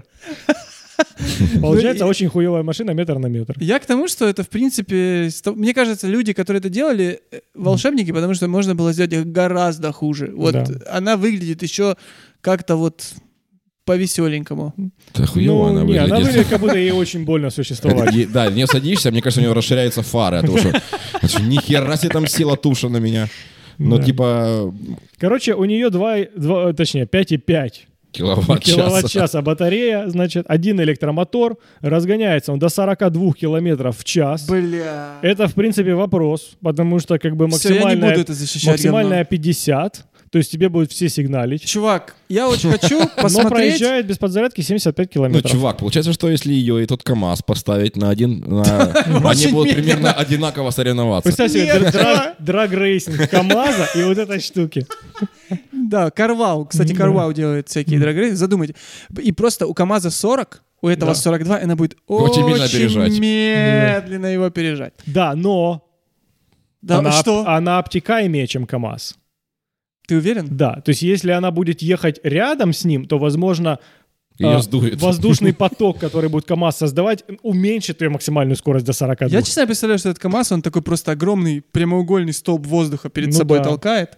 S2: Получается
S3: Ну и-
S2: очень хуевая машина метр на метр.
S3: Я к тому, что это, в принципе, сто- мне кажется, люди, которые это делали, э, волшебники, потому что можно было сделать их гораздо хуже. Вот
S2: Да.
S3: она выглядит еще как-то вот по-веселенькому.
S1: Да хуёво она
S2: Ну, не, она
S1: выглядит.
S2: выглядит, как будто ей очень больно существовать.
S1: Е- Да, в нее садишься, мне кажется, у нее расширяются фары. От того, что, от что нихера себе там села туша на меня. Ну,
S2: Да.
S1: типа,
S2: Короче, у нее два, два точнее, пять и пять
S1: киловатт-час.
S2: киловатт-часа батарея, значит, один электромотор, разгоняется он до сорок два километров в час.
S3: Бля.
S2: Это, в принципе, вопрос, потому что как бы
S3: Всё, я не
S2: максимальная,
S3: буду это защищать.
S2: максимальная пятьдесят, то есть тебе будут все сигналить.
S3: Чувак, я очень хочу
S2: Но
S3: посмотреть.
S2: проезжает без подзарядки семьдесят пять
S1: Ну,
S2: километров.
S1: чувак, получается, что если ее и тот КамАЗ поставить на один, на- они
S3: Очень
S1: будут
S3: медленно.
S1: примерно одинаково соревноваться.
S2: Представь себе
S3: Нет,
S2: дра-
S3: чувак.
S2: драг- драг-рейсинг КамАЗа и вот этой штуки.
S3: Да, Карвау. Кстати,
S2: Да.
S3: Карвау делает всякие драгрейсы. Задумайте. И просто у КамАЗа сорок, у этого
S2: Да.
S3: сорок два, и она будет
S1: Очень
S3: очень,
S1: медленно опережать.
S3: медленно его опережать.
S2: Да, но
S3: Да,
S2: она,
S3: что?
S2: она обтекаемее, чем КамАЗ.
S3: Ты уверен?
S2: Да, то есть если она будет ехать рядом с ним, то, возможно,
S1: Ее
S2: а,
S1: сдует.
S2: воздушный поток, который будет КамАЗ создавать, уменьшит ее максимальную скорость до сорок два.
S3: Я честно представляю, что этот КамАЗ, он такой просто огромный прямоугольный столб воздуха перед
S2: Ну
S3: собой
S2: да.
S3: толкает.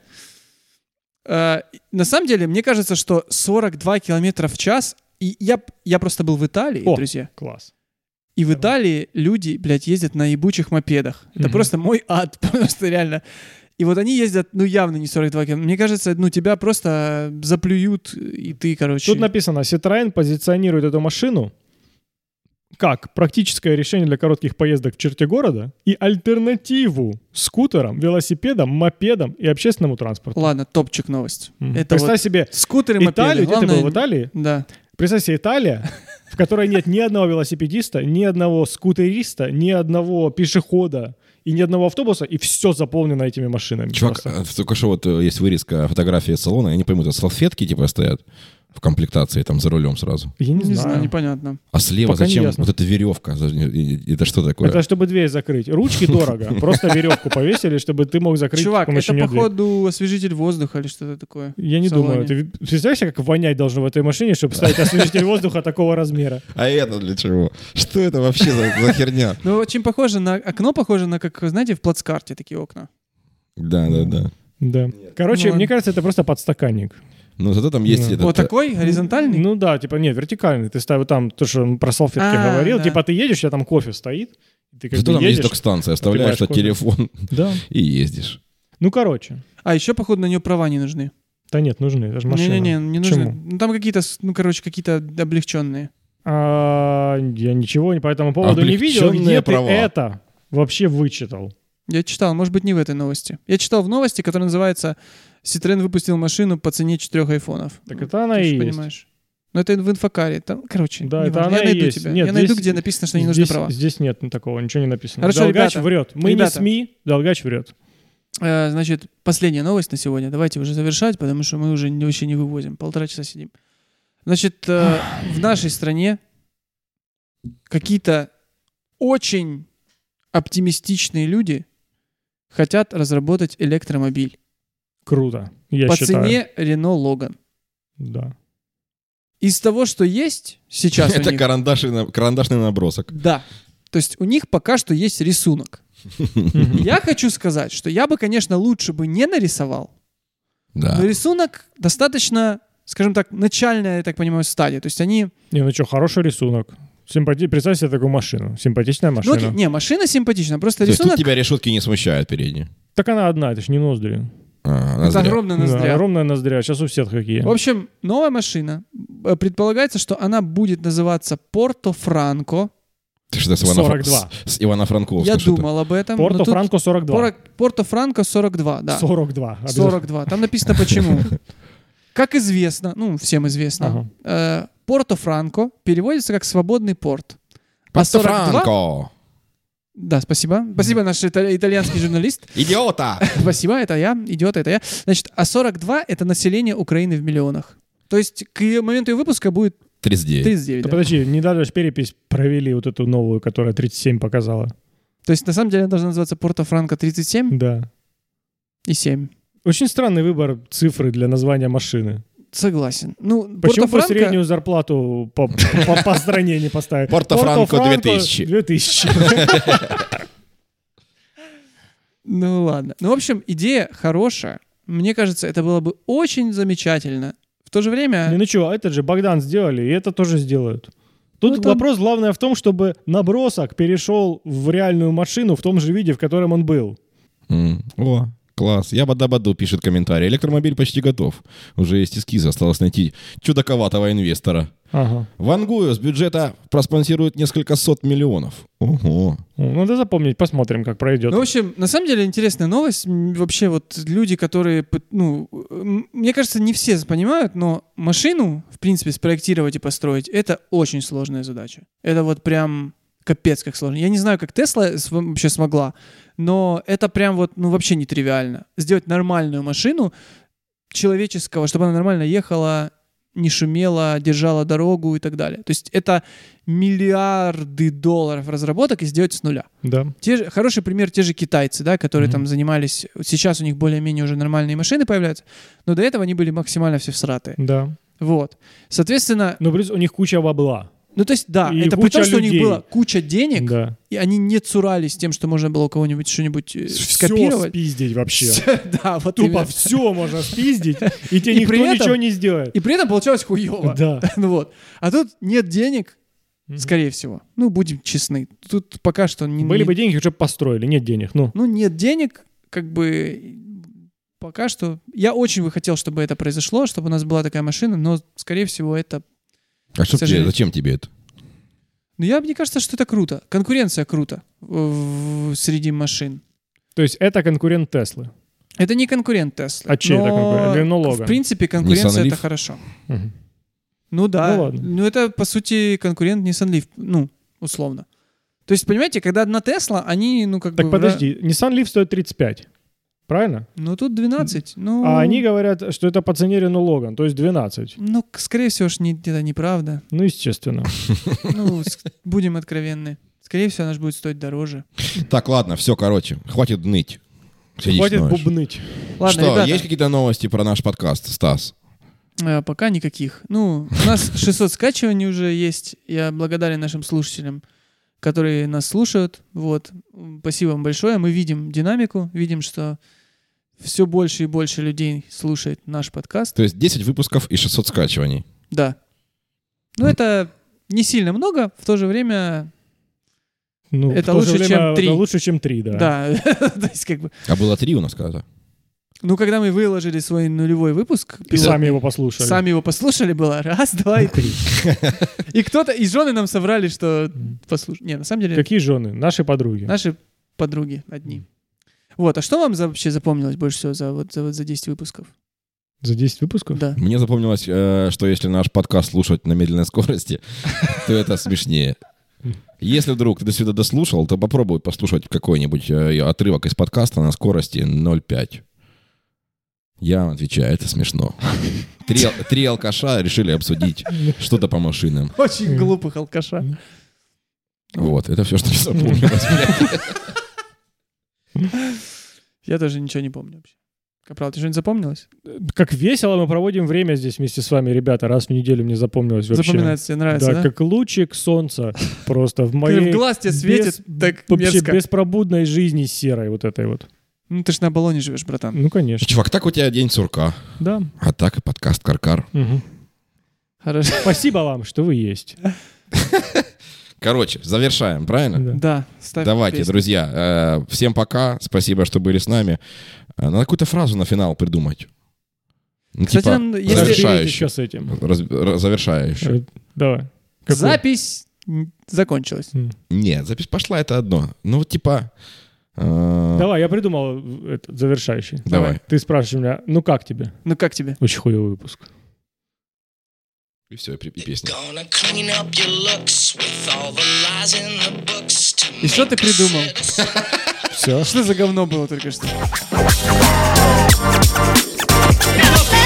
S3: А, на самом деле, мне кажется, что сорок два километра в час, и я, я просто был в Италии,
S2: О.
S3: друзья,
S2: Класс.
S3: и в Италии люди, блядь, ездят на ебучих мопедах. Это
S2: Мгм.
S3: просто мой ад, просто реально. И вот они ездят, ну, явно не сорок два километра. Мне кажется, ну, тебя просто заплюют, и ты, короче...
S2: Тут написано, Citroёn позиционирует эту машину как практическое решение для коротких поездок в черте города и альтернативу скутерам, велосипедам, мопедам и общественному транспорту.
S3: Ладно, топчик новость.
S2: Мгм.
S3: Это
S2: Представь
S3: вот
S2: себе
S3: скутеры, мопеды.
S2: Италию, где ты
S3: Главное-
S2: был в Италии?
S3: Да.
S2: Представь себе Италия, в которой нет ни одного велосипедиста, ни одного скутериста, ни одного пешехода и ни одного автобуса, и все заполнено этими машинами.
S1: Чувак,
S2: Просто.
S1: э, только что вот э, есть вырезка фотографии салона, я не пойму, это салфетки типа стоят в комплектации там за рулем сразу.
S2: Я не,
S3: Не
S2: знаю.
S3: знаю, непонятно.
S1: А слева
S2: Пока не
S1: зачем
S2: ясно.
S1: вот эта веревка? За- и- и- Это что такое?
S2: Это чтобы дверь закрыть. Ручки дорого. Просто веревку повесили, чтобы ты мог закрыть
S3: Чувак,
S2: с помощью
S3: это
S2: неё дверь.
S3: походу освежитель воздуха или что-то такое.
S2: Я не
S3: в салоне.
S2: думаю. Ты представляешь, как вонять должно в этой машине, чтобы ставить освежитель воздуха такого размера?
S1: А это для чего? Что это вообще за, за херня?
S3: Ну, очень похоже на... Окно похоже на, как, знаете, в плацкарте такие окна.
S1: Да, да, да.
S2: Да. Короче,
S3: Ну,
S2: мне кажется, это просто подстаканник.
S1: Но зато там есть
S2: Ну.
S1: этот...
S3: Вот такой, горизонтальный?
S2: Ну да, типа, нет, вертикальный. Ты ставил там, то, что он про салфетки
S3: А,
S2: говорил.
S3: да.
S2: Типа ты едешь, у тебя там кофе стоит. и Ты как
S1: Зато
S2: бы
S1: там есть
S2: едешь.
S1: док-станция, оставляешь
S2: попиваешь
S1: тот
S2: кофе.
S1: телефон
S2: Да.
S1: и ездишь.
S2: Ну, короче.
S3: А еще, походу, на нее права не нужны.
S2: Да нет, нужны, это же машина.
S3: Не-не-не, не нужны.
S2: Почему?
S3: Ну, там какие-то, ну, короче, какие-то облегченные.
S2: А, я ничего не по этому поводу не видел.
S1: Облегченные
S2: Где
S1: права.
S2: ты это вообще вычитал?
S3: Я читал, может быть, не в этой новости. Я читал в новости, которая называется «Citroёn выпустил машину по цене четырех айфонов».
S2: Так это она
S3: Ты
S2: и
S3: ж
S2: есть.
S3: понимаешь. Но это в инфокаре. Там, короче,
S2: Да,
S3: не
S2: это
S3: важно.
S2: она
S3: Я
S2: и
S3: найду
S2: есть.
S3: тебя.
S2: Нет,
S3: Я найду,
S2: здесь-
S3: где написано, что не нужны
S2: здесь,
S3: права.
S2: Здесь нет такого, ничего не написано.
S3: Хорошо,
S2: Долгач
S3: ребята,
S2: врет. Мы
S3: ребята.
S2: не СМИ, Долгач врет.
S3: Э, Значит, последняя новость на сегодня. Давайте уже завершать, потому что мы уже не- вообще не вывозим. Полтора часа сидим. Значит, э, в нашей стране какие-то очень оптимистичные люди хотят разработать электромобиль
S2: Круто, я
S3: по
S2: считаю.
S3: цене Renault Logan.
S2: Да.
S3: Из того, что есть сейчас у
S1: Это
S3: них,
S1: карандашный на- карандашный набросок.
S3: да. То есть у них пока что есть рисунок. Я хочу сказать, что я бы, конечно, лучше бы не нарисовал,
S1: Да.
S3: но рисунок достаточно, скажем так, начальная, я так понимаю, стадия. То есть они...
S2: Не, ну что, хороший рисунок. Симпати... Представь себе такую машину. Симпатичная
S3: Ну,
S2: машина.
S3: окей, не, машина симпатичная, просто
S1: То есть тут
S3: рисунок...
S1: тебя решетки не смущают передние.
S2: Так она одна, это ж не ноздри.
S1: А,
S3: Это
S1: ноздря.
S3: огромная
S2: Да,
S3: ноздря.
S2: огромная ноздря, сейчас у всех какие.
S3: В общем, новая машина. Э, Предполагается, что она будет называться Порто-Франко.
S1: Ты что, с Ивана-
S2: сорок два.
S1: С, с Ивано-Франковска
S3: Я
S1: что-то.
S3: думал об этом. но тут
S2: Порто-Франко сорок два.
S3: Поро- Порто-Франко сорок два, да.
S2: сорок два. обязательно.
S3: сорок два. Там написано почему. Как известно, ну, всем известно, э, Порто-Франко переводится как «свободный порт». А сорок два...
S1: Порто-Франко!
S3: Да, спасибо. Спасибо, наш ита- итальянский журналист.
S1: Идиота!
S3: Спасибо, это я. Идиот, это я. Значит, а сорок два — это население Украины в миллионах. То есть к её- моменту ее выпуска будет
S1: тридцать девять.
S3: тридцать девять.
S2: Да
S3: Да.
S2: подожди, недавно же перепись провели вот эту новую, которая тридцать семь показала.
S3: То есть на самом деле она должна называться Порто-Франко тридцать семь
S2: Да.
S3: и семь.
S2: Очень странный выбор цифры для названия машины.
S3: Согласен. Ну,
S2: Почему по
S3: Порто-Франко...
S2: среднюю зарплату по, по- по стране не поставить?
S1: Порто-Франко
S2: Порто-Франко
S1: две тысячи.
S2: две тысячи.
S3: Ну ладно. Ну, в общем, идея хорошая. Мне кажется, это было бы очень замечательно. В то же время...
S2: Не, ну что, это же Богдан сделали, и это тоже сделают. Тут
S3: Ну, там-
S2: вопрос главное в том, чтобы набросок перешел в реальную машину в том же виде, в котором он был.
S1: М, О, класс. Я бада-баду пишет комментарий. Электромобиль почти готов. Уже есть эскизы, осталось найти чудаковатого инвестора.
S2: Ага.
S1: Вангую с бюджета проспонсирует несколько сот миллионов. Ого.
S2: Ну, надо запомнить, посмотрим, как пройдет.
S3: Ну, в общем, на самом деле интересная новость. М, Вообще вот люди, которые, пыт- ну, м, мне кажется, не все понимают, но машину, в принципе, спроектировать и построить — это очень сложная задача. Это вот прям капец как сложно. Я не знаю, как Тесла св- вообще смогла, но это прям вот, ну, вообще нетривиально. Сделать нормальную машину человеческого, чтобы она нормально ехала, не шумела, держала дорогу и так далее. То есть это миллиарды долларов разработок и сделать с нуля.
S2: Да.
S3: Те же, хороший пример, те же китайцы, да, которые
S2: Мгм.
S3: там занимались... Сейчас у них более-менее уже нормальные машины появляются, но до этого они были максимально все всратые.
S2: Да.
S3: Вот. Соответственно,
S2: Но плюс у них куча бабла.
S3: ну то есть, да,
S2: И
S3: это при
S2: куча
S3: том, что у них
S2: людей.
S3: было куча денег,
S2: Да.
S3: и они не цурались тем, что можно было у кого-нибудь что-нибудь э,
S2: Все
S3: скопировать.
S2: спиздить вообще.
S3: Да, вот
S2: Тупо
S3: именно.
S2: все можно спиздить, и тебе
S3: И
S2: никто
S3: при этом-
S2: ничего не сделает.
S3: И при этом получалось хуево.
S2: Да.
S3: Ну вот. А тут нет денег,
S2: Мгм.
S3: скорее всего. Ну, будем честны. Тут пока что... Не,
S2: Были
S3: не-
S2: бы деньги, уже построили. Нет денег. Ну,
S3: Ну, нет денег, как бы пока что. Я очень бы хотел, чтобы это произошло, чтобы у нас была такая машина, но, скорее всего, это...
S1: А что
S3: К сожалению.
S1: тебе, зачем тебе это?
S3: Ну, я, мне кажется, что это круто. Конкуренция круто в- в- среди машин.
S2: то есть это конкурент Теслы.
S3: Это не конкурент Tesla.
S2: А чей это
S3: но,
S2: конкурент? Renault Logan.
S3: В принципе, конкуренция
S1: Nissan
S3: это
S1: Leaf?
S3: хорошо.
S2: Мгм.
S3: Ну да.
S2: Ну ладно.
S3: Ну это, по сути, конкурент Nissan Leaf. Ну, условно. То есть, понимаете, когда одна Tesla, они, ну, как
S2: Так
S3: бы...
S2: подожди, Nissan Leaf стоит тридцать пять. Правильно?
S3: Ну, тут двенадцать. Ну,
S2: А они говорят, что это по цене Renault Logan, то есть двенадцать.
S3: Ну, к- скорее всего, ж не, это неправда.
S2: Ну, естественно.
S3: Ну, с- будем откровенны. Скорее всего, она же будет стоить дороже.
S1: Так, ладно, все, короче. Хватит ныть. Сидишь,
S2: Хватит
S1: ноешь.
S2: бубныть.
S3: Ладно,
S1: Что,
S3: ребята,
S1: есть какие-то новости про наш подкаст, Стас?
S3: э, пока никаких. Ну, у нас шестьсот скачиваний уже есть. Я благодарен нашим слушателям, которые нас слушают. Вот. М, Спасибо вам большое. Мы видим динамику, видим, что все больше и больше людей слушает наш подкаст.
S1: То есть десять выпусков и шестьсот скачиваний.
S3: Да. Ну, это не сильно много, в то же время...
S2: Ну,
S3: Это
S2: в то же
S3: лучше,
S2: время
S3: чем три.
S2: это лучше, чем три, да.
S3: Да, то есть как бы...
S1: А было три у нас когда-то.
S3: Ну, когда мы выложили свой нулевой выпуск...
S2: И сами его послушали.
S3: Сами его послушали, было раз, два и три. И кто-то, и жены нам соврали, что послушали. Не, на самом деле...
S2: Какие жены? Наши подруги.
S3: Наши подруги одни. Вот, а что вам за, вообще запомнилось больше всего за, вот, за, вот, за десять выпусков?
S2: За десять выпусков?
S3: Да.
S1: Мне запомнилось, э, что если наш подкаст слушать на медленной скорости, то это смешнее. Если вдруг ты до сюда дослушал, то попробуй послушать какой-нибудь э, отрывок из подкаста на скорости ноль целых пять. Я вам отвечаю, это смешно. Три, три алкаша решили обсудить что-то по машинам.
S3: Очень глупых алкаша.
S1: Вот, это все, что мне запомнилось.
S3: Я тоже ничего не помню вообще. Капрал, ты что-нибудь запомнилось?
S2: Как весело мы проводим время здесь вместе с вами, ребята. Раз в неделю мне запомнилось вообще.
S3: Запоминается, тебе нравится, да?
S2: Да, как лучик солнца просто в моей...
S3: В глаз тебе светит, так
S2: вообще
S3: мерзко.
S2: беспробудной жизни серой вот этой вот.
S3: Ну, ты ж на баллоне живешь, братан.
S2: Ну, конечно.
S1: Чувак, так у тебя день сурка.
S2: Да.
S1: А так и подкаст Каркар.
S2: Угу.
S3: Хорошо.
S2: Спасибо вам, что вы есть.
S1: Короче, завершаем, правильно?
S2: Да.
S3: Да, ставь
S1: Давайте,
S3: песню.
S1: друзья, э, всем пока. Спасибо, что были с нами. Э, Надо какую-то фразу на финал придумать. Ну,
S3: Кстати,
S1: типа,
S3: нам, если-
S2: Разберитесь
S1: завершающую.
S2: еще с этим.
S1: Раз- раз- завершающую.
S2: Э, Давай. Какой?
S3: Запись м, закончилась.
S2: М.
S1: Нет, запись пошла, это одно. Ну, вот типа... э,
S2: Давай, я придумал этот завершающий.
S1: Давай.
S2: Ты спрашиваешь меня, ну как тебе?
S3: Ну, как тебе?
S2: Очень хуёвый выпуск.
S1: И все, и, при- и песня.
S4: Gonna clean up your looks with all the lies in the books to
S3: И что ты придумал?
S2: Все.
S3: Что за говно было только что?
S4: Never be